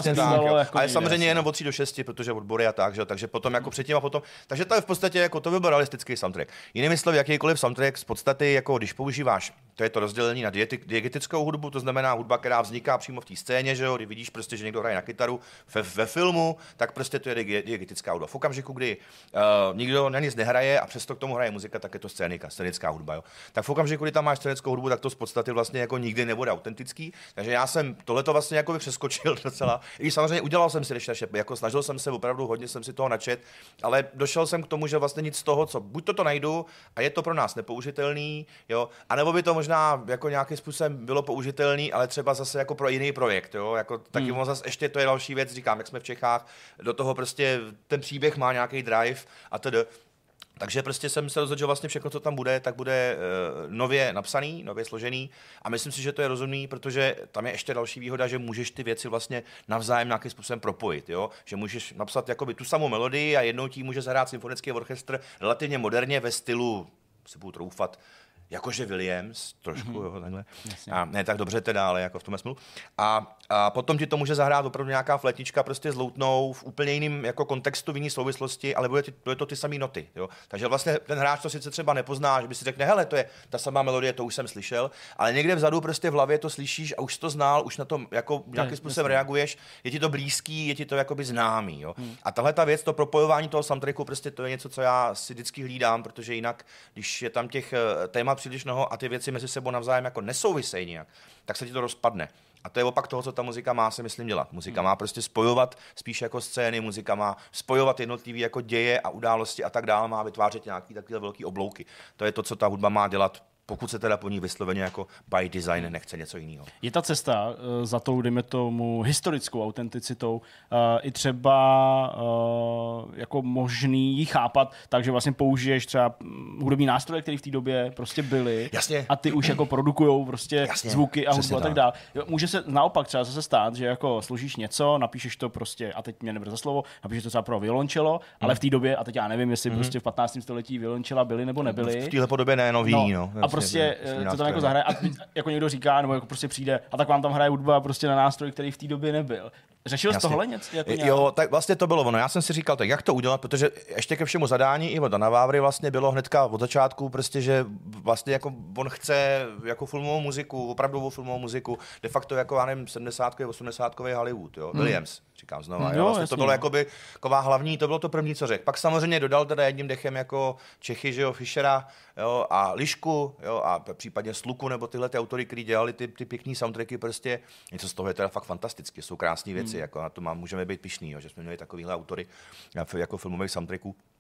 Jako ale samozřejmě jenom od tří do šesti, protože odbory a tak, že? Takže potom jako předtím a potom. Takže to je v podstatě jako to by byl realistický soundtrack. Jinými slovy, jakýkoliv soundtrack z podstaty, jako když používáš, to je to rozdělení na diegetickou hudbu, to znamená hudba, která vzniká přímo v té scéně, že jo, kdy vidíš prostě, že někdo hraje na kytaru ve, ve filmu, tak prostě to je diegetická hudba. V okamžiku, kdy uh, nikdo na nic nehraje a přesto k tomu hraje muzika, tak je to scénika, scénická hudba, jo. Tak v okamžiku, kdy tam máš scénickou hudbu, tak to z podstaty vlastně jako nikdy nebude autentický. Takže já jsem tohleto vlastně jako přeskočil docela. I samozřejmě udělal jsem si ještě, jako snažil jsem se opravdu hodně jsem si toho načet, ale došel jsem k tomu, že vlastně nic z toho, co buď to to najdu a je to pro nás nepoužitelný, jo, anebo by to možná jako nějakým způsobem bylo použitelný, ale třeba zase jako pro jiný projekt, jo, jako taky hmm. zase ještě to je další věc, říkám, jak jsme v Čechách, do toho prostě ten příběh má nějaký drive a tedy. Takže prostě jsem se rozhodl, že vlastně všechno, co tam bude, tak bude uh, nově napsaný, nově složený a myslím si, že to je rozumný, protože tam je ještě další výhoda, že můžeš ty věci vlastně navzájem nějakým způsobem propojit, jo? Že můžeš napsat jakoby tu samou melodii a jednou tím může zahrát symfonický orchestr relativně moderně ve stylu, si budu troufat, jakože Williams, trošku, mm-hmm. jo, takhle. A ne tak dobře teda, ale jako v tom smyslu. A, a potom ti to může zahrát opravdu nějaká flétnička prostě zloutnou v úplně jiným jako kontextu, v jiný souvislosti, ale bude, ty, bude to ty samé noty. Jo. Takže vlastně ten hráč to sice třeba nepozná, že by si řekne, hele, to je ta samá melodie, to už jsem slyšel, ale někde vzadu prostě v hlavě to slyšíš a už to znal, už na tom jako nějakým způsobem reaguješ, je ti to blízký, je ti to jakoby známý. Jo. Hmm. A tahle ta věc, to propojování toho soundtracku, prostě to je něco, co já si vždycky hlídám, protože jinak, když je tam těch témat příliš mnoho a ty věci mezi sebou navzájem jako nesouvisejí nějak, tak se ti to rozpadne. A to je opak toho, co ta muzika má, si myslím, dělat. Muzika hmm. má prostě spojovat spíš jako scény, muzika má spojovat jednotlivý jako děje a události a tak dále, má vytvářet nějaký takové velký oblouky. To je to, co ta hudba má dělat, pokud se teda po ní vysloveně jako by design nechce něco jiného. Je ta cesta uh, za tou, dejme tomu, historickou autenticitou uh, i třeba uh, jako možný ji chápat, takže vlastně použiješ třeba hudební nástroje, které v té době prostě byly. Jasně. A ty už jako produkujou prostě Jasně. zvuky a hudbu a tak dále. Může se naopak třeba zase stát, že jako složíš něco, napíšeš to prostě, a teď mě neber za slovo, napíšeš to třeba pro violončelo, mm. ale v té době, a teď já nevím, jestli mm. prostě v patnáctém století violončela byly nebo nebyly. V téhle podobě ne, no ví, no. A prostě to tam jako zahraje a jako někdo říká, nebo jako prostě přijde a tak vám tam hraje hudba prostě na nástroj, který v té době nebyl. Řešil jsi tohle něco? Jako jo, tak vlastně to bylo ono. Já jsem si říkal, tak jak to udělat, protože ještě ke všemu zadání i od Dana Vávry vlastně bylo hnedka od začátku prostě, že vlastně jako on chce jako filmovou muziku, opravdovou filmovou muziku, de facto jako, já nevím, sedmdesátkový, osmdesátkový Hollywood, jo, hmm. Williams, říkám znova. Jo, jo, vlastně to bylo jakoby taková hlavní, to bylo to první, co řekl. Pak samozřejmě dodal teda jedním dechem jako Čechy, že jo, Fischera, jo, a Lišku, jo, a případně Sluku, nebo tyhle ty autory, kteří dělali ty, ty pěkný soundtracky, prostě něco z toho je teda fakt fantastické, jsou krásné věci, hmm. jako na to má, můžeme být pyšný, jo, že jsme měli takovýhle autory jako filmových soundtracků.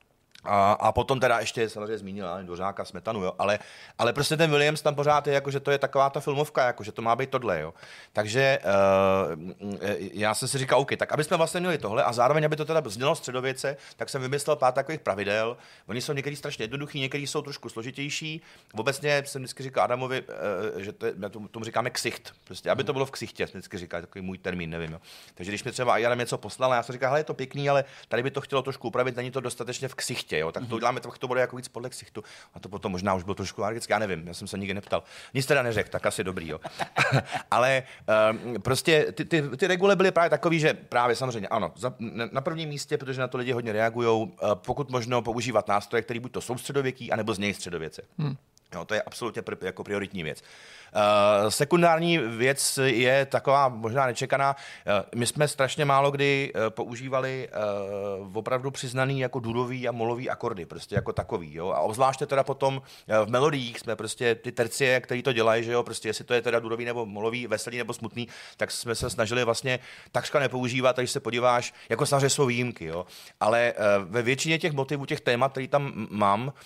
A, a potom teda ještě samozřejmě zmínil Dvořáka, Smetanu, jo, ale, ale prostě ten Williams tam pořád je, jako, že to je taková ta filmovka, jako, že to má být tohle, jo. Takže uh, já jsem si říkal, OK, tak aby jsme vlastně měli tohle a zároveň, aby to teda znělo středověce, tak jsem vymyslel pár takových pravidel. Oni jsou některý strašně jednoduchý, některý jsou trošku složitější. Obecně jsem vždycky říkal Adamovi, uh, že to je, tomu říkáme ksicht, prostě, aby to bylo v ksichtě, jsem vždycky říkal, takový můj termín, nevím, jo. Takže když mi třeba Adam něco poslal, já jsem říkal, hele, je to pěkný, ale tady by to chtělo trošku upravit, není to dostatečně v ksichtě. Jo, tak to uděláme, tak to bude jako víc podle ksichtu. A to potom možná už bylo trošku alergické, já nevím, já jsem se nikdy neptal. Nic teda neřekl, tak asi dobrý, jo. Ale um, prostě ty, ty, ty regule byly právě takový, že právě samozřejmě, ano, za, na prvním místě, protože na to lidi hodně reagujou, uh, pokud možno používat nástroje, které buď to jsou středověký, anebo z něj středověce. Hmm. Jo, to je absolutně pr- jako prioritní věc. Uh, sekundární věc je taková možná nečekaná. Uh, my jsme strašně málo kdy uh, používali uh, opravdu přiznaný jako durový a molový akordy, prostě jako takový. Jo? A obzvláště teda potom uh, v melodiích jsme prostě ty tercie, který to dělají, že jo, prostě jestli to je teda durový nebo molový, veselý nebo smutný, tak jsme se snažili vlastně takřka nepoužívat, když se podíváš, jako samozřejmě jsou výjimky, jo. Ale uh, ve většině těch motivů, těch témat, který tam mám, uh,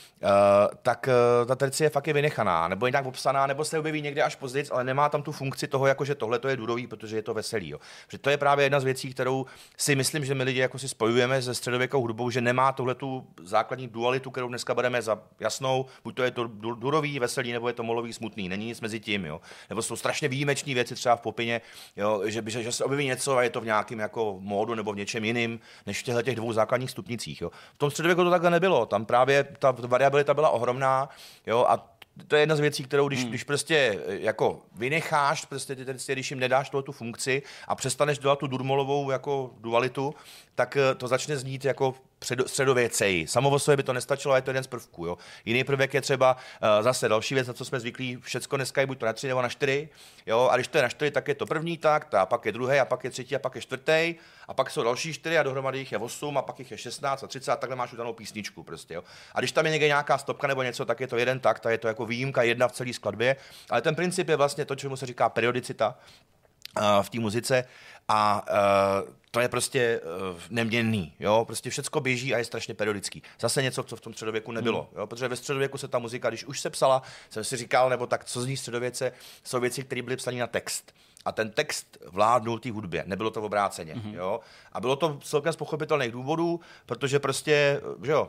tak uh, ta tercie fakt je vynechaná, nebo je nějak obsaná, nebo se objeví někde až později, ale nemá tam tu funkci toho, jako že tohle to je durový, protože je to veselý. Jo. Že to je právě jedna z věcí, kterou si myslím, že my lidi jako si spojujeme se středověkou hudbou, že nemá tohle tu základní dualitu, kterou dneska bereme za jasnou, buď to je to durový, veselý, nebo je to molový, smutný, není nic mezi tím, jo. Nebo jsou strašně výjimeční věci třeba v popině, jo, že, že, že se objeví něco a je to v nějakém jako módu nebo v něčem jiným, než v těchto těch dvou základních stupnicích, jo. V tom středověku to takhle nebylo, tam právě ta variabilita byla ohromná, jo, a to je jedna z věcí, kterou když, hmm. když prostě jako vynecháš, prostě ty, když jim nedáš tu funkci a přestaneš dělat tu durmolovou jako dualitu, tak to začne znít jako středověcej. Samo o sobě by to nestačilo, a je to jeden z prvků. Jo. Jiný prvek je třeba uh, zase další věc, na co jsme zvyklí, všecko dneska je buď to na tři nebo na čtyři. Jo. A když to je na čtyři, tak je to první takt, a pak je druhý, a pak je třetí, a pak je čtvrtý, a pak jsou další čtyři a dohromady jich je osm, a pak jich je šestnáct a třicet, a takhle máš udanou písničku. Prostě, jo. A když tam je někde nějaká stopka nebo něco, tak je to jeden takt, a je to jako výjimka jedna v celé skladbě. Ale ten princip je vlastně to, čemu se říká periodicita uh, v té muzice. A uh, to je prostě uh, neměnný, jo, prostě všecko běží a je strašně periodický. Zase něco, co v tom středověku nebylo, jo, protože ve středověku se ta muzika, když už se psala, jsem si říkal, nebo tak, co zní středověce, jsou věci, které byly psané na text. A ten text vládnul té hudbě, nebylo to obráceně, mm-hmm. jo. A bylo to celkem z pochopitelných důvodů, protože prostě, že jo,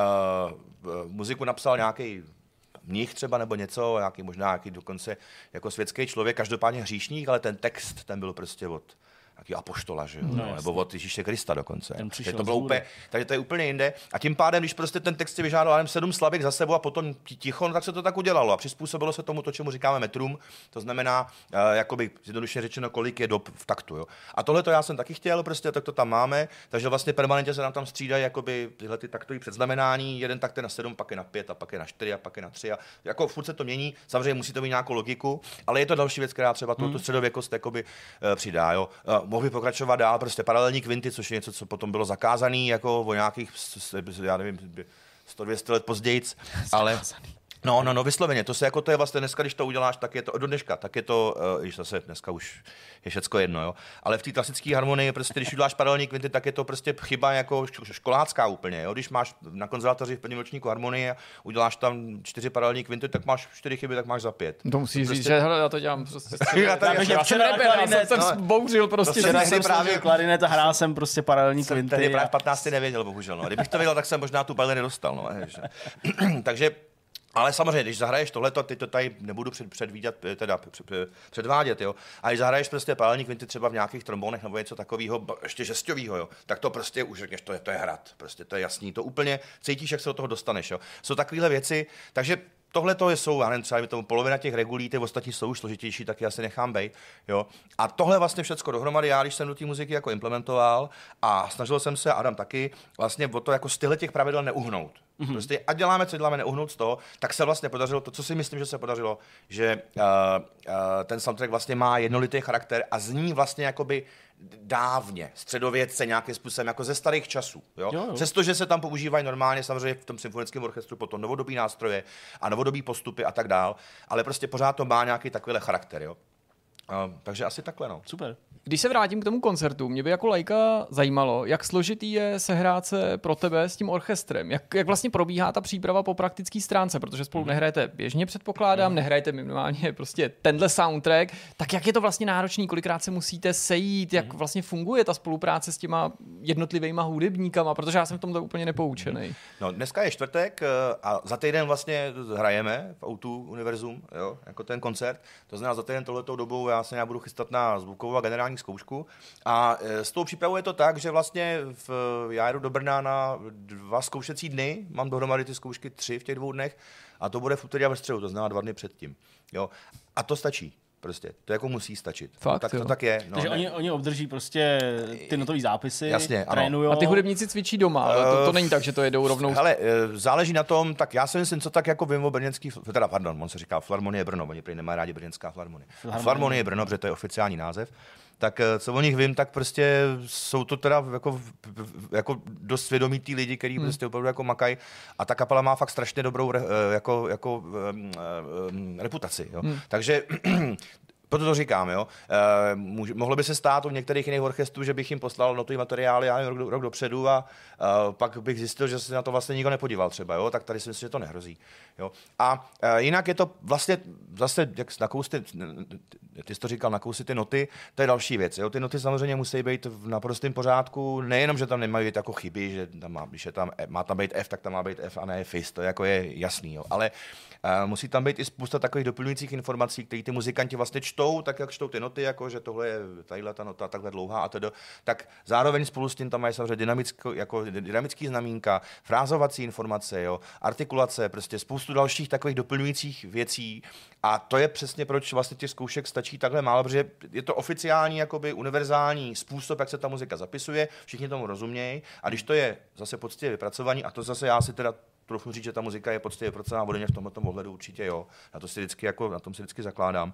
uh, muziku napsal nějaký mnich třeba nebo něco, nějaký možná nějaký dokonce jako světský člověk, každopádně hříšník, ale ten text, ten byl prostě od nějaký apoštola, že jo? No, nebo od Ježíše Krista dokonce. To bylo úplně, takže to je úplně jinde. A tím pádem, když prostě ten text si vyžádal jenom sedm slavík za sebou a potom ticho, no, tak se to tak udělalo a přizpůsobilo se tomu to, čemu říkáme metrum, to znamená, uh, jakoby zjednodušeně řečeno, kolik je dob v taktu. Jo? A tohle to já jsem taky chtěl, prostě tak to tam máme, takže vlastně permanentně se nám tam střídají jakoby tyhle ty taktové předznamenání, jeden takt je na sedm, pak je na pět, a pak je na čtyři, a pak je na tři. A jako furt se to mění, samozřejmě musí to mít nějakou logiku, ale je to další věc, která třeba hmm. tu středověkost jakoby uh, přidá. Jo? Uh, Mohl by pokračovat dál, prostě paralelní kvinty, což je něco, co potom bylo zakázané, jako o nějakých, já nevím, sto dvě stě let později, ale no, no, no, vysloveně, to se jako to je vlastně dneska, když to uděláš, tak je to do dneška, tak je to, uh, když zase dneska už je všecko jedno, jo. Ale v té klasické harmonii, prostě, když uděláš paralelní kvinty, tak je to prostě chyba jako školácká úplně, jo. Když máš na konzervatoři v prvním ročníku harmonie a uděláš tam čtyři paralelní kvinty, tak máš čtyři chyby, tak máš za pět. To musíš to říct, prostě... že hele, já to dělám prostě. já tady já jsem nebyl, já jsem no, bouřil prostě. Včera jsem právě klarinet a hrál jsem prostě paralelní kvinty. Jsem právě v patnácti nevěděl, bohužel, no. Kdybych to věděl, tak jsem možná tu paralelu nedostal, no. Takže ale samozřejmě, když zahraješ tohleto, ty to tady nebudu před, předvídat, teda předvádět, jo. A když zahraješ prostě paralelní kvinty třeba v nějakých trombonech nebo něco takového, ještě žesťovýho, jo, tak to prostě už řekneš, to je, to je hrad, prostě to je jasný, to úplně cítíš, jak se do toho dostaneš, jo. Jsou takovéhle věci, takže tohle to jsou, já nevím, třeba tomu polovina těch regulí, ty ostatní jsou už složitější, tak já si nechám bejt, jo. A tohle vlastně všecko dohromady, já když jsem do té muziky jako implementoval a snažil jsem se, Adam taky, vlastně o to jako z těchto těch pravidel neuhnout. Mm-hmm. Prostě a děláme, co děláme, neuhnout z toho, tak se vlastně podařilo to, co si myslím, že se podařilo, že uh, uh, ten soundtrack vlastně má jednolitý charakter a zní vlastně jakoby dávně, středovědce nějakým způsobem, jako ze starých časů. Jo? Jo, jo. Přestože se tam používají normálně samozřejmě v tom symfonickém orchestru potom novodobí nástroje a novodobí postupy a tak dál, ale prostě pořád to má nějaký takovýhle charakter. Jo? Uh, takže asi takhle, no. Super. Když se vrátím k tomu koncertu, mě by jako laika zajímalo, jak složitý je sehrát se pro tebe s tím orchestrem. Jak, jak vlastně probíhá ta příprava po praktické stránce, protože spolu nehrajete běžně, předpokládám, nehrajete minimálně prostě tenhle soundtrack, tak jak je to vlastně náročný, kolikrát se musíte sejít, jak vlastně funguje ta spolupráce s těma jednotlivýma hudebníkama, protože já jsem v tomto úplně nepoučený. No, dneska je čtvrtek a za týden vlastně hrajeme v O dva Univerzum, jo, jako ten koncert. To znamená, za týden tohletou dobou já se budu chystat na zvukovou a generální zkoušku. A s tou přípravou je to tak, že vlastně v, já jedu do Brna na dva zkoušecí dny, mám dohromady ty zkoušky tři v těch dvou dnech a to bude v úterý a ve středu, to znamená dva dny předtím. Jo. A to stačí. Prostě, to jako musí stačit. Fakt, tak jo. to tak je. No, Takže oni, oni obdrží prostě ty notový zápisy, jasně, trénujou. A ty hudebníci cvičí doma, ale to, to není tak, že to jedou rovnou. Hele, záleží na tom, tak já si myslím, co tak jako vím o brněnský, teda pardon, on se říká Filharmonie Brno, oni prý nemají rádi brněnská filharmonie. Filharmonie Brno, protože to je oficiální název. Tak co o nich vím, tak prostě jsou to teda jako, jako dost svědomitý lidi, kteří hmm. prostě opravdu jako makají. A ta kapela má fakt strašně dobrou jako, jako um, um, reputaci. Jo. Hmm. Takže proto to říkám, jo. E, může, mohlo by se stát u některých jiných orchestrů, že bych jim poslal notový materiály já rok, rok dopředu a e, pak bych zjistil, že se na to vlastně nikdo nepodíval třeba, jo. Tak tady si myslím, že to nehrozí. Jo. A e, jinak je to vlastně zase, jak nakousit, ty jsi to říkal, nakousit ty noty, to je další věc. Jo. Ty noty samozřejmě musí být v naprostém pořádku, nejenom, že tam nemají být jako chyby, že tam má, když je tam, má tam být F, tak tam má být F a ne Fis, to jako je jasný, jo. Ale e, musí tam být i spousta takových doplňujících informací, které ty muzikanti vlastně čtou, tak jak čtou ty noty, jako že tohle je tadyhle ta nota takhle dlouhá a tedy, tak zároveň spolu s tím tam mají samozřejmě dynamický, jako dynamický znamínka, frázovací informace, jo, artikulace, prostě spoustu dalších takových doplňujících věcí a to je přesně proč vlastně těch zkoušek stačí takhle málo, protože je to oficiální, jakoby univerzální způsob, jak se ta muzika zapisuje, všichni tomu rozumějí a když to je zase poctivě vypracovaný a to zase já si teda trochu říct, že ta muzika je poctivě vypracovaná, bude mě v tomto ohledu určitě jo, na to si vždycky jako, na tom si vždycky zakládám.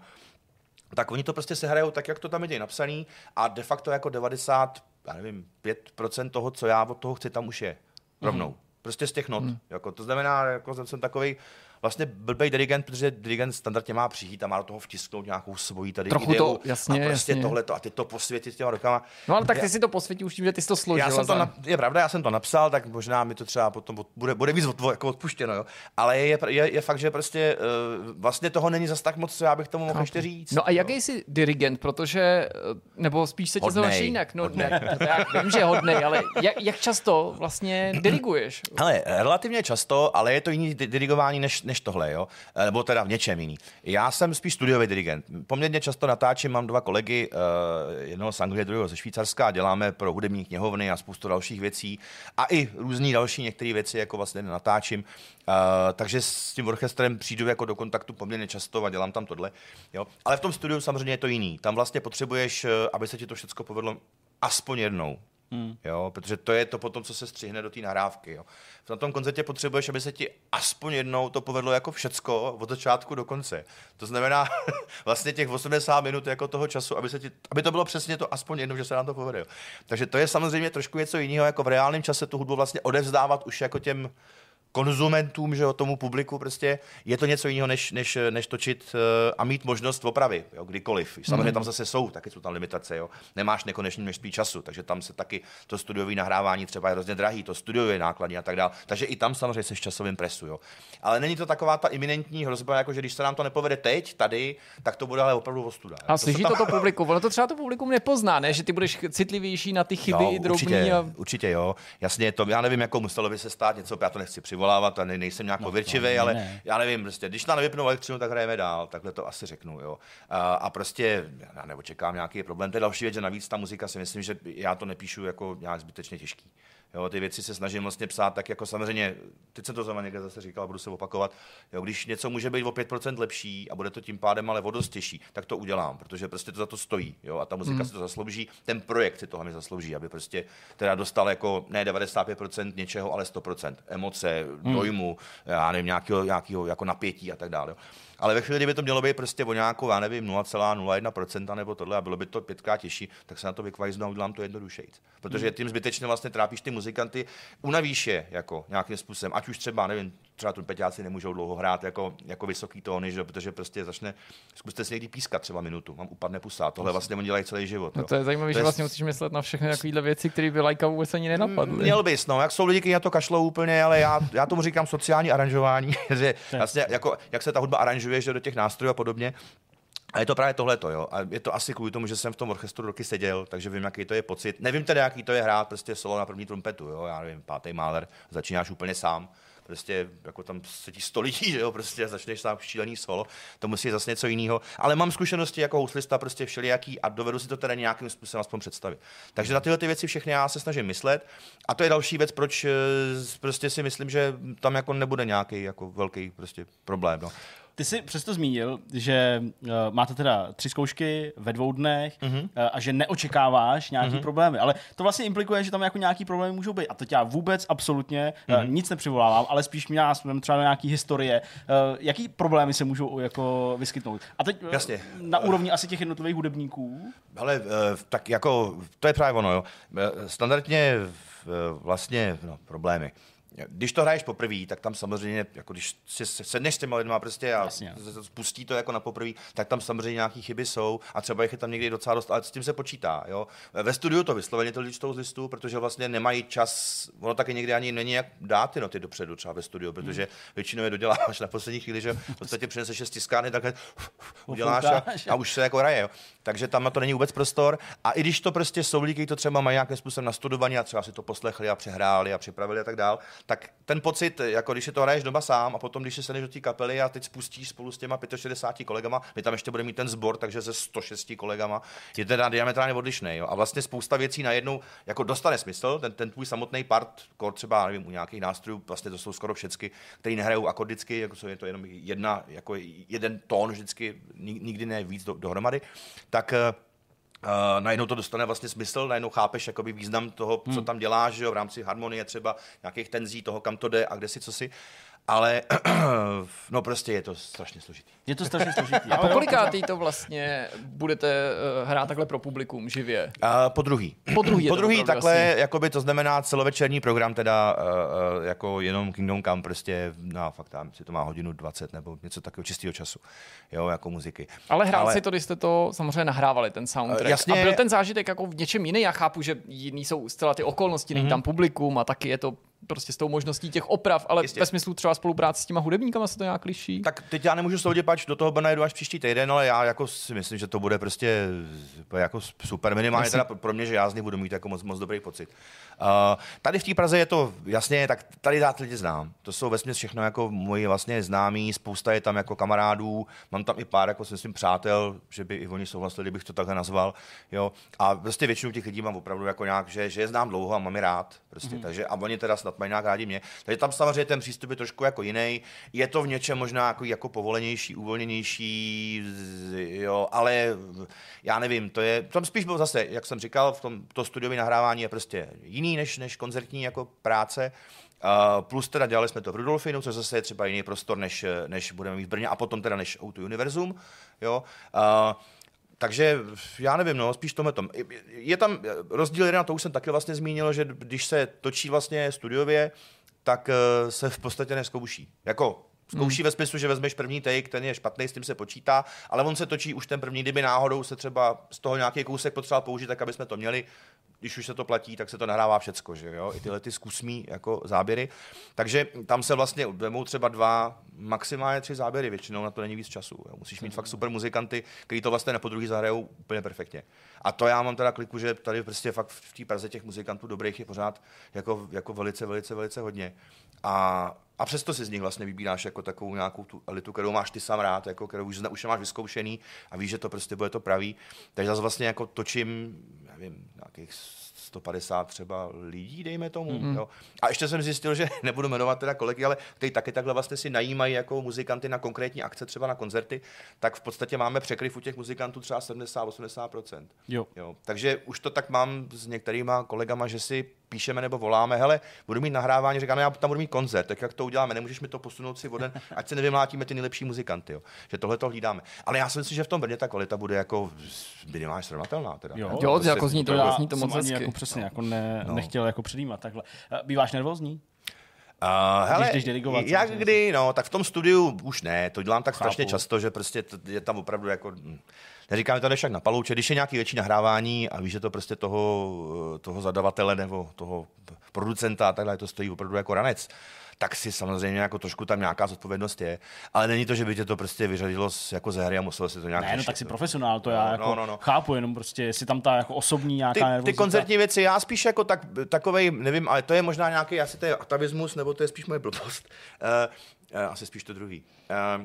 Tak oni to prostě sehrajou tak, jak to tam je napsaný a de facto jako devadesát, já nevím, pět procent toho, co já od toho chci, tam už je rovnou. Mm. Prostě z těch not. Mm. Jako, to znamená, jako jsem takovej vlastně blbej dirigent, protože dirigent standardně má přijít a má do toho vtisknout nějakou svoji tady trochu ideu to, jasně, a prostě jasně. tohleto a ty to posvětit těma rukama. No ale tak ty já, si to posvětí už tím, že ty jsi to složil. Já jsem to na, je pravda, já jsem to napsal, tak možná mi to třeba potom bude, bude víc od, jako odpuštěno, jo. Ale je, je, je fakt, že prostě uh, vlastně toho není zas tak moc, co já bych tomu mohl ještě říct. No a jaký jsi dirigent, protože, nebo spíš se tě zvaš jinak, no ne, já vím, že hodnej, ale jak, jak často vlastně diriguješ? Ale relativně často, ale je to jiný dirigování než, než tohle, jo. Nebo teda v něčem jiný. Já jsem spíš studiový dirigent. Poměrně často natáčím, mám dva kolegy, jednoho z Anglie, druhého ze Švýcarska, děláme pro hudební knihovny a spoustu dalších věcí a i různý další některé věci, jako vlastně natáčím. Takže s tím orchestrem přijdu jako do kontaktu poměrně často a dělám tam tohle. Jo. Ale v tom studiu samozřejmě je to jiný. Tam vlastně potřebuješ, aby se ti to všechno povedlo aspoň jednou. Hmm. Jo, protože to je to potom, co se střihne do té nahrávky. Jo. Na tom koncertě potřebuješ, aby se ti aspoň jednou to povedlo jako všecko od začátku do konce. To znamená vlastně těch osmdesát minut jako toho času, aby, se ti, aby to bylo přesně to aspoň jednou, že se nám to povede. Jo. Takže to je samozřejmě trošku něco jiného, jako v reálném čase tu hudbu vlastně odevzdávat už jako těm konzumentům, že o tomu publiku prostě je to něco jiného, než, než, než točit uh, a mít možnost opravy, jo, kdykoliv. Samozřejmě tam zase jsou, taky jsou tam limitace, jo. Nemáš nekonečný množství času, takže tam se taky to studiové nahrávání třeba je hrozně drahý, to studio je nákladní a tak dále. Takže i tam samozřejmě se s časovým presu, jo. Ale není to taková ta iminentní hrozba, jako že když se nám to nepovede teď, tady, tak to bude ale opravdu ostuda. A to slyší tam... to to publikum, ono to třeba to publikum nepozná, ne, že ty budeš citlivější na ty chyby jo, i drobný. Určitě, a... určitě jo. Jasně, to já nevím, jako muselo by se stát něco, já to nechci přivolávat a ne, nejsem nějak no, pověrčivý, ale ne. Já nevím, prostě, když nám nevypnou elektřinu, tak hrajeme dál, takhle to asi řeknu, jo. A, a prostě já neočekám nějaký problém. To je další věc, že navíc ta muzika si myslím, že já to nepíšu jako nějak zbytečně těžký. Jo, ty věci se snažím vlastně psát tak jako samozřejmě, teď jsem to zrovna někde zase říkal, budu se opakovat, jo, když něco může být o pět procent lepší a bude to tím pádem ale o dost těžší, tak to udělám, protože prostě to za to stojí, jo, a ta muzika mm. si to zaslouží, ten projekt si to hlavně zaslouží, aby prostě teda dostal jako ne devadesát pět procent něčeho, ale sto procent emoce, mm. dojmu, já nevím, nějakého, nějakého jako napětí a tak dále. Jo. Ale ve chvíli, kdyby to mělo být prostě o nějakou, já nevím, nula celá nula jedna procenta nebo tohle a bylo by to pětkrát těžší, tak se na to vykvajznu a udělám to jednodušejc. Protože tím zbytečně vlastně trápíš ty muzikanty, unavíš je jako nějakým způsobem, ať už třeba, nevím, třeba trumpeťáci nemůžou dlouho hrát jako, jako vysoký tóny, že? Protože prostě začne, zkuste si někdy pískat třeba minutu, vám upadne pusa, tohle vlastně oni dělají celý život. No to je zajímavé, že vlastně musíš myslet na všechny takovéhle věci, které by lajka vůbec ani nenapadly. Měl bys, no, jak jsou lidi, kteří na to kašlou úplně, ale já, já tomu říkám sociální aranžování, že vlastně jako, jak se ta hudba aranžuje, že do těch nástrojů a podobně. A je to právě tohleto, jo. A je to asi kvůli tomu, že jsem v tom orchestru roky seděl, takže vím, jaký to je pocit. Nevím teda, jaký to je hrát prostě solo na první trumpetu, jo. Já nevím, pátý Mahler, začínáš úplně sám. Prostě jako tam sedí sto lidí, že jo, prostě začneš sám šílený solo, to musí zase něco jiného. Ale mám zkušenosti jako houslista prostě všelijaký a dovedu si to teda nějakým způsobem aspoň představit. Takže na tyhle ty věci všechny já se snažím myslet. A to je další věc, proč prostě si myslím, že tam jako nebude nějaký jako velký prostě problém, no. Ty jsi přesto zmínil, že uh, máte teda tři zkoušky ve dvou dnech mm-hmm. uh, a že neočekáváš nějaký mm-hmm. problémy, ale to vlastně implikuje, že tam jako nějaký problémy můžou být a to tě já vůbec absolutně mm-hmm. uh, nic nepřivolávám, ale spíš mě nás třeba do nějaký historie. Uh, jaký problémy se můžou jako vyskytnout? A teď uh, Jasně. na úrovni asi těch jednotlivých hudebníků? Ale uh, tak jako, to je právě ono, jo. Standardně uh, vlastně no, problémy. Když to hraješ poprvé, tak tam samozřejmě, jako když si sedneš s těma lidma prostě a Jasně. spustí to jako na poprvé, tak tam samozřejmě nějaké chyby jsou a třeba jich je tam někdy docela dost, ale s tím se počítá. Jo? Ve studiu to vysloveně to lidi čtou z listu, protože vlastně nemají čas, ono taky někdy ani není jak dát ty noty dopředu třeba ve studiu, protože hmm. většinou je doděláváš na poslední chvíli, že v podstatě přineseš šest tiskány, takhle uděláš a, a už se jako hraje. Jo? Takže tam na to není vůbec prostor a i když to prostě jsou lidi, kteří to třeba mají nějakým způsobem nastudovaní a třeba si to poslechli a přehráli a připravili a tak dál, tak ten pocit, jako když si to hraješ doma sám a potom, když si sedneš do té kapely a teď spustíš spolu s těma šedesáti pěti kolegama, my tam ještě budeme mít ten sbor, takže se sto šesti kolegama, je teda diametrálně odlišný. Jo? A vlastně spousta věcí najednou jako dostane smysl, ten, ten tvůj samotný part, třeba nevím, u nějakých nástrojů, vlastně to jsou skoro všechny, který nehrajou akordicky, jako je to jenom jedna, jako jeden tón vždycky, nikdy ne víc do, dohromady, tak Uh, najednou to dostane vlastně smysl, najednou chápeš jakoby význam toho, co tam děláš, že jo, v rámci harmonie třeba, nějakých tenzí toho, kam to jde a kde si, co si. Ale no prostě je to strašně složitý. Je to strašně složitý. A po kolikátý to vlastně budete uh, hrát takhle pro publikum živě? Uh, po druhý. Po druhý, po druhý takhle, jakoby to znamená celovečerní program, teda uh, jako jenom Kingdom Come, prostě, no fakt tam si to má hodinu dvacet nebo něco takového čistého času, jo, jako muziky. Ale hrál Ale... si to, když jste to samozřejmě nahrávali, ten soundtrack. Uh, jasně. A byl ten zážitek jako v něčem jiný? Já chápu, že jiný jsou zcela ty okolnosti, není mm-hmm. tam publikum a taky je to prostě s tou možností těch oprav, ale Jistě. Ve smyslu třeba spolupráce s těma hudebníkama se to nějak liší? Tak teď já nemůžu soudit, pač do toho najedu až příští týden, ale já jako si myslím, že to bude prostě jako super minimálně teda pro mě, že já z nich budu mít jako moc, moc dobrý pocit. Uh, tady v té Praze je to jasně, tak tady dát lidi znám. To jsou vesměs všechno jako moji vlastně známí, spousta je tam jako kamarádů, mám tam i pár jako myslím přátel, že by i oni souhlasili, kdybych to takhle nazval, jo. A prostě většinu těch lidí mám opravdu jako nějak, že, že je znám dlouho a mám je rád, prostě, mm. takže a oni teda snad mají nějak rádi mě. Takže tam samozřejmě ten přístup je trošku jako jiný. Je to v něčem možná jako, jako povolenější, uvolněnější, jo, ale já nevím, to je, tam spíš bylo zase, jak jsem říkal, v tom to studiové nahrávání je prostě jiný než, než koncertní jako práce. Uh, plus teda dělali jsme to v Rudolfinu, což zase je třeba jiný prostor, než, než budeme mít v Brně, a potom teda než O dva Univerzum, jo. Uh, Takže já nevím, no, spíš tomhle tom. Je tam rozdíl jeden, a to už jsem taky vlastně zmínil, že když se točí vlastně studiově, tak se v podstatě nezkouší. Jako zkouší hmm. ve smyslu, že vezmeš první take, ten je špatný, s tím se počítá, ale on se točí už ten první, kdyby náhodou se třeba z toho nějaký kousek potřeboval použít, tak aby jsme to měli. Když už se to platí, tak se to nahrává všecko, že jo, i tyhle ty zkusmí jako záběry. Takže tam se vlastně vemou třeba dva, maximálně tři záběry, většinou na to není víc času. Jo. Musíš mít fakt super muzikanty, kteří to vlastně na podruhý zahrajou úplně perfektně. A to já mám teda kliku, že tady prostě fakt v té Praze těch muzikantů dobrých je pořád jako, jako velice, velice, velice hodně. A A přesto si z nich vlastně vybíráš jako takovou nějakou tu elitu, kterou máš ty sám rád, jako, kterou už, už máš vyzkoušený a víš, že to prostě bude to pravý. Takže zase vlastně jako točím, nevím, nějakých sto padesát třeba lidí, dejme tomu. Mm-hmm. Jo. A ještě jsem zjistil, že nebudu jmenovat teda kolegy, ale kteří taky takhle vlastně si najímají jako muzikanty na konkrétní akce, třeba na koncerty, tak v podstatě máme překryv u těch muzikantů třeba sedmdesát až osmdesát procent. Jo. Jo. Takže už to tak mám s některýma kolegama, že si píšeme nebo voláme, hele, budu mít nahrávání, říkáme, já tam budu mít koncert, tak jak to uděláme, nemůžeš mi to posunout si voden, ať se nevymlátíme ty nejlepší muzikanty, jo. Že tohle to hlídáme. Ale já si myslím, že v tom Brně ta kvalita bude jako minimálně srovnatelná. Teda. Jo, jo prostě, jako zní to, já zní to moc hezky. Jako přesně, no. jako ne, no. nechtěl jako předjímat takhle. Býváš nervózní? Uh, hele, když dirigovat, jak kdy, no, tak v tom studiu už ne, to dělám tak Chápu. strašně často, že prostě je tam opravdu jako, neříkám, to však na palouče, když je nějaký větší nahrávání a víš, že to prostě toho, toho zadavatele nebo toho producenta a takhle, to stojí opravdu jako ranec, tak si samozřejmě jako trošku tam nějaká zodpovědnost je, ale není to, že by tě to prostě vyřadilo z, jako ze hry a muselo si to nějak Ne, no řešit, tak si to. profesionál, to no, já no, jako no, no. chápu, jenom prostě, jestli tam ta jako osobní nějaká ty, nervozita. ty koncertní věci, já spíš jako tak, takovej, nevím, ale to je možná nějaký, asi to je atavismus, nebo to je spíš moje blbost. Uh, uh, asi spíš to druhý. Uh,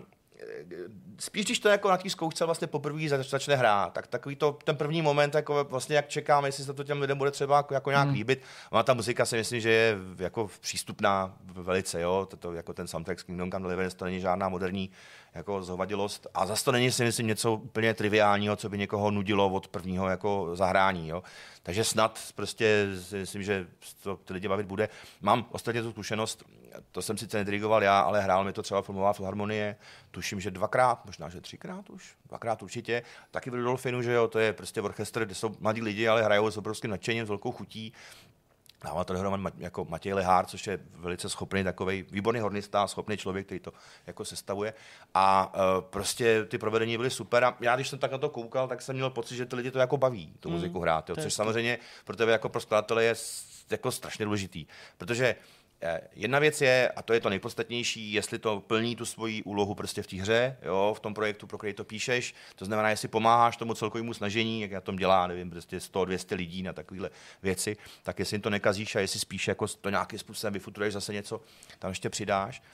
spíš, když to jako na té zkoušce vlastně poprvé začne hrát, tak takový to, ten první moment, jako vlastně jak čekáme, jestli se to těm lidem bude třeba jako, jako nějak hmm. líbit. Ona ta muzika si myslím, že je jako přístupná velice, jo, to, jako ten soundtrack z Kingdom Come Deliverance, to není žádná moderní jako zhovadilost a zase to není si myslím něco úplně triviálního, co by někoho nudilo od prvního jako zahrání, jo. Takže snad prostě si myslím, že to ty lidi bavit bude. Mám ostatně tu zkušenost, to jsem sice nedirigoval já, ale hrál mi to třeba Filmová filharmonie, tuším, že dvakrát, možná, že třikrát už, dvakrát určitě, taky v Rudolfinu, že jo, to je prostě orchestr, kde jsou mladí lidi, ale hrajou s obrovským nadšením, s velkou chutí. Dává to dohromady jako Matěj Lehár, což je velice schopný takovej výborný hornista, schopný člověk, který to jako sestavuje. A uh, prostě ty provedení byly super. A já, když jsem tak na to koukal, tak jsem měl pocit, že ty lidi to jako baví, tu muziku mm, hrát. Jo, což samozřejmě pro tebe jako pro skladatele je jako strašně důležitý. Protože jedna věc je, a to je to nejpodstatnější, jestli to plní tu svoji úlohu prostě v té hře, jo, v tom projektu, pro který to píšeš, to znamená, jestli pomáháš tomu celkovému snažení, jak na tom dělá, nevím, prostě sto dvě stě lidí na takovéhle věci, tak jestli jim to nekazíš a jestli spíš jako to nějakým způsobem vyfuturuješ zase něco, tam ještě přidáš.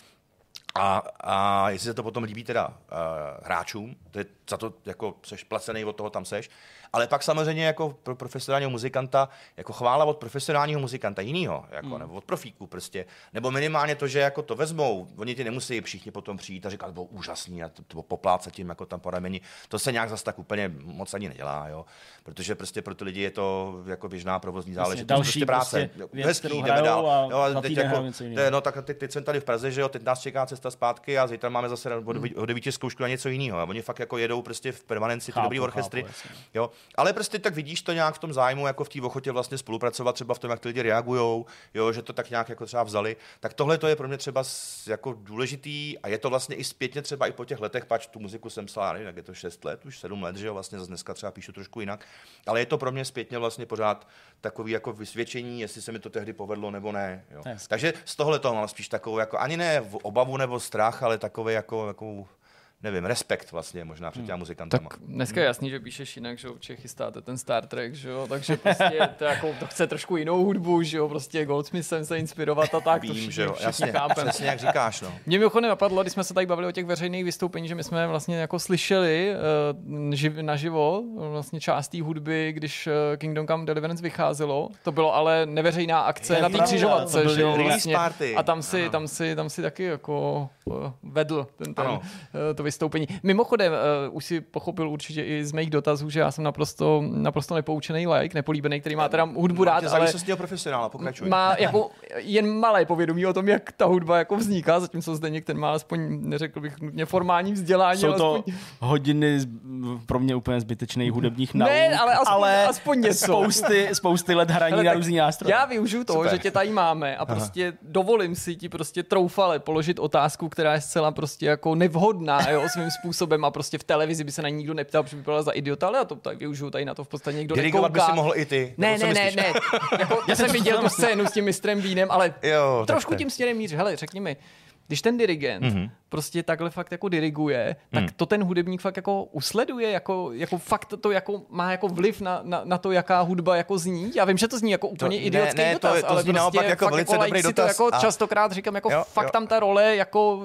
A, a jestli se to potom líbí teda uh, hráčům, to je za to jako seš placený, od toho tam seš, ale pak samozřejmě jako pro profesionálního muzikanta, jako chvála od profesionálního muzikanta jinýho, jako, mm. nebo od profíků prostě, nebo minimálně to, že jako to vezmou, oni ti nemusí všichni potom přijít a říkat, to bylo úžasný a to, to poplácat tím jako tam po rameni, to se nějak zase tak úplně moc ani nedělá, jo, protože prostě pro ty lidi je to jako běžná provozní záležitost, další prostě práce, prostě věc, hezký, jdeme dál, a jo, a teď jako, te, no tak teď, teď jsem tady v Praze, že jo, teď nás čeká cesta zpátky a zítra máme zase o devíti zkoušku na něco jiného a oni fakt jako jedou prostě v permanenci ty dobrý orchestry, jo, ale prostě tak vidíš to nějak v tom zájmu, jako v té ochotě vlastně spolupracovat, třeba v tom, jak ty lidi reagujou, jo, že to tak nějak jako třeba vzali. Tak tohle to je pro mě třeba jako důležitý a je to vlastně i zpětně třeba i po těch letech, pač tu muziku jsem psal, nevím, jak je to šest let, už sedm let, že jo, vlastně zase dneska třeba píšu trošku jinak, ale je to pro mě zpětně vlastně pořád takový jako vysvědčení, jestli se mi to tehdy povedlo nebo ne, jo. Takže z tohle toho mám spíš takovou jako ani ne obavu nebo strach, ale takový jako, jako nevím, respekt vlastně možná před těma hmm. muzikantama. Tak dneska je jasný, že píšeš jinak, že určitě chystáte ten Star Trek, že jo, takže prostě to, jako, to chce trošku jinou hudbu, že jo, prostě Goldsmithem se inspirovat a tak. Vím, to všichni, že jo, jasně, přesně jak říkáš, no. Mě mimochodem napadlo, když jsme se tady bavili o těch veřejných vystoupení, že my jsme vlastně jako slyšeli uh, živ, naživo vlastně část té hudby, když Kingdom Come Deliverance vycházelo, to bylo ale neveřejná akce je na té křižovatce, že jo, vlastně. A tam si, tam si, tam si taky jako uh, vedl ten, ten uh, to vystoupení. Mimochodem, uh, už si pochopil určitě i z mých dotazů, že já jsem naprosto, naprosto nepoučený like, nepolíbený, který má teda hudbu rád, ale závislostního profesionála, pokračuj. Má jako jen malé povědomí o tom, jak ta hudba jako vzniká, zatímco Zdeněk ten má aspoň, neřekl bych nutně formální vzdělání. Jsou to aspoň hodiny pro mě úplně zbytečných hudebních nauk, ne, ale aspoň, ale aspoň něco. Spousty, spousty let hraní ale na různý nástroje. Já využiju toho, Super. Že tě tady máme a prostě Aha. dovolím si ti prostě troufale položit otázku, která je zcela prostě jako nevhodná, jo, svým způsobem a prostě v televizi by se na ní nikdo neptal, protože by byla za idiota, ale já to tak využiju tady na to v podstatě někdo dirigovat by si mohl i ty. Ne, ne, ne, ne. Jako, já jsem viděl tu scénu s tím mistrem Vínem, ale jo, trošku tím směrem míř. Hele, řekni mi, když ten dirigent mm-hmm. prostě takhle fakt jako diriguje, tak mm. to ten hudebník fakt jako usleduje, jako, jako fakt to jako má jako vliv na, na, na to, jaká hudba jako zní. Já vím, že to zní jako úplně to, idiotský ne, ne, dotaz, to, to ale zní prostě jako fakt velice jako dobrý si dotaz. To jako a... častokrát říkám, jako jo, fakt jo. tam ta role jako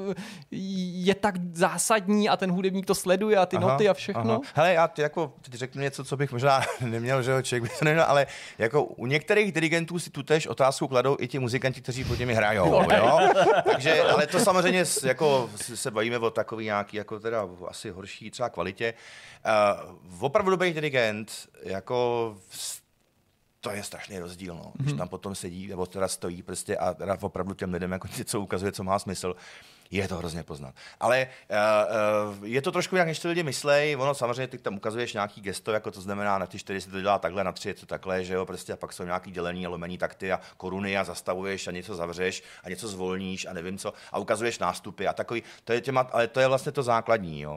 je tak zásadní a ten hudebník to sleduje a ty aha, noty a všechno. Aha. Hele, já jako teď řeknu něco, co bych možná neměl, že člověk by to neměl, ale jako u některých dirigentů si tutéž otázku kladou i ti muzikanti, kteří pod nimi hrajou, jo? Takže, ale to samozřejmě jako se bavíme o takový nějaký, jako teda asi horší třeba kvalitě. Uh, opravdu dobrý dirigent, jako to je strašný rozdíl, no. Když tam potom sedí, nebo teda stojí prostě a teda opravdu těm lidem jako něco ukazuje, co má smysl. je to hrozně poznat. Ale uh, uh, je to trošku jak než ty lidi myslej, ono samozřejmě ty tam ukazuješ nějaký gesto, jako to znamená na ty čtyři se to dělá takhle, na tři je to takhle, že jo, prostě a pak jsou nějaký dělení a lomení takty a koruny a zastavuješ a něco zavřeš a něco zvolníš a nevím co a ukazuješ nástupy a takový, to je těma, ale to je vlastně to základní, jo.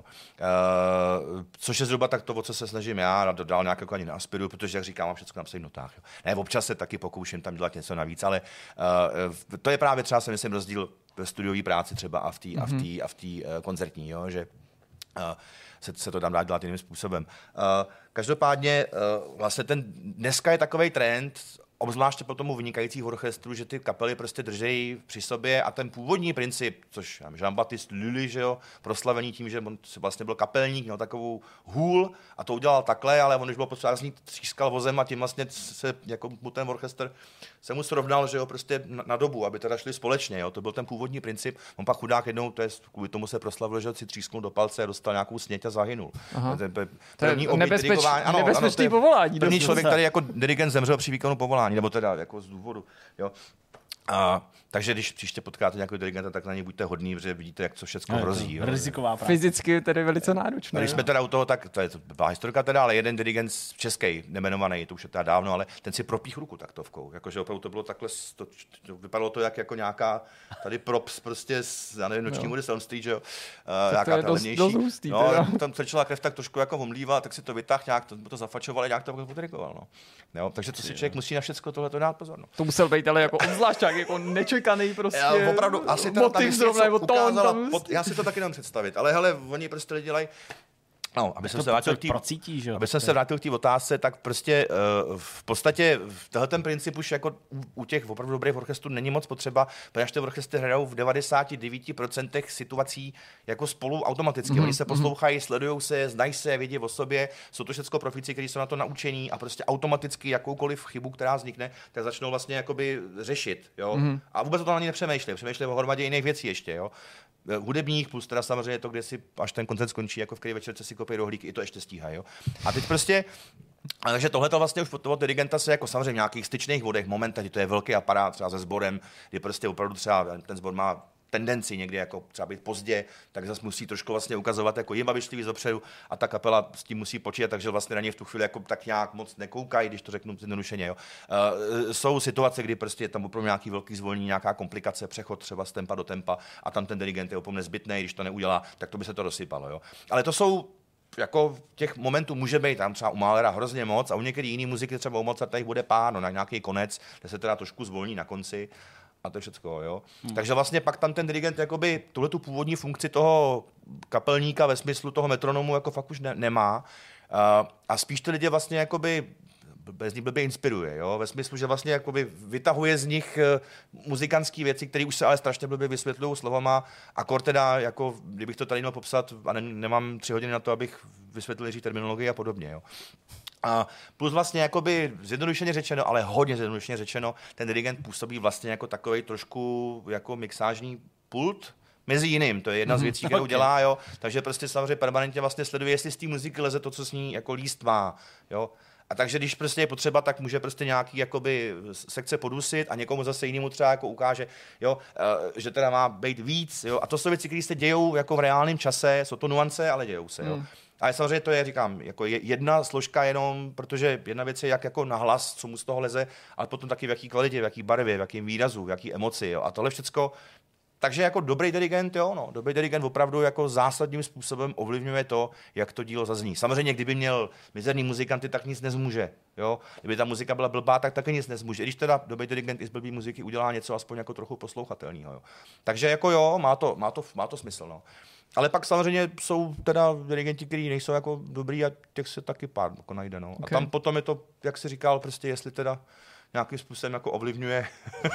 Uh, což je zhruba tak to, o co se snažím já, a dál nějak jako ani neaspiruju, protože jak říkám, mám všechno napsat v notách. Jo. Ne, občas se taky pokouším tam dělat něco navíc, ale uh, to je právě třeba si myslím rozdíl ve studiové práci třeba a v té mm-hmm. a v té uh, koncertní, jo, že uh, se, se to tam dá dělat jiným způsobem. Uh, každopádně uh, vlastně ten dneska je takovej trend, obzvláště po tomu vynikajícího orchestru, že ty kapely prostě držejí při sobě a ten původní princip, což Jean-Baptiste Lully, že jo, proslavený tím, že on vlastně byl kapelník, měl takovou hůl a to udělal takhle, ale on už byl potřeba z ní třískal vozem a tím vlastně se, jako mu ten orchestr se mu srovnal, že jo, prostě na, na dobu, aby teda šli společně, jo, to byl ten původní princip. On pak chudák jednou, to je, kvůli tomu se proslavil, že si třísknul do palce a dostal nějakou sněť a zahynul. Ten, to je nebezpeč, ano, nebezpečný ano, povolání. První člověk tady jako dirigent zemřel při výkonu povolání, nebo teda jako z důvodu, jo. A, takže když příště potkáte nějakého dirigenta, tak na něj buďte hodný, protože vidíte, jak co všechno hrozí. Riziková práce. Fyzicky tedy velice náročné. Když jsme teda u toho, tak to je byla historka teda, ale jeden dirigent český, nemenovaný, to už je teda dávno, ale ten si propích ruku taktovkou. Jakože opravdu to bylo takhle, to, to, vypadalo to jak jako nějaká tady props prostě z, já nevím, noční můry Elm Street, že jo. Uh, nějaká ta levnější. No, tam začala krev tak trošku jako omlívá, tak si to vytáhl nějak, to, to zafačoval, nějak to podirigoval, no. Jo, takže to si člověk musí na všechno tohle to dát pozor. No. To musel být ale jako obzvlášť jako nečekaný prostě. Já, opravdu, asi teda motiv zrovna, nebo tón tam. Pod, já si to taky nemám představit, ale hele, oni prostě lidi dělají. No, aby jsem se vrátil k té procítí, aby jsem se vrátil k té otázce, tak prostě uh, v podstatě tenhle ten princip už jako u, u těch opravdu dobrých orchestrů není moc potřeba, protože ty orchestry hrajou v devadesát devět procent situací jako spolu automaticky. Mm-hmm. Oni se poslouchají, sledují se, znají se, vědí o sobě, jsou to všechno profíci, kteří jsou na to naučení a prostě automaticky jakoukoliv chybu, která vznikne, tak začnou vlastně jakoby řešit, jo. Mm-hmm. A vůbec o tom ani nepřemýšlí, přemýšlí o hromadě jiných věcí ještě, jo. Hudebních, plus teda samozřejmě to, kde si až ten koncert skončí, jako v který večerce si kopí rohlíky, i to ještě stíhají. A teď prostě, takže tohle to vlastně už od toho dirigenta se jako samozřejmě v nějakých styčných vodech, momentech, kdy to je velký aparát třeba se sborem, kdy prostě opravdu třeba ten sbor má tendenci někdy jako třeba být pozdě, tak zase musí trošku vlastně ukazovat jako jim vyšli víc dopředu a ta kapela s tím musí počítat, takže vlastně na ně v tu chvíli jako tak nějak moc nekoukají, když to řeknu zjednodušeně. Jo. Uh, jsou situace, kdy prostě je tam opravdu nějaký velký zvolnění, nějaká komplikace, přechod třeba z tempa do tempa a tam ten dirigent je úplně nezbytný, když to neudělá, tak to by se to rozsypalo. Jo. Ale to jsou jako těch momentů může být tam třeba u Mahlera hrozně moc a u některých jiných muziky třeba u Mozarta jich bude pár, no, na nějaký konec, kde se teda trošku zvolní na konci. A to je všecko, jo. Hmm. Takže vlastně pak tam ten dirigent jakoby tuhle tu původní funkci toho kapelníka ve smyslu toho metronomu jako fakt už ne, nemá. Uh, a spíš ty lidi vlastně jakoby bez nich blbě inspiruje, jo, ve smyslu, že vlastně jakoby vytahuje z nich uh, muzikantské věci, které už se ale strašně blbě vysvětlují slovama, akord teda, jako, kdybych to tady měl popsat, a ne, nemám tři hodiny na to, abych vysvětlil nejdřív terminologii a podobně, jo. A plus vlastně jakoby zjednodušeně řečeno, ale hodně zjednodušeně řečeno, ten dirigent působí vlastně jako takovej trošku jako mixážní pult, mezi jiným, to je jedna z věcí, kterou dělá, jo, takže prostě samozřejmě permanentně vlastně sleduje, jestli z té muziky leze to, co s ní jako líst má, jo. A takže když prostě je potřeba, tak může prostě nějaký jakoby sekce podusit a někomu zase jinému třeba jako ukáže, jo, že teda má být víc, jo. A to jsou věci, které se dějou jako v reálném čase, jsou to nuance, ale dějou se, jo. Hmm. Ale samozřejmě to je, říkám, jako jedna složka jenom, protože jedna věc je jak jako nahlas, co mu z toho leze, ale potom taky v jaký kvalitě, v jaký barvě, v jakým výrazu, v jaký emoci, jo. A tohle všecko. Takže jako dobrý dirigent, jo, no, dobrý dirigent opravdu jako zásadním způsobem ovlivňuje to, jak to dílo zazní. Samozřejmě, kdyby měl mizerný muzikanty, tak nic nezmůže, jo. Kdyby ta muzika byla blbá, tak taky nic nezmůže. Když teda dobrý dirigent i z blbý muziky udělá něco aspoň jako trochu poslouchatelného, jo. Takže jako jo, má to, má to, má to smysl, no. Ale pak samozřejmě jsou teda dirigenti, kteří nejsou jako dobrý a těch se taky pár jako najde, no. Okay. A tam potom je to, jak jsi říkal, prostě jestli teda nějakým způsobem jako ovlivňuje,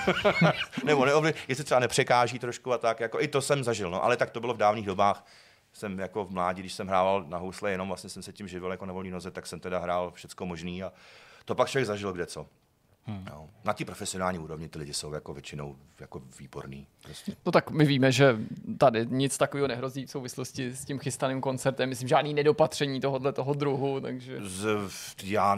nebo neovlivňuje, jestli třeba nepřekáží trošku a tak, jako i to jsem zažil, no, ale tak to bylo v dávných dobách. Jsem jako v mládí, když jsem hrával na housle, jenom vlastně jsem se tím živil jako na volný noze, tak jsem teda hrál všecko možný a to pak člověk zažil kdeco. Hmm. No, na té profesionální úrovni ty lidi jsou jako většinou jako výborný. Prostě. No tak my víme, že tady nic takového nehrozí v souvislosti s tím chystaným koncertem. Myslím, žádný nedopatření tohohle toho druhu, takže... Z, já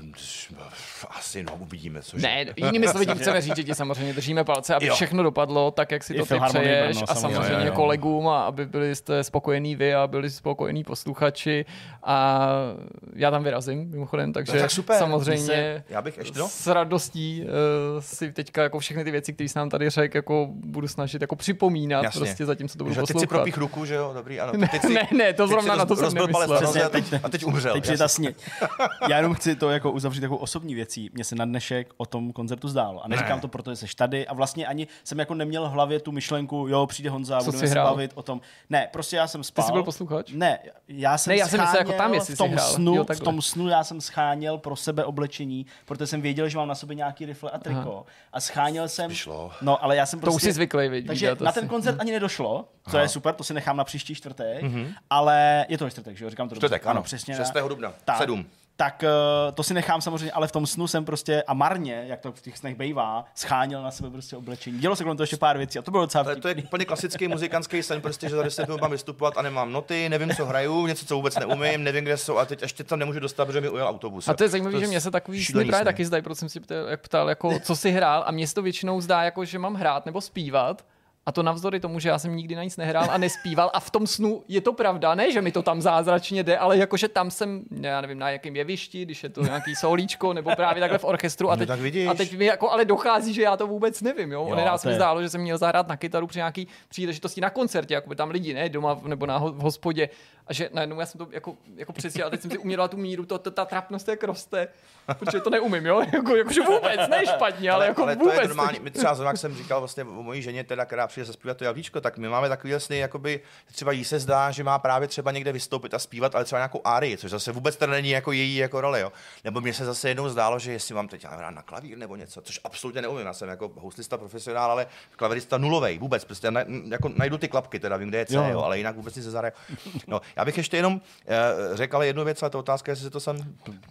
asi no, uvidíme, což... Ne, jinými slovy tím chceme říct, že ti samozřejmě držíme palce, aby jo. všechno dopadlo tak, jak si to ty přeješ Brno, a samozřejmě jo, jo. kolegům a aby byli jste spokojení vy a byli spokojení posluchači a já tam vyrazím mimochodem, takže no, tak super. samozřejmě se, já bych ještě, no? s radostí uh, si teďka jako všechny ty věci, které jsi nám tady řekl, jako budu snažit jako připomínat, Jasně. prostě zatím se to budu poslouchat. Teď si propích ruku, že jo, dobrý, ano. Ne, si, ne, ne, to zrovna na to jsem nemyslel. A teď, a teď umřel. Teď jasně. Já jenom chci to jako uzavřít jako osobní věcí. Mně se na dnešek o tom koncertu zdálo. A neříkám ne. to proto, že jsi tady. A vlastně ani jsem jako neměl v hlavě tu myšlenku, jo, přijde Honza, Co budeme se bavit o tom. Ne, prostě já jsem spal. Ty jsi byl posluchač? Ne, já jsem ne, já jsem myslel, jako tam, v tom snu, jo, v tom snu já jsem scháněl pro sebe oblečení, protože jsem věděl, že mám na sobě nějaký rifle a triko. Aha. A scháněl jsem. Vyšlo. No, ale já jsem prostě. To už jsi zvyklý, vidíš. Takže na ten koncert ani nedošlo, co je super, to si nechám na příští čtvrtek, ale je to čtvrtek, že jo, říkám to dobře. Čtvrtek, ano, přesně. šestého dubna, sedm. Tak to si nechám samozřejmě, ale v tom snu jsem prostě a marně, jak to v těch snech bejvá, scháněl na sebe prostě oblečení. Dělo se kolem toho ještě pár věcí a to bylo docela vtipný. To je úplně klasický muzikantský sen, prostě, že za deset minut mám vystupovat a nemám noty, nevím, co hraju, něco, co vůbec neumím, nevím, kde jsou a teď ještě tam nemůžu dostat, protože mi ujel autobus. A to je zajímavé, že mě se takový sny právě taky zdají, protože jsem si ptal, jak ptal, jako, co si hrál a mě se to většinou zdá, jako, že mám hrát nebo zpívat. A to navzdory tomu, že já jsem nikdy na nic nehrál a nespíval a v tom snu je to pravda, ne, že mi to tam zázračně jde, ale jakože tam jsem, já nevím, na jakém jevišti, když je to nějaký solíčko nebo právě takhle v orchestru a teď, a teď mi jako ale dochází, že já to vůbec nevím, jo. jo Nedá se mi zdálo, že jsem měl zahrát na kytaru při nějaký příležitosti na koncertě, jako by tam lidi, ne, doma nebo na v hospodě. A že najednou já jsem to jako, jako představil, a teď jsem si uměla tu míru, to, to, ta trapnost jak roste, protože to neumím, jo, jako, jakože vůbec, ne špatně, ale, ale jako ale vůbec. To je normální, my třeba zrovna, jak jsem říkal vlastně o mojí ženě, teda, která přijde zaspívat to jablíčko, tak my máme takový sny, jakoby třeba jí se zdá, že má právě třeba někde vystoupit a zpívat, ale třeba nějakou árii, což zase vůbec teda není jako její jako role, jo. Nebo mně se zase jednou zdálo, že jestli mám teď hrát na klavír nebo něco, což absolutně neumím, já jsem jako houslista profesionál, ale klavirista nulovej, vůbec, prostě na, jako najdu ty klapky, teda vím, kde je C, jo. Jo, ale jinak vůbec nic nezahraju. No, já bych ještě jenom uh, řekl ale jednu věc, ale to otázka, jestli se to sam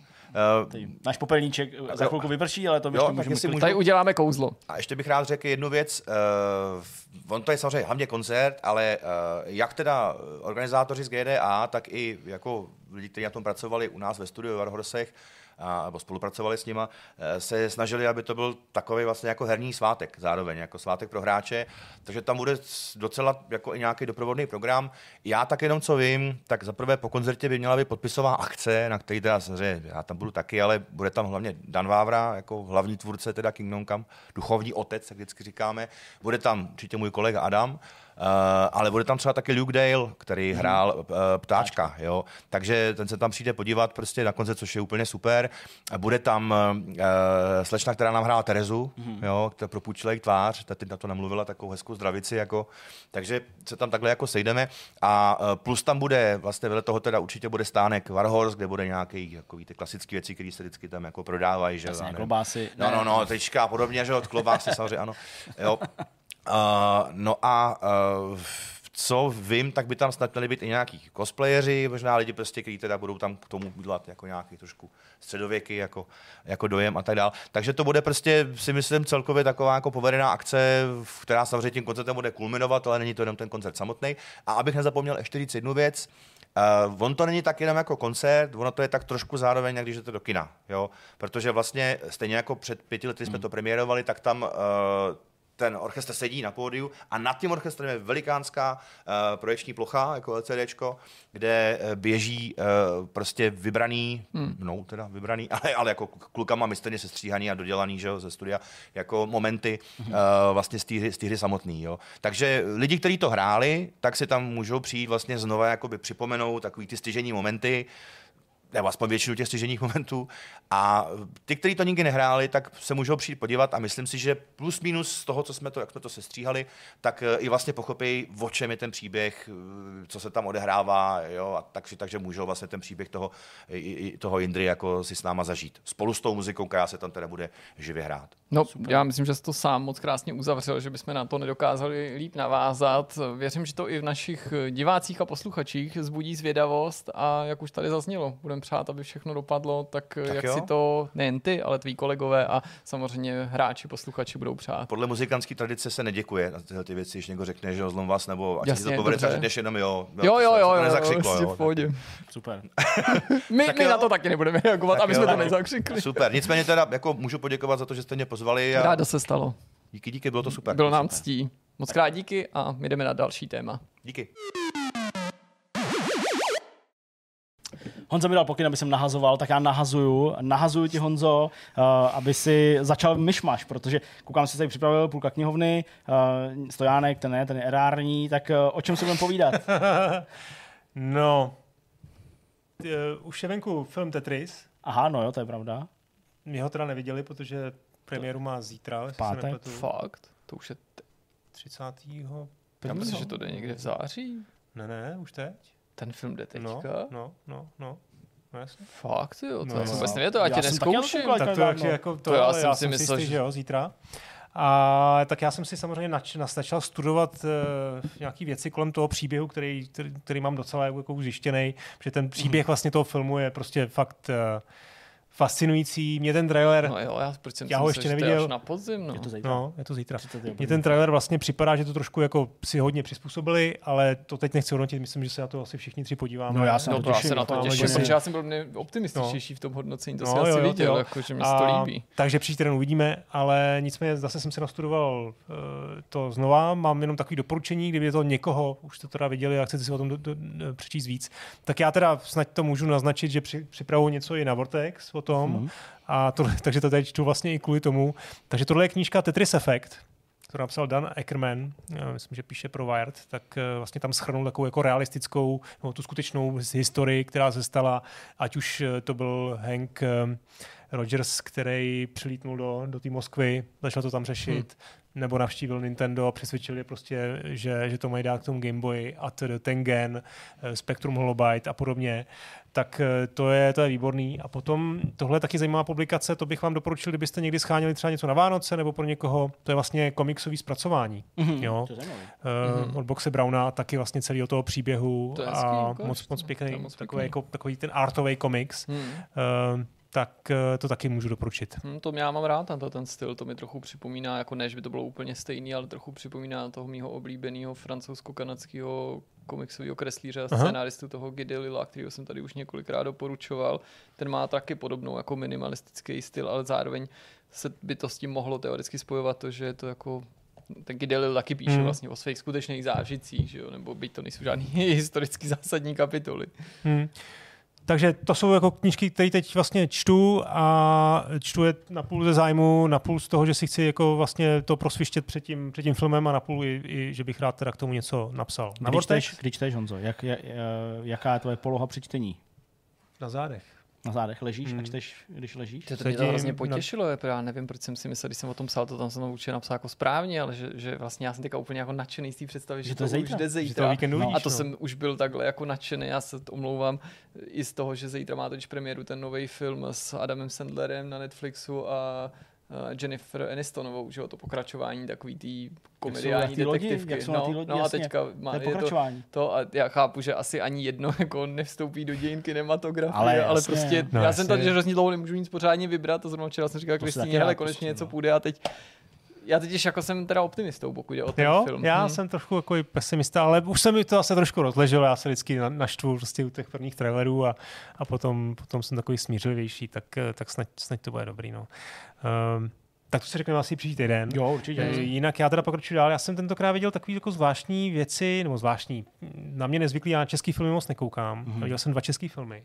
Uh, Náš popelníček za chvilku vyprší, ale to my ještě můžeme... Můžu... Tady uděláme kouzlo. A ještě bych rád řekl jednu věc. Uh, on to je samozřejmě hlavně koncert, ale uh, jak teda organizátoři z G D A, tak i jako lidi, kteří na tom pracovali u nás ve studiu v Warhorsech, a, nebo spolupracovali s nima, se snažili, aby to byl takový vlastně jako herní svátek zároveň, jako svátek pro hráče, takže tam bude docela jako i nějaký doprovodný program. Já tak jenom co vím, tak zaprvé po koncertě by měla být podpisová akce, na který teda samozřejmě já tam budu taky, ale bude tam hlavně Dan Vávra, jako hlavní tvůrce teda Kingdom Come, duchovní otec, jak vždycky říkáme, bude tam určitě můj kolega Adam, Uh, ale bude tam třeba taky Luke Dale, který hrál uh, Ptáčka, jo. Takže ten se tam přijde podívat prostě na koncert, což je úplně super. Bude tam uh, slečna, která nám hrála Terezu, mm-hmm. jo, která propůjčila jí tvář, ta teď na to namluvila takovou hezkou zdravici, jako. Takže se tam takhle jako sejdeme a uh, plus tam bude, vlastně vedle toho teda určitě bude stánek Warhorse, kde bude nějaký jako víte, klasické věci, které se vždycky tam jako prodávají, že jo. Klobásy. No, no, no, trička a podobně, že od klobásy samozřejmě, ano. Jo. Uh, no a uh, co vím, tak by tam snad měli být i nějaký cosplayeři, možná lidi prostě, kteří teda budou tam k tomu udělat jako nějaký trošku středověky, jako, jako dojem a tak dál. Takže to bude prostě, si myslím, celkově taková jako povedená akce, která samozřejmě tím koncertem bude kulminovat, ale není to jenom ten koncert samotný. A abych nezapomněl ještě říct jednu věc, Uh, on to není tak jenom jako koncert, ono to je tak trošku zároveň, jak když jdete do kina, jo? Protože vlastně stejně jako před pěti lety jsme to premiérovali, tak tam uh, ten orchestr sedí na pódiu a nad tím orchestrem je velikánská uh, projekční plocha, jako LCDčko, kde uh, běží uh, prostě vybraný, hmm. no teda vybraný, ale, ale jako klukama mistrně sestříhaný a dodělaný, že jo, ze studia, jako momenty uh, vlastně z té hry samotný, jo. Takže lidi, kteří to hráli, tak si tam můžou přijít vlastně znova jakoby připomenout takový ty stěžejní momenty, nebo aspoň většinu těch stěžejních momentů. A ty, kteří to nikdy nehráli, tak se můžou přijít podívat a myslím si, že plus minus z toho, co jsme to, jak jsme to sestříhali, tak i vlastně pochopí, o čem je ten příběh, co se tam odehrává, jo, a takže, takže můžou vlastně ten příběh toho, toho Jindry jako si s náma zažít. Spolu s tou muzikou, která se tam teda bude živě hrát. No, super. Já myslím, že jsi to sám moc krásně uzavřel, že bychom na to nedokázali líp navázat. Věřím, že to i v našich divácích a posluchačích zbudí zvědavost a jak už tady zaznělo, budeme přát, aby všechno dopadlo, tak, tak jak jo? si to nejen ty, ale tví kolegové a samozřejmě hráči, posluchači budou přát. Podle muzikantské tradice se neděkuje na tyhle ty věci, když někdo řekne, že zlom vás, nebo ať si to povede, třeba řekneš jenom jo. Jo, jo, jo, jo, nezakřiklo, jo, jo, jo. Super. my, my na to taky nebudeme reagovat, aby jsme to nezakřikli. Super, nicméně teda jako můžu poděkovat za to, že jste mě pozvali. A... Rádo se stalo. Díky, díky, bylo to super. Bylo nám super. ctí. Moc krát díky a my jdeme na další téma. Díky. Honza mi dal pokyn, aby jsem nahazoval, tak já nahazuju. Nahazuju ti, Honzo, uh, aby si začal myšmaš, protože koukám, si tady připravil půlka knihovny, uh, Stojánek, ten ne, ten je erární, tak uh, o čem se budeme povídat? No, uh, už je venku film Tetris. Aha, no jo, to je pravda. My ho teda neviděli, protože premiéru má zítra. Pátek? Fakt? To už je te... třicátého Já myslím, že to jde někde v září. Ne, ne, už teď. Ten film jde teďka? No, no, no, no. No, jasně. Fakt, jo, to no, já jsem no. vůbec nevěděl, já, já tě neskouším. Tak to, jak, jako to, to já ale jsem já si jsem myslel, si jistý, že... že jo, zítra. A tak já jsem si samozřejmě nač, začal studovat uh, nějaké věci kolem toho příběhu, který, který, který mám docela jako už zjištěnej, protože ten příběh vlastně toho filmu je prostě fakt uh, fascinující. Mě ten trailer, no jo, já, proč jsem já ho ještě neviděl. Na podzim, no. Je to zítra. No, je to zítra. Mně ten trailer vlastně připadá, že to trošku jako si hodně přizpůsobili, ale to teď nechci hodnotit, myslím, že se na to asi všichni tři podíváme. No já se, no, to to já se na to těším, že... protože já jsem byl optimističtější no. v tom hodnocení, to no, si jo, asi jo, viděl, jo. jako, že mi se to líbí. Takže příští týden uvidíme, ale nicméně zase jsem si nastudoval uh, to znova, mám jenom takový doporučení, kdyby to někoho, už to teda viděli a chcete si o tom do, do, do, přečíst víc, tak já teda snad to můžu naznačit, že při, připravuji něco i na Vortex o tom, hmm. a to, takže to teď čtu vlastně i kvůli tomu. Takže tohle je knížka Tetris Effect, kterou napsal Dan Ackerman, já myslím, že píše pro Wired, tak vlastně tam shrnul takovou jako realistickou, no, tu skutečnou historii, která se stala, ať už to byl Hank Rogers, který přilítnul do, do té Moskvy, začal to tam řešit, hmm. nebo navštívil Nintendo a přesvědčili prostě, že, že to mají dát k tomu Game Boy a tedy Tengen, Spectrum Holobyte a podobně. Tak to je, to je výborný. A potom tohle je taky zajímavá publikace, to bych vám doporučil, kdybyste někdy scháněli třeba něco na Vánoce nebo pro někoho, to je vlastně komiksový zpracování. Mm-hmm. Jo? Uh, mm-hmm. Od Boxe Browna, taky vlastně celý o toho příběhu to a hezký, moc, moc pěkný, moc takový, jako, takový ten artový komiks. Mm. Uh, tak to taky můžu doporučit. Hmm, to já mám rád, tento ten styl, to mi trochu připomíná, jako ne, že by to bylo úplně stejný, ale trochu připomíná toho mýho oblíbeného francouzsko-kanadského komiksového kreslíře a scénáristu toho Guy Lila, kterého jsem tady už několikrát doporučoval. Ten má taky podobnou jako minimalistický styl, ale zároveň se by to s tím mohlo teoreticky spojovat to, že je to jako ten Guy Lil taky píše hmm. vlastně o svých skutečných zážitcích, že jo? Nebo byť to nejsou žádný historicky zásadní kapitoly. Hmm. Takže to jsou jako knížky, které teď vlastně čtu a čtu je napůl ze zájmu, napůl z toho, že si chci jako vlastně to prosvištět před tím, před tím filmem a napůl i, i, že bych rád teda k tomu něco napsal. Na když, čteš, když čteš, Honzo, jak, jak, jaká je tvoje poloha při čtení? Na zádech. Na zádech ležíš hmm. a čteš, když ležíš? To, to mě to hrozně potěšilo, na... já nevím, proč jsem si myslel, když jsem o tom psal, to tam jsem to určitě napsal jako správně, ale že, že vlastně já jsem teďka úplně jako nadšený z té představy, že, že to, to už jde zítra. No. Vidíš, a to no. jsem už byl takhle jako nadšený, já se omlouvám i z toho, že zítra má totiž premiéru ten nový film s Adamem Sandlerem na Netflixu a Jennifer Anistonovou, že jo, to pokračování takový tý komediální detektivky. Jak jsou no, lodi, no a teďka má, to je pokračování. To, to a já chápu, že asi ani jedno jako nevstoupí do dějin kinematografie, ale, ale prostě no, já jasně. jsem tady, že hrozně dlouho nemůžu nic pořádně vybrat a zrovna včera jsem říkal Kristýně, hele, konečně něco půjde a teď já teď jako jsem teda optimistou, pokud jde o ten jo, film. Já hmm. jsem trošku jako pesimista, ale už se mi to asi trošku rozleželo, já se vždycky naštvu prostě u těch prvních trailerů a, a potom, potom jsem takový smířlivější, tak, tak snad, snad to bude dobrý. No. Um, Tak to si řekneme asi příští týden. Jo, určitě. Jinak já teda pokračuju dál. Já jsem tentokrát viděl takový jako zvláštní věci, nebo zvláštní, na mě nezvyklý, já na český filmy moc nekoukám. Mm-hmm. Viděl jsem dva český filmy.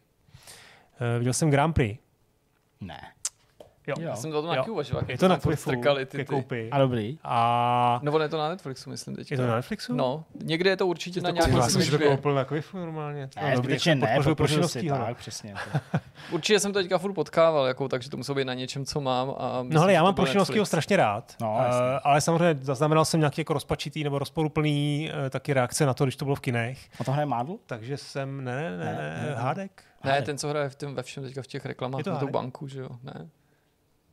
Uh, viděl jsem Grand Prix. Ne. Jo. Já jsem to o tom taky uvažoval. Je to na Quifu, ke koupi. A dobrý. A... No, je to na Netflixu, myslím teď. Je to na Netflixu? No, někde je to určitě je to na nějakém službě. Já jsem si to koupil na Quifu normálně. Ne, no, zbytečně ne, podpořil si, tak, přesně. Určitě jsem to teďka furt potkával, jako, takže to muselo být na něčem, co mám. A myslím, no ale já mám Prošinovskýho strašně rád, no, uh, ale samozřejmě zaznamenal jsem nějaký jako rozpačitý nebo rozporuplný uh, taky reakce na to, když to bylo v kinech. A to hraje Mádl? Takže jsem, ne, ne, ne, ne, ne Hádek. Ne, ten, co hraje v tom, ve všem teďka v těch reklamách na tu banku, že jo, ne?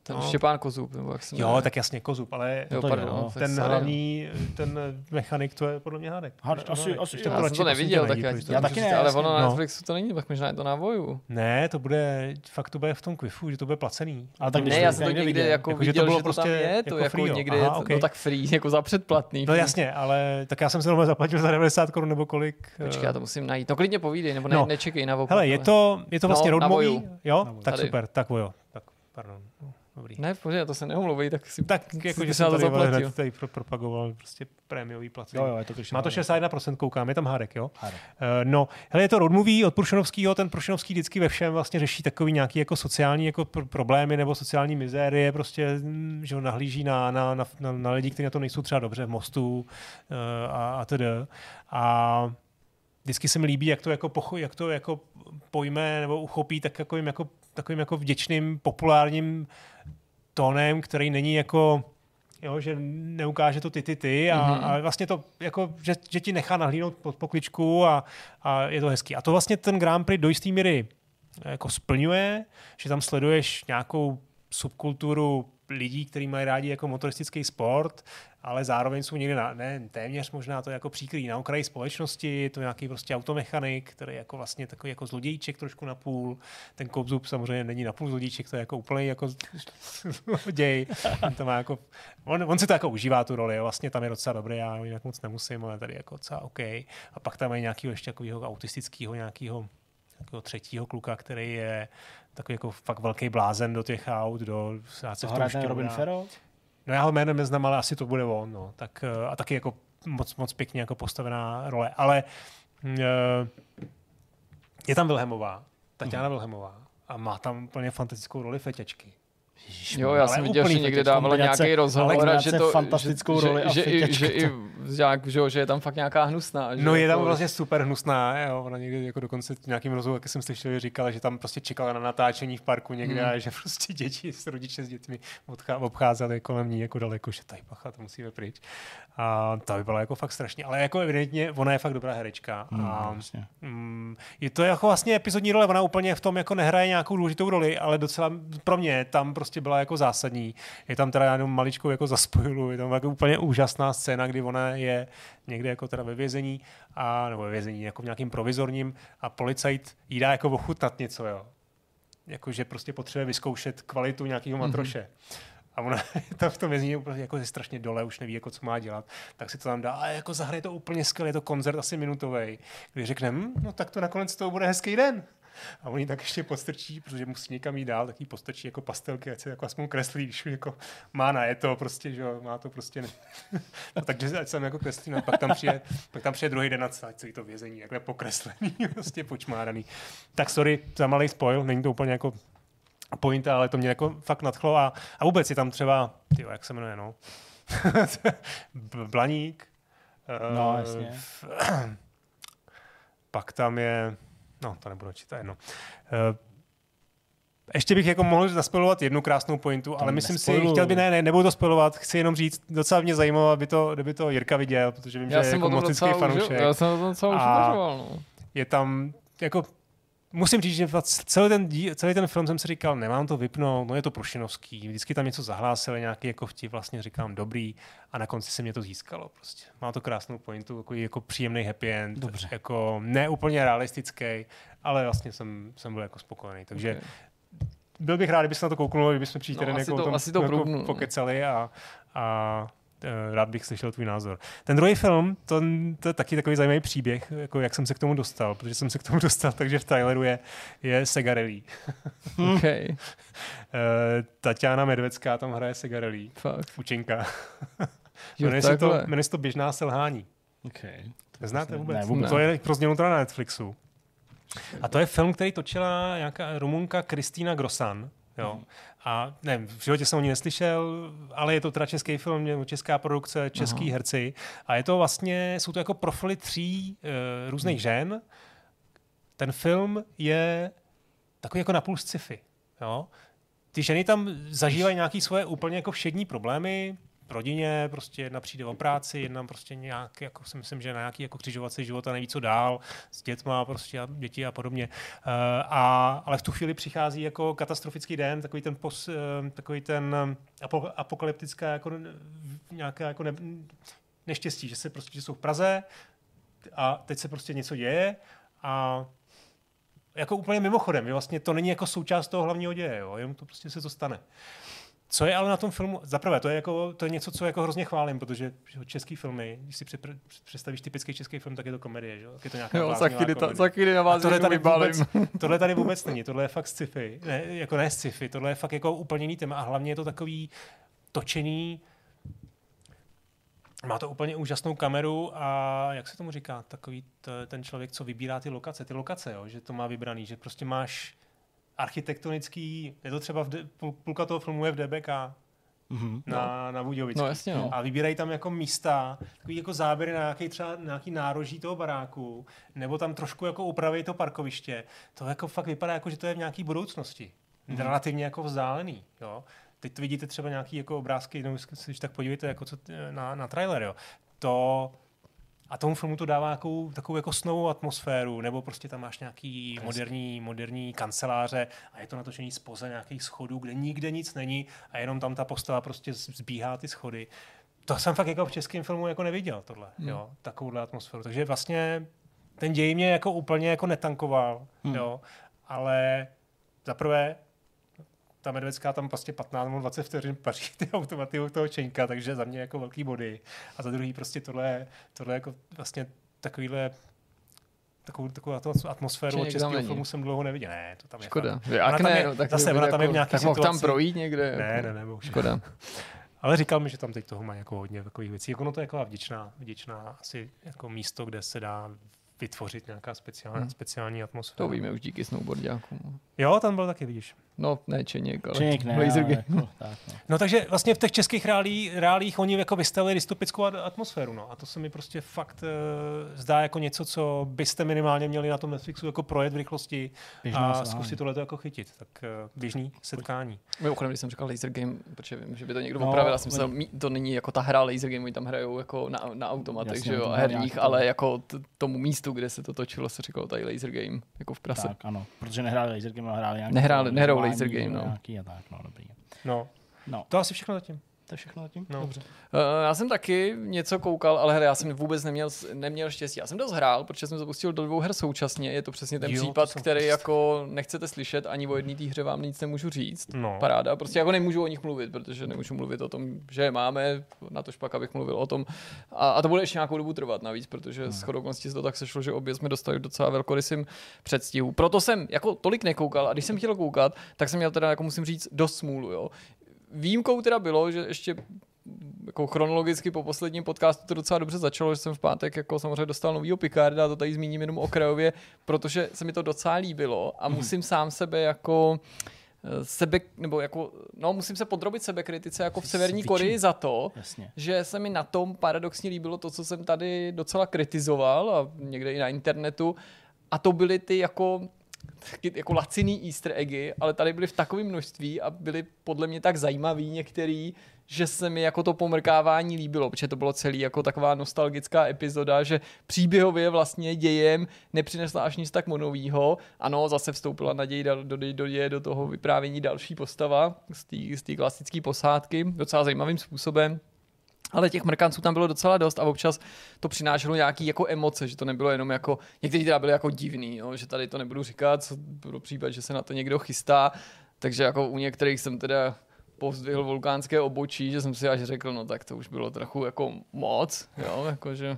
Ten no. Štěpán Kozub, nebo jak se Jo, tak jasně, Kozub, ale jo, pardon, jo. ten hlavní, ten mechanik, to je podle mě Hádek. Hádek, asi, asi, já jsem to neviděl, tak já, já taky ne. Ale ono na Netflixu to není, tak možná je to na Voju. Ne, to bude, fakt to bude v tom Quifu, že to bude placený. Ale tak ne, já jsem to někde jako jako viděl, že to, bylo že to prostě tam je, to jako, jako někde je to, no tak free, jako za předplatný. No jasně, ale tak já jsem si normálně zaplatil za devadesát korun nebo kolik. Počkej, já to musím najít. No klidně povídej, nebo ne, nečekej na Voju. Hele, je to, je to vlastně road movie, jo? Tak super, tak Vojo. Tak pardon. Dobrý. Ne, pořád, to se neomlouvej, tak si tak jako, že jsem tady, tady, tady propagoval prostě prémiový placení. Jo, jo, je to Má to šedesát jedna procent, koukám, je tam Hádek, jo? Hádek. Uh, no, hele, je to road movie od Prušenovského, ten Prušenovský vždycky ve všem vlastně řeší takový nějaký jako sociální jako pr- problémy nebo sociální mizérie, prostě, že ho nahlíží na, na, na, na, na lidi, kteří na to nejsou třeba dobře v Mostu uh, a, a tedy. A vždycky se mi líbí, jak to jako, pocho- jak to jako pojme nebo uchopí tak takovým jako, takovým jako vděčným, populárním tónem, který není jako, jo, že neukáže to ty, ty, ty a, mm-hmm. a vlastně to, jako, že, že ti nechá nahlídnout pod pokličku a, a je to hezký. A to vlastně ten Grand Prix do jistý míry jako splňuje, že tam sleduješ nějakou subkulturu lidí, kteří mají rádi jako motoristický sport, ale zároveň jsou někde na, ne, téměř možná to jako příkrý na okraji společnosti, je to nějaký prostě automechanik, který je jako vlastně takový jako zlodějček trošku na půl. Ten Kozub samozřejmě není na půl zlodějček, to je jako úplný jako zloděj. On, to má jako, on, on si to jako užívá tu roli, vlastně tam je docela dobrý, já ho jinak moc nemusím, ale tady jako docela OK. A pak tam je nějakého ještě takového autistického nějakého takového třetího kluka, který je takový jako fakt velký blázen do těch aut, do se v tom štěvá. Robin Ferro? No já ho jménem neznám, ale asi to bude on. No. Tak, a taky jako moc, moc pěkně jako postavená role. Ale uh, je tam Vilhemová, Tatiana hmm. Vilhemová a má tam úplně fantastickou roli feťačky. Ježiš, jo, já jsem viděl, že někde dávala nějaký rozhovor, že to fantastickou že, roli že, a že, že, i, že, že je tam fakt nějaká hnusná. Že no je tam to... vlastně super hnusná, jo, ona někdy jako dokonce v nějakým rozhovoru, jak jsem slyšel, že říkala, že tam prostě čekala na natáčení v parku někde hmm. a že prostě děti, rodiče s dětmi obcházeli kolem ní jako daleko, že tady pacha, to musíme pryč. A ta vypadala jako fakt strašně, ale jako evidentně ona je fakt dobrá herečka. Hmm, a vlastně. mm, je to jako vlastně epizodní role, ona úplně v tom jako nehraje nějakou důležitou roli, ale docela pro mě tam prostě byla jako zásadní. Je tam teda jenom maličkou jako za spoilu, je tam jako úplně úžasná scéna, kdy ona je někde jako teda ve vězení, a, nebo ve vězení, jako v nějakým provizorním a policajt jí dá jako ochutnat něco, jo. Jako, že prostě potřebuje vyzkoušet kvalitu nějakého matroše. Mm-hmm. A ona tam v tom vězení jako je strašně dole, už neví, jako, co má dělat, tak si to tam dá a jako zahraje to úplně skvěle, je to koncert asi minutovej, kdy řekne, hm, no tak to nakonec toho bude hezký den. A on jí tak ještě postrčí, protože musí někam jít dál, tak jí postrčí jako pastelky, ať se jako aspoň kreslí, když jako má na je to prostě, že jo, má to prostě ne. No, takže ať se tam jako kreslí, no, pak tam přijde, pak tam přijde druhý den a celý to vězení, jakhle pokreslený, prostě počmáraný. Tak sorry za malý spoil, není to úplně jako pointa, ale to mě jako fakt nadchlo a, a vůbec je tam třeba, tyjo, jak se jmenuje, no, Blaník. No, jasně. Uh, pak tam je, no, to nebudu čítat, jedno. Uh, ještě bych jako mohl zaspojovat jednu krásnou pointu, to ale myslím nespojuju. si, chtěl by, ne, ne, nebudu to spojovat, chci jenom říct, docela mě zajímalo, aby to, kdyby to Jirka viděl, protože vím, já že je jako moc fanoušek. Já jsem o tom docela už uvažoval, no. Je tam, jako, musím říct, že celý ten, celý ten film jsem si říkal, nemám to vypnout, no je to Prušinovský, vždycky tam něco zahlásili, nějaký jako vtip, vlastně říkám dobrý a na konci se mě to získalo prostě. Má to krásnou pointu, jako, jako příjemný happy end, dobře. Jako ne úplně realistický, ale vlastně jsem, jsem byl jako spokojený, takže okay. Byl bych rád, kdyby se na to kouknul, kdybychom příští no, jako to, tom, asi to jako pokecali a, a rád bych slyšel tvůj názor. Ten druhý film, to, to je taky takový zajímavý příběh, jako jak jsem se k tomu dostal, protože jsem se k tomu dostal, takže v Tyleru je, je Segarelli. Okay. Tatiana Medvecká tam hraje Segarelli. Fakt. Učenka. Jmenuje se to, jmenuje se to Běžná selhání. Okay. Neznáte vůbec? Ne, vůbec. To je pro změnu teda na Netflixu. A to je film, který točila nějaká Rumunka Kristýna Grosan. Jo. A nevím, v životě jsem o ní neslyšel, ale je to teda český film, česká produkce, český Aha. herci. A je to vlastně, jsou to jako profily tří uh, různých hmm. žen. Ten film je takový jako napůl sci-fi. Jo. Ty ženy tam zažívají nějaké svoje úplně jako všední problémy, rodině, prostě jedna přijde o práci, jedna prostě nějak, jako si myslím, že na nějaký jako křižovatce života neví, co dál, s dětma prostě a děti a podobně. Uh, a, ale v tu chvíli přichází jako katastrofický den, takový ten, pos, uh, takový ten apo, apokalyptická jako nějaká jako ne, neštěstí, že se prostě že jsou v Praze a teď se prostě něco děje a jako úplně mimochodem, vlastně to není jako součást toho hlavního děje, jo, jenom to prostě se to stane. Co je ale na tom filmu, zaprvé, to je, jako, to je něco, co jako hrozně chválím, protože český filmy, když si představíš typický český film, tak je to komedie, že? Tak je to nějaká jo, za chvíli, komedie. za chvíli na vás tohle tady, vůbec, tohle tady vůbec není, tohle je fakt sci-fi, ne, jako ne sci-fi, tohle je fakt jako úplně jiný téma a hlavně je to takový točený, má to úplně úžasnou kameru a jak se tomu říká, takový t, ten člověk, co vybírá ty lokace, ty lokace, jo, že to má vybraný, že prostě máš architektonický, je to třeba v de, půlka toho filmu je v D B K mm-hmm, na, no. na Budějovický. No, jasně, no. A vybírají tam jako místa, takový jako záběry na nějaký třeba nějaký nároží toho baráku, nebo tam trošku jako upraví to parkoviště. To jako fakt vypadá jako, že to je v nějaký budoucnosti. Mm-hmm. Relativně jako vzdálený, jo. Teď to vidíte třeba nějaký jako obrázky, no, když tak podívejte jako co, na, na trailer, jo. To a tomu filmu to dává jakou, takovou jako snovou atmosféru, nebo prostě tam máš nějaký moderní, moderní kanceláře a je to natočený zpoza nějakých schodů, kde nikde nic není a jenom tam ta postava prostě zbíhá ty schody. To jsem fakt jako v českém filmu jako neviděl tohle, hmm. jo, takovouhle atmosféru. Takže vlastně ten děj mě jako úplně jako netankoval, hmm. jo, ale zaprvé ta Medvědská tam prostě patnáct nebo dvacet vteřin paří ty automaty u toho Čeňka, takže za mě jako velký body. A za druhý prostě tohle, tohle jako vlastně takovýhle takovou, takovou atmosféru od českého filmu jsem dlouho neviděl. Ne, to tam je škoda. Jak ne, je, no, tak zase ona tam je v nějaký tak situaci. mohl tam projít někde. Ne, ne, ne, bohužel. Škoda. Ale říkal mi, že tam teď toho má jako hodně takových věcí. Jako no to je jako vděčná, vděčná asi jako místo, kde se dá vytvořit nějaká speciální, hmm. speciální atmosféra. To víme už díky snowboardiákům. Jo, tam byl taky, vidíš. No, ne Čeněk, ale Čeněk ne, Laser ale Game. jako, tak, no. no takže vlastně v těch českých reálí, reálích oni jako vystavili dystopickou atmosféru, no. A to se mi prostě fakt uh, zdá jako něco, co byste minimálně měli na tom Netflixu jako projet v rychlosti Běžná a zkusit tohleto jako chytit. Tak uh, běžný setkání. Mimochodem, když jsem říkal Laser Game, protože vím, že by to někdo no, opravil, já jsem myslel, to není jako ta hra Laser Game, oni tam hrajou jako na, na automatech, jasně, že jo, a herních, ale jako t- tomu místu, kde se to točilo, se říkalo tady Laser Game, jako v prase. Tak, ano, protože nehráli Laser Game, ale hráli nějaký... Nehráli, nehrou Laser Game, no. Nějaký a tak, no, dobrý. No. no. To asi všechno zatím. To je všechno zatím? No. Dobře. Uh, já jsem taky něco koukal, ale hele, já jsem vůbec neměl, neměl štěstí. Já jsem dost hrál, protože jsem zapustil do dvou her současně. Je to přesně ten jo, případ, který prostě jako nechcete slyšet, ani o jedné té hře vám nic nemůžu říct. No. Paráda. Prostě jako nemůžu o nich mluvit, protože nemůžu mluvit o tom, že je máme, na to špak, abych mluvil o tom. A, a to bude ještě nějakou dobu trvat navíc, protože hmm. shodou okolností se to tak sešlo, že obě jsme dostali docela velkorysým předstihu. Proto jsem jako tolik nekoukal a když jsem chtěl koukat, tak jsem měl teda, jako musím říct, dost smůlu, jo. Výjimkou teda bylo, že ještě jako chronologicky po posledním podcastu to docela dobře začalo, že jsem v pátek jako samozřejmě dostal novýho Picarda, to tady zmíním jenom okrajově, protože se mi to docela líbilo a musím sám sebe jako sebe, nebo jako, no musím se podrobit sebekritice jako v Severní Koreji za to, jasně, že se mi na tom paradoxně líbilo to, co jsem tady docela kritizoval a někde i na internetu a to byly ty jako jako laciný easter eggy, ale tady byly v takovém množství a byly podle mě tak zajímavý některý, že se mi jako to pomrkávání líbilo, protože to bylo celý jako taková nostalgická epizoda, že příběhově vlastně dějem nepřinesla až nic tak novýho. Ano, zase vstoupila naději do, do, do, do toho vyprávění další postava z té klasické posádky, docela zajímavým způsobem. Ale těch mrkanců tam bylo docela dost a občas to přinášelo nějaký jako emoce, že to nebylo jenom jako, někteří teda byli jako divný, jo, že tady to nebudu říkat, co pro případ, že se na to někdo chystá, takže jako u některých jsem teda pozdvihl vulkánské obočí, že jsem si až řekl, no tak to už bylo trochu jako moc, jo, jakože,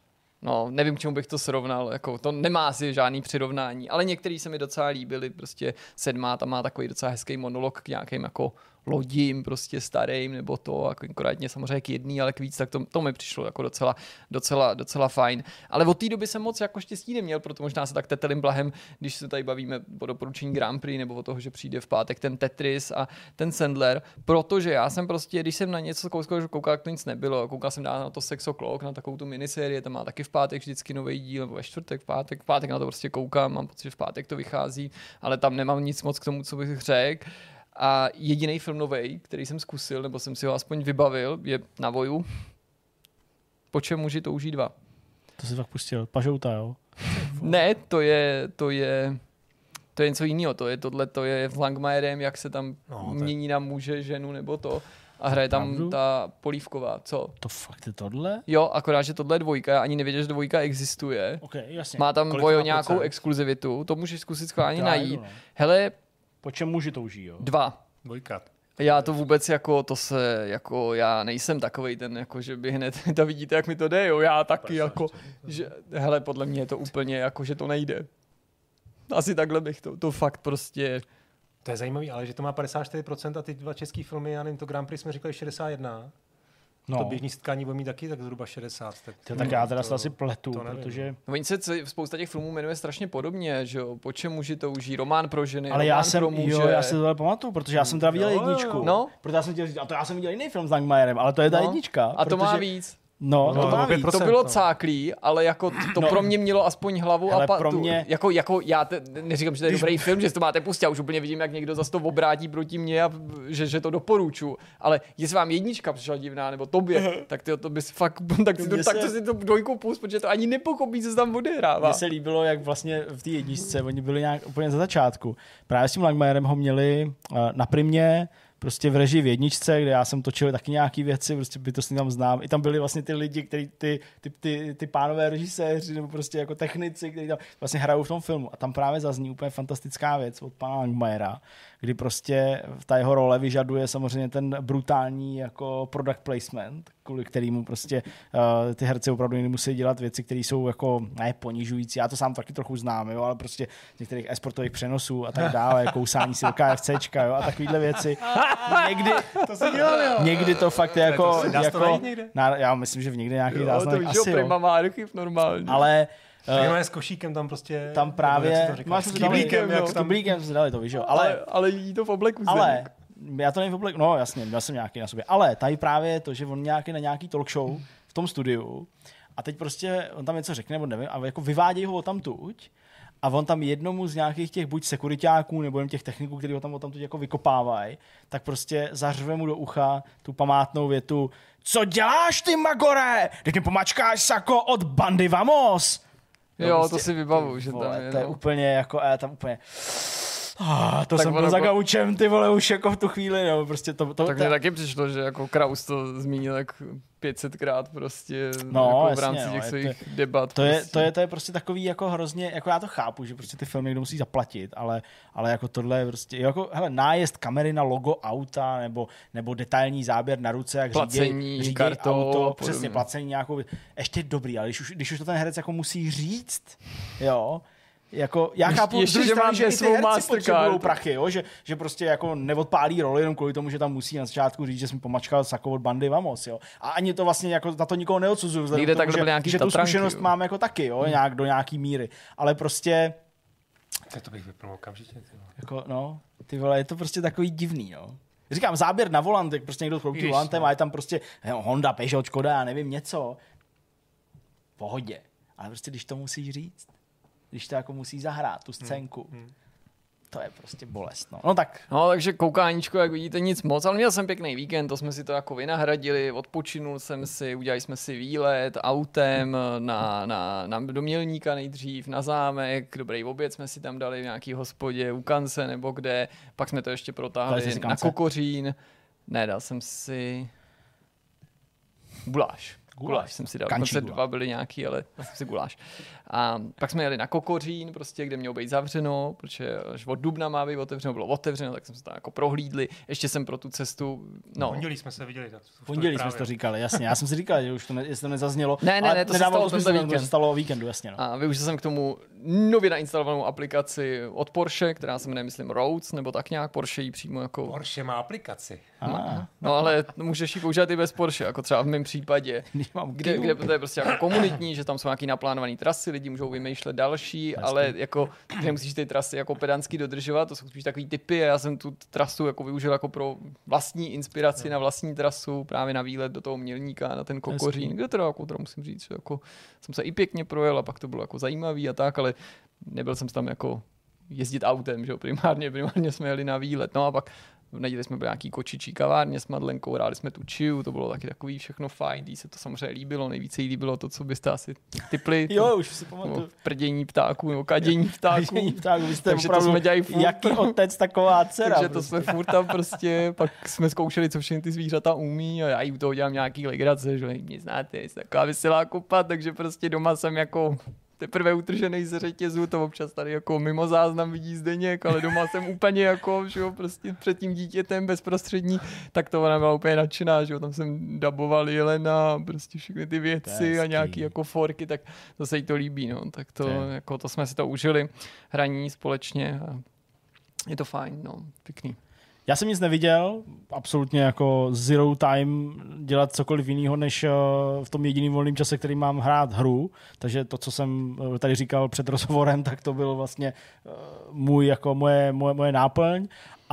no nevím, k čemu bych to srovnal, jako to nemá asi žádný přirovnání, ale některý se mi docela líbili, prostě Sedmá tam má takový docela hezký monolog k nějakým jako lodím prostě starým, nebo to, jako konkrétně samozřejmě k jedný, ale k víc, tak to, to mi přišlo jako docela, docela, docela fajn. Ale od té doby jsem moc jako štěstí neměl, proto možná se tak tetelím blahem, když se tady bavíme o doporučení Grand Prix, nebo o toho, že přijde v pátek ten Tetris a ten Sandler, protože já jsem prostě, když jsem na něco koukal, že koukal, to nic nebylo, koukal jsem dál na to Sex O'Clock, na takovou tu minisérii, tam má taky v pátek vždycky nový díl, nebo ve čtvrtek, v pátek, v pátek na to prostě koukám, mám pocit, že v pátek to vychází, ale tam nemám nic moc k tomu, co bych řekl. A jediný film novej, který jsem zkusil, nebo jsem si ho aspoň vybavil, je Na voju. Po čem muži touží dva. To si fakt pustil. Pažouta, jo? Ne, to je, to je, to je něco jiného. To je tohle, to je s Langmajerem, jak se tam no, mění na muže, ženu nebo to. A hraje tam pravdu? Ta Polívková. Co? To fakt je tohle? Jo, akorát, že tohle je dvojka. Já ani nevěděl, že dvojka existuje. Okay, jasně. Má tam Vojo nějakou procent? Exkluzivitu. To můžeš zkusit schválně najít. No. Hele. Po čem muži touží, jo? Dva. Dvojka. Já to vůbec jako, to se, jako, já nejsem takovej ten, jako, že by hned, to vidíte, jak mi to jde, jo, já taky, jako, že, hele, podle mě je to úplně, jako, že to nejde. Asi takhle bych to, to fakt prostě... To je zajímavý, ale že to má padesát čtyři procent a ty dva český filmy, já nevím, to Grand Prix jsme říkali šedesát jedna. No. To běžný setkání bude mít taky tak zhruba šedesát. Tak, to, tak já teda to, asi pletu, protože... No, oni se spousta těch filmů jmenuje strašně podobně, že jo, Po čem muži touží, Román pro ženy, ale Román já jsem, pro muže. Jo, já si tohle pamatuju, protože já jsem teda viděl jedničku. No. Protože já jsem chtěl říct, a to já jsem viděl jiný film s Langmajerem, ale to je ta no. jednička. A to protože... má víc. No, no, to, má víc. to bylo cáklý, ale jako to no. pro mě mělo aspoň hlavu hele, a patu. Pro mě... Jako, jako já te, neříkám, že to je dobrý film, že to máte pustit, já už úplně vidím, jak někdo zase to obrátí proti mně a že, že to doporučuji. Ale jestli vám jednička přišla divná, nebo tobě, tak ty to bys fakt, tak, si to, se... tak to si to dvojku pust, protože to ani nepochopí, co se tam odehrává. Mně se líbilo, jak vlastně v té jedničce, oni byli nějak úplně za začátku. Právě s tím Langmajerem ho měli uh, na primě, prostě v režii v jedničce, kde já jsem točil taky nějaký věci, prostě bytostně tam znám. I tam byli vlastně ty lidi, který, ty, ty, ty, ty pánové režiséři, nebo prostě jako technici, kteří tam vlastně hrajou v tom filmu. A tam právě zazní úplně fantastická věc od pana Langmajera, kdy prostě ta jeho role vyžaduje samozřejmě ten brutální jako product placement, kvůli kterému prostě uh, ty herci opravdu nemusí dělat věci, které jsou jako ne ponižující. Já to sám taky trochu znám, jo, ale prostě některých esportových přenosů a tak dále, kousání si do KFCčka, jo, a takovýhle věci. Někdy to se dělal, jo. Někdy to fakt je jako, to, jako na, já myslím, že v někde nějaký záznam asi, jo. Prima má archiv normálně. Ale Uh, s košíkem tam prostě... Tam právě... Máš s kyblíkem, jak s kyblíkem jsme dali to, víš jo. Ale, ale, ale jí to v obleku. Ale, já to nevím v obleku, no jasně, měl jsem nějaký na sobě. Ale tady právě je to, že on nějaký na nějaký talk show v tom studiu a teď prostě on tam něco řekne, nebo nevím, a jako vyvádějí ho odtamtuť a on tam jednomu z nějakých těch buď sekuritáků nebo jen těch techniků, kteří ho tam odtamtuť jako vykopávají, tak prostě zařve mu do ucha tu památnou větu: Co děláš ty, Magore? Teď mi pomačkáš sako od bandy Vamos. No, jo, prostě, to si vybavu, že vole, tam je. To je no. úplně jako, já tam úplně... Ah, to tak jsem byl za gaučem, ty vole, už jako v tu chvíli, no, prostě to... to tak mně taky přišlo, že jako Kraus to zmínil jak pět set krát prostě no, jako jasně, v rámci těch no, svých to, debat. To, prostě. je, to, je, to je prostě takový jako hrozně, jako já to chápu, že prostě ty filmy někdo musí zaplatit, ale, ale jako tohle je prostě, jako hele, nájezd kamery na logo auta, nebo, nebo detailní záběr na ruce, jak placení, řídí, řídí auto, přesně, placení nějakou, ještě dobrý, ale když už, když už to ten herec jako musí říct, jo, jako, já chápu, ještě, že strany, že i ty herci potřebují prachy, jo? Že, že prostě jako neodpálí roli jenom kvůli tomu, že tam musí na začátku říct, že jsem pomačkal sako od bandy Vamos, jo. A ani to vlastně jako na to nikoho neodsuzuju, vzhledem tomu, že, že tu zkušenost mám jako taky, jo, nějak do nějaký míry, ale prostě... To bych vypnul okamžitě. Jako, no, ty vole, je to prostě takový divný, no. Říkám, záběr na volant, jak prostě někdo chloupí volantem a je tam prostě jo, Honda, Peugeot, Škoda, já nevím, něco. V pohodě. Ale prostě když to musíš říct, když to jako musí zahrát, tu scénku, hmm. Hmm. to je prostě bolest. No. no tak. No takže koukáníčko, jak vidíte, nic moc, ale měl jsem pěkný víkend, to jsme si to jako vynahradili, odpočinul jsem si, udělali jsme si výlet autem na, na, na do Mělníka nejdřív, na zámek, dobrý oběd jsme si tam dali v nějaký hospodě u Kance nebo kde, pak jsme to ještě protáhli na Kokořín. Ne, dal jsem si guláš. Guláš jsem si dal, dokonce dva byly nějaký, ale jsem si guláš. A pak jsme jeli na Kokořín, prostě, kde mělo být zavřeno, protože až od dubna má být otevřeno, bylo otevřeno, tak jsme se tam jako prohlídli. Ještě jsem pro tu cestu, no. Pondělí jsme se viděli. Pondělí jsme to říkali, jasně. Já jsem si říkal, že už to, ne, jestli to nezaznělo. Ne, ne, ne, to se stalo to víkend. To se stalo o víkendu, jasně. No. A využil jsem k tomu nově nainstalovanou aplikaci od Porsche, která se jmenuje, myslím, Roads, nebo tak nějak. Porsche jí přímo jako... Porsche má aplikaci. Má. No ale můžeš ji používat i bez Porsche, jako třeba v mém případě. Kde, kde to je prostě jako komunitní, že tam jsou nějaký naplánované trasy, lidi můžou vymýšlet další, Jasný. ale jako nemusíš ty trasy jako pedantsky dodržovat, to jsou spíš takový typy a já jsem tu trasu jako využil jako pro vlastní inspiraci no. na vlastní trasu, právě na výlet do toho Mělníka, na ten Kokořín, Jasný. kde teda jako teda musím říct, že jako jsem se i pěkně projel a pak to bylo jako zajímavý a tak, ale nebyl jsem tam jako jezdit autem, že jo, primárně, primárně jsme jeli na výlet, no a pak v neděli jsme byli nějaký kočičí kavárně s Madlenkou, hráli jsme tu čiu, to bylo taky takový všechno fajn, jí se to samozřejmě líbilo, nejvíce jí líbilo to, co byste asi tipli. Jo, to, už si pamatuju. Prdění ptáků, nebo kadění ptáků. Kadění ptáků, vy jste takže to jsme dělali furt. Jaký otec, taková dcera. Takže prostě. to jsme furt tam prostě, pak jsme zkoušeli, co všechny ty zvířata umí a já jí u toho dělám nějaký legrace, že mě znáte, je taková veselá kupa, takže prostě doma jsem jako teprve utržený ze řetězu, to občas tady jako mimo záznam vidí Zdeněk, ale doma jsem úplně jako, že jo, prostě před tím dítětem bezprostřední, tak to ona byla úplně nadšená, že jo, tam jsem daboval Jelena, prostě všechny ty věci a nějaký jako forky, tak to se jí to líbí, no, tak to, jako to jsme si to užili, hraní společně a je to fajn, no, pěkný. Já jsem nic neviděl, absolutně jako zero time dělat cokoliv jiného, než v tom jediným volném čase, který mám hrát hru. Takže to, co jsem tady říkal před rozhovorem, tak to bylo vlastně můj, jako moje, moje, moje náplň.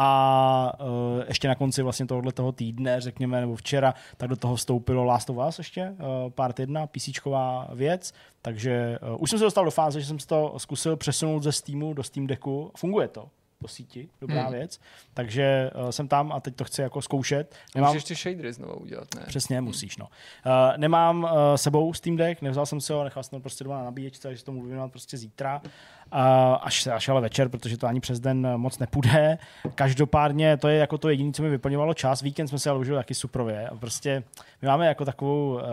A uh, ještě na konci vlastně tohoto týdne, řekněme, nebo včera, tak do toho vstoupilo Last of Us ještě, uh, part jedna, PCčková věc. Takže uh, už jsem se dostal do fáze, že jsem si to zkusil přesunout ze Steamu do Steam Decku. Funguje to. Po síti, dobrá hmm. věc. Takže uh, jsem tam a teď to chci jako zkoušet. Nemám... Můžeš ty shadery znovu udělat, ne? Přesně, musíš, no. Uh, nemám uh, sebou Steam Deck, nevzal jsem si ho, nechal jsem to prostě doma na nabíječce, takže to můžu věnovat prostě zítra. Uh, až, až ale večer, protože to ani přes den moc nepůjde. Každopádně to je jako to jediné, co mi vyplňovalo čas. Víkend jsme si ale užili taky suprově. A prostě my máme jako takovou, uh,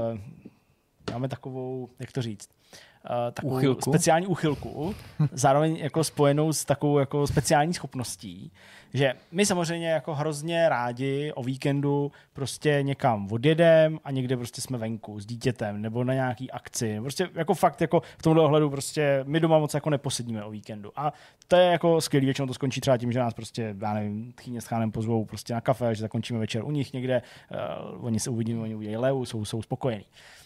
máme takovou, jak to říct, Uh, takovou úchylku. speciální úchylku, zároveň jako spojenou s takovou jako speciální schopností, že my samozřejmě jako hrozně rádi o víkendu prostě někam odjedem a někde prostě jsme venku s dítětem nebo na nějaký akci. Prostě jako fakt jako v tomhle ohledu prostě my doma moc jako neposedíme o víkendu. A to je jako skvělý, většinou to skončí třeba tím, že nás prostě, já nevím, Tchýně s Chánem pozvou prostě na kafe, že zakončíme večer u nich někde, uh, oni se uvidíme, oni udělají leu, jsou, jsou spokojení.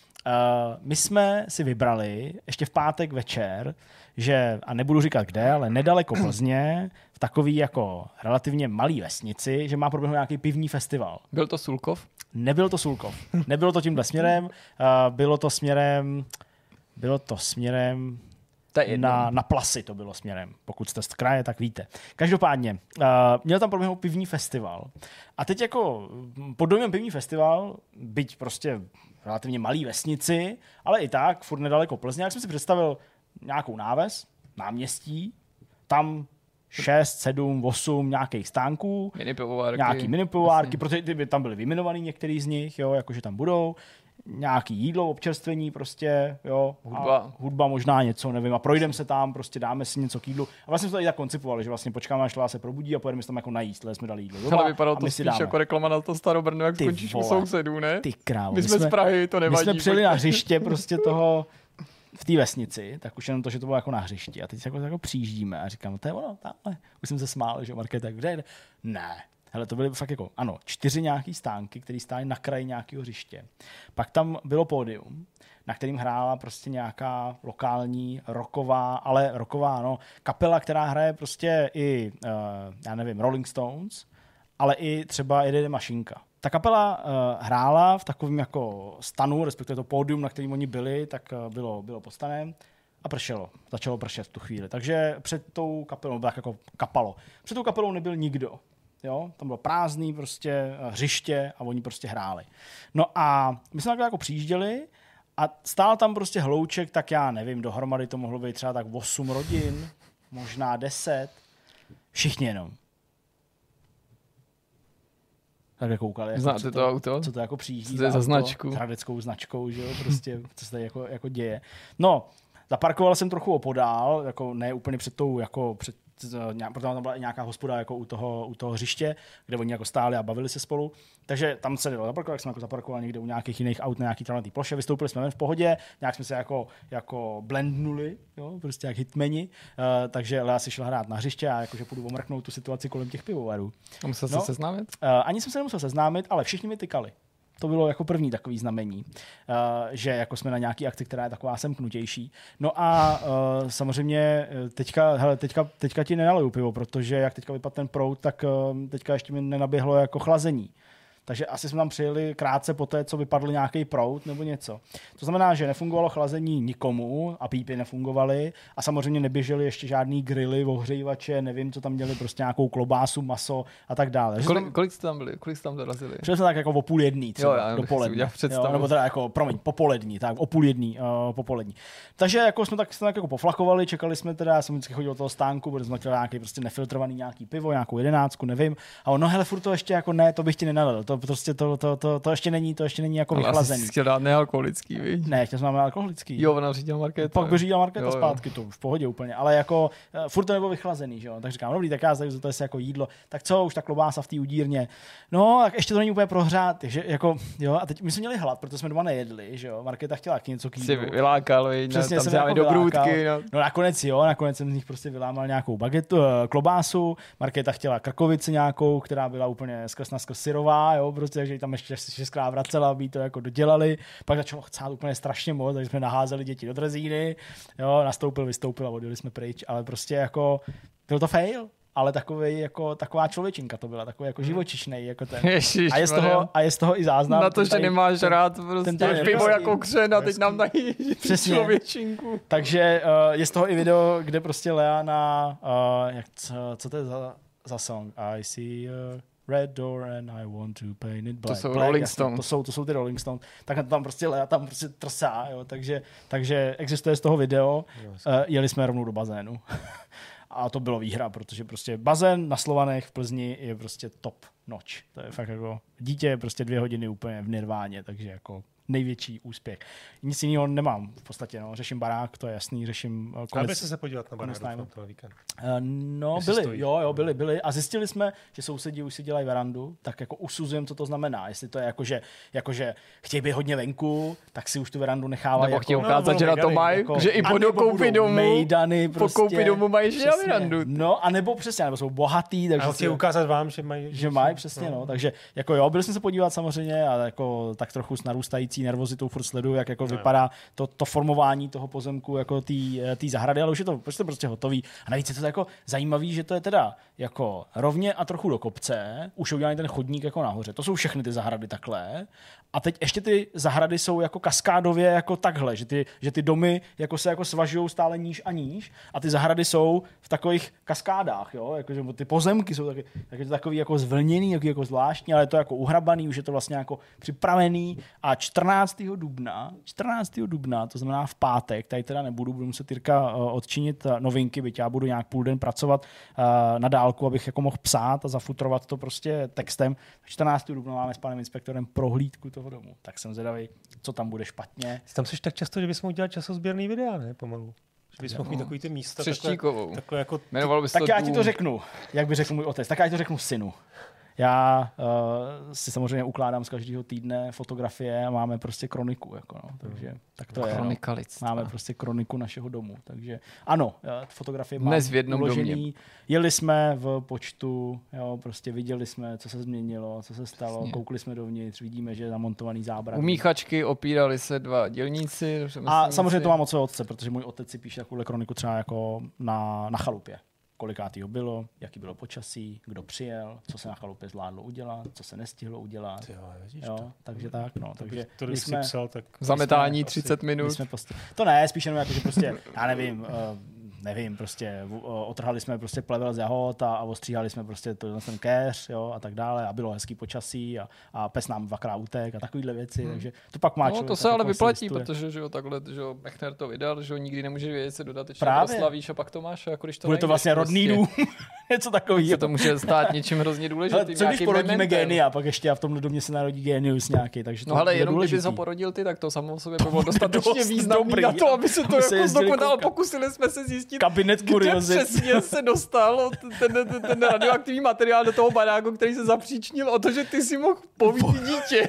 Uh, my jsme si vybrali ještě v pátek večer, že, a nebudu říkat kde, ale nedaleko Plzně, v takový jako relativně malý vesnici, že má proběhnout nějaký pivní festival. Byl to Sulkov? Nebyl to Sulkov. Nebylo to tímhle směrem, uh, bylo to směrem, bylo to směrem na, na Plasy to bylo směrem. Pokud jste z kraje, tak víte. Každopádně, uh, měl tam proběhnout pivní festival. A teď jako pod dojmem pivní festival, byť prostě relativně malý vesnici, ale i tak, furt nedaleko Plzně, jak jsem si představil nějakou náves, náměstí, tam šest, sedm, osm nějakých stánků, minipivovárky. nějaký minipivovárky, protože ty by tam byly vyjmenovaný některý z nich, jo, jakože tam budou, nějaký jídlo, občerstvení prostě, jo, hudba. A hudba možná něco, nevím, a projdeme se tam, prostě dáme si něco k jídlu. A vlastně jsme to i tak koncipovali, že vlastně počkáme, až Šla se probudí a pojedeme se tam jako najíst, jsme dali jídlo. Ale vypadalo to spíš jako reklama na to Starobrno, jak ty skončíš vole, u sousedů, ne? Ty krávo. My jsme z Prahy, to nevadí. My jsme přijeli na hřiště prostě toho v té vesnici, tak už jenom to, že to bylo jako na hřišti. A teď se jako, jako přijíždíme a říkám, to je ono, tamhle. Už jsem se smál, že Markéta, kde jde? Ne. Hele, to byly fakt jako, ano, čtyři nějaký stánky, které stály na kraji nějakého hřiště. Pak tam bylo pódium, na kterým hrála prostě nějaká lokální rocková, ale rocková, no, kapela, která hraje prostě i, uh, já nevím, Rolling Stones, ale i třeba jede mašinka. Ta kapela uh, hrála v takovém jako stanu, respektive to pódium, na kterém oni byli, tak uh, bylo, bylo pod stanem a pršelo. Začalo pršet v tu chvíli. Takže před tou kapelou, tak jako kapalo, před tou kapelou nebyl nikdo. Jo, tam bylo prázdný prostě hřiště a oni prostě hráli. No a my jsme takhle jako přijížděli a stál tam prostě hlouček, tak já nevím, dohromady to mohlo být třeba tak osm rodin, možná deset. Všichni jenom. Takhle koukali. Jako, znáte to, to auto? Co to jako přijíždí. Co to je za značku? S hradeckou značkou, že jo, prostě, co se tady jako, jako děje. No, zaparkoval jsem trochu opodál, jako ne úplně před tou, jako před protože tam byla nějaká hospoda jako u toho, u toho hřiště, kde oni jako stáli a bavili se spolu. Takže tam se dalo zaparkovat, jak jsem jako zaparkoval někde u nějakých jiných aut na nějaký travnatý ploše, vystoupili jsme ven v pohodě, nějak jsme se jako, jako blendnuli, jo, prostě jak hitmeni, uh, takže Lea si šla hrát na hřiště a jakože půjdu omrknout tu situaci kolem těch pivovarů. A musel no, se seznámit? Uh, ani jsem se nemusel seznámit, ale všichni mi tykali. To bylo jako první takový znamení, uh, že jako jsme na nějaký akci, která je taková semknutější. No a uh, samozřejmě teďka, hele, teďka, teďka ti nenaliju pivo, protože jak teďka vypadl ten proud, tak uh, teďka ještě mi nenaběhlo jako chlazení. Takže asi jsme tam přijeli krátce po té, co vypadl nějaký proud nebo něco. To znamená, že nefungovalo chlazení nikomu a pípy nefungovaly a samozřejmě neběžely ještě žádný grily, ohřívače, nevím, co tam měli, prostě nějakou klobásu, maso a tak dále. Kolik, tam, kolik jste tam byli? Kolik jste tam dorazili? Přijeli jsme tak jako o půl jedný třeba, jo, já dopoledne. Jo, nebo teda jako, promiň, popolední, tak o půl jedný, uh, popolední. Takže jako jsme tak, jsme tak jako poflakovali, čekali jsme teda, já jsem vždycky chodil do toho stánku, protože jsme chtěli nějaký prostě nefiltrovaný nějaký pivo, nějakou jedenáctku, nevím. A ono, hele, furt to ještě jako ne, to bych ti nenalil. To prostě to, to, to, to ještě není, to ještě není jako ale vychlazený. Ale chtěl dát nealkoholický, víš? Ne, chtěl jsem máme alkoholický. Jo, ona řídila Markéta. Pak by řídila Markéta jo, zpátky, to v pohodě úplně, ale jako uh, furt to nebylo vychlazený, že jo. Tak říkám, dobrý, tak já zde to je jako jídlo. Tak co, už ta klobása v té udírně. No, tak ještě to není úplně prohřát, takže jako jo, a teď my jsme měli hlad, protože jsme doma nejedli, že jo. Markéta chtěla něco k jídlu. Jsi vylákal, přesně, tam jsem jako do brůdky, no. No nakonec jo, nakonec jsem z nich prostě vylámal nějakou bagetu, klobásu, Markéta chtěla krkovici nějakou, která byla úplně skrz na skrz syrová, jo, prostě, takže tam ještě šestkrát vracela, aby to jako dodělali. Pak začalo chcát úplně strašně moc, takže jsme naházeli děti do drezíny, jo, nastoupil, vystoupil a odjeli jsme pryč, ale prostě jako byl to fail. Ale takový jako taková člověčinka to byla, takový jako živočišnej jako ten. Ježiš, a je z toho a je z toho i záznam. Na to, že tady, nemáš ten, rád prostě ten pivo jako křen a teď nám dají člověčinku. Takže uh, je z toho i video, kde prostě Lea na uh, jak, co, co to je za, za song? I see uh, red door and I want to paint it black. To jsou black, Rolling jasný, Stones. To jsou, to jsou ty Rolling Stones. Tak tam prostě Lea tam prostě trsá, jo, takže, takže existuje z toho video. Uh, jeli jsme rovnou do bazénu. A to bylo výhra, protože prostě bazén na Slovanech v Plzni je prostě top noč. To je fakt jako dítě je prostě dvě hodiny úplně v nirváně, takže jako největší úspěch. Nic jiného nemám v podstatě, no. Řeším barák, to je jasný, řeším konec. Aby se se podívat na barák toho víkendu. Uh, no, Jestli byli, stojí. jo, jo, byli, byli a zjistili jsme, že sousedi už si dělají verandu, tak jako usuzujeme, co to znamená. Jestli to je jako, že, jako, že chtějí být hodně venku, tak si už tu verandu nechávají. Nebo jako, chtějí ukázat, no, že na to mají, jako, že i po dokoupy domů, mejdany, prostě, po koupy domů mají ještě na verandu. No, a nebo přesně, nebo jsou bohatý. Takže a chtějí ukázat vám, že mají. Že mají, přesně, no. no. Takže jako jo, byli jsme se podívat samozřejmě a jako tak trochu s narůstající nervozitou furt sleduju, jak jako no. vypadá to, to formování toho pozemku jako té zahrady, ale už je to prostě, prostě hotový. A navíc je to jako zajímavý, že to je teda jako rovně a trochu do kopce, už je udělaný ten chodník jako nahoře. To jsou všechny ty zahrady takhle. A teď ještě ty zahrady jsou jako kaskádově jako takhle, že ty, že ty domy jako se jako svažují stále níž a níž a ty zahrady jsou v takových kaskádách, jo, jakože ty pozemky jsou taky, taky takový jako zvlněný, jako, jako zvláštní, ale je to jako uhrabaný, už je to vlastně jako připravený a čtrnáctého dubna, čtrnáctého dubna, to znamená v pátek, tady teda nebudu, budu muset Jirka uh, odčinit uh, novinky, byť já budu nějak půl den pracovat uh, na dálku, abych jako mohl psát a zafutrovat to prostě textem. čtrnáctého dubna máme s panem inspektorem prohlídku toho domu. Tak jsem zvědavý, co tam bude špatně. Tam jsi tak často, že bychom udělali časozběrný videa, ne? Pomalu. Že bychom mohli no. takový ty místa. Takhle, takhle jako... Jmenovalo bys tak to já dům. ti to řeknu, jak by řekl můj otec. Tak já ti to řeknu synu. Já uh, si samozřejmě ukládám z každého týdne fotografie a máme prostě kroniku. Jako no. Takže tak to je. No. Máme prostě kroniku našeho domu. Takže ano, fotografie mám dnes v jednom uložený. domě. Jeli jsme v počtu, jo, prostě viděli jsme, co se změnilo, co se stalo, Přesně. koukli jsme dovnitř, vidíme, že je namontovaný zábrak. U míchačky opírali se dva dělníci. A samozřejmě to mám od svého otce, protože můj otec si píše takovou kroniku třeba jako na, na chalupě. Kolikátýho bylo, jaký bylo počasí, kdo přijel, co se na chalupě zvládlo udělat, co se nestihlo udělat. Jo, jo, takže tak, no. Takže to, to jsme, psal, tak... Zametání třicet minut. Prostě, to ne, spíš jenom jako, že prostě, já nevím, uh, nevím, prostě uh, otrhali jsme prostě plevel z jahod a, a ostříhali jsme prostě to, ten kéř, jo, a tak dále a bylo hezký počasí a, a pes nám dvakrát utek a takovýhle věci, hmm. takže to pak má no, člověk. to se ale vyplatí, protože že jo, takhle, že jo, Mechner to vydal, že jo, nikdy nemůže vědět, se dodatečně proslavíš a pak to máš, jako když to bude to vlastně rodný dům, něco takového. To může stát něčím hrozně důležitým. Co když porodíme génia, pak ještě a v tomhle domě se narodí génius nějaký, takže to no ale jenom důležitý. kdybys ho porodil ty, tak to samo o sobě bylo dostatečně významný na to, aby se to jako zdokonalo. Pokusili jsme se zjistit, kabinet kde přesně se dostal ten, ten, ten radioaktivní materiál do toho baráku, který se zapříčnil o to, že ty si mohl povít dítě.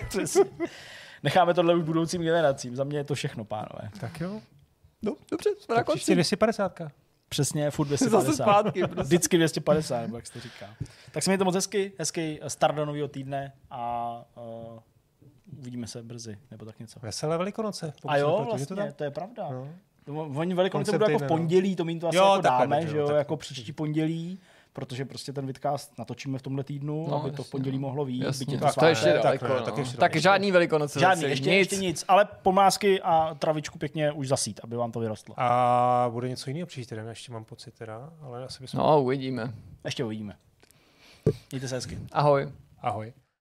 Necháme tohle už budoucím generacím. Za mě je to všechno, pánové. Tak jo. No, dobře, jsme na konci. dvě stě padesát. Přesně, furt dvě stě padesát. Zase zpátky. Prostě. Vždycky dvě stě padesát, nebo jak se to říká. Tak se mějte moc hezky, hezký start do nového týdne a uh, uvidíme se brzy, nebo tak něco. Veselé Velikonoce. A jo, vlastně, to, to je pravda. No. Oni Velikonoce budou jako v pondělí, to my to asi jo, jako dáme, že jo, jako příští pondělí. protože prostě ten vidcast natočíme v tomhle týdnu, no, aby to v pondělí mohlo vyjít. Jasně, byť je to, tak to ještě daleko. Tak, no. tak, ještě tak žádný velikonoce. Žádný, ještě nic. nic. ještě nic, ale pomázky a travičku pěkně už zasít, aby vám to vyrostlo. A bude něco jiného příští týden, ještě mám pocit teda, ale asi bychom... No, uvidíme. Ještě uvidíme. Mějte se hezky. Ahoj. Ahoj.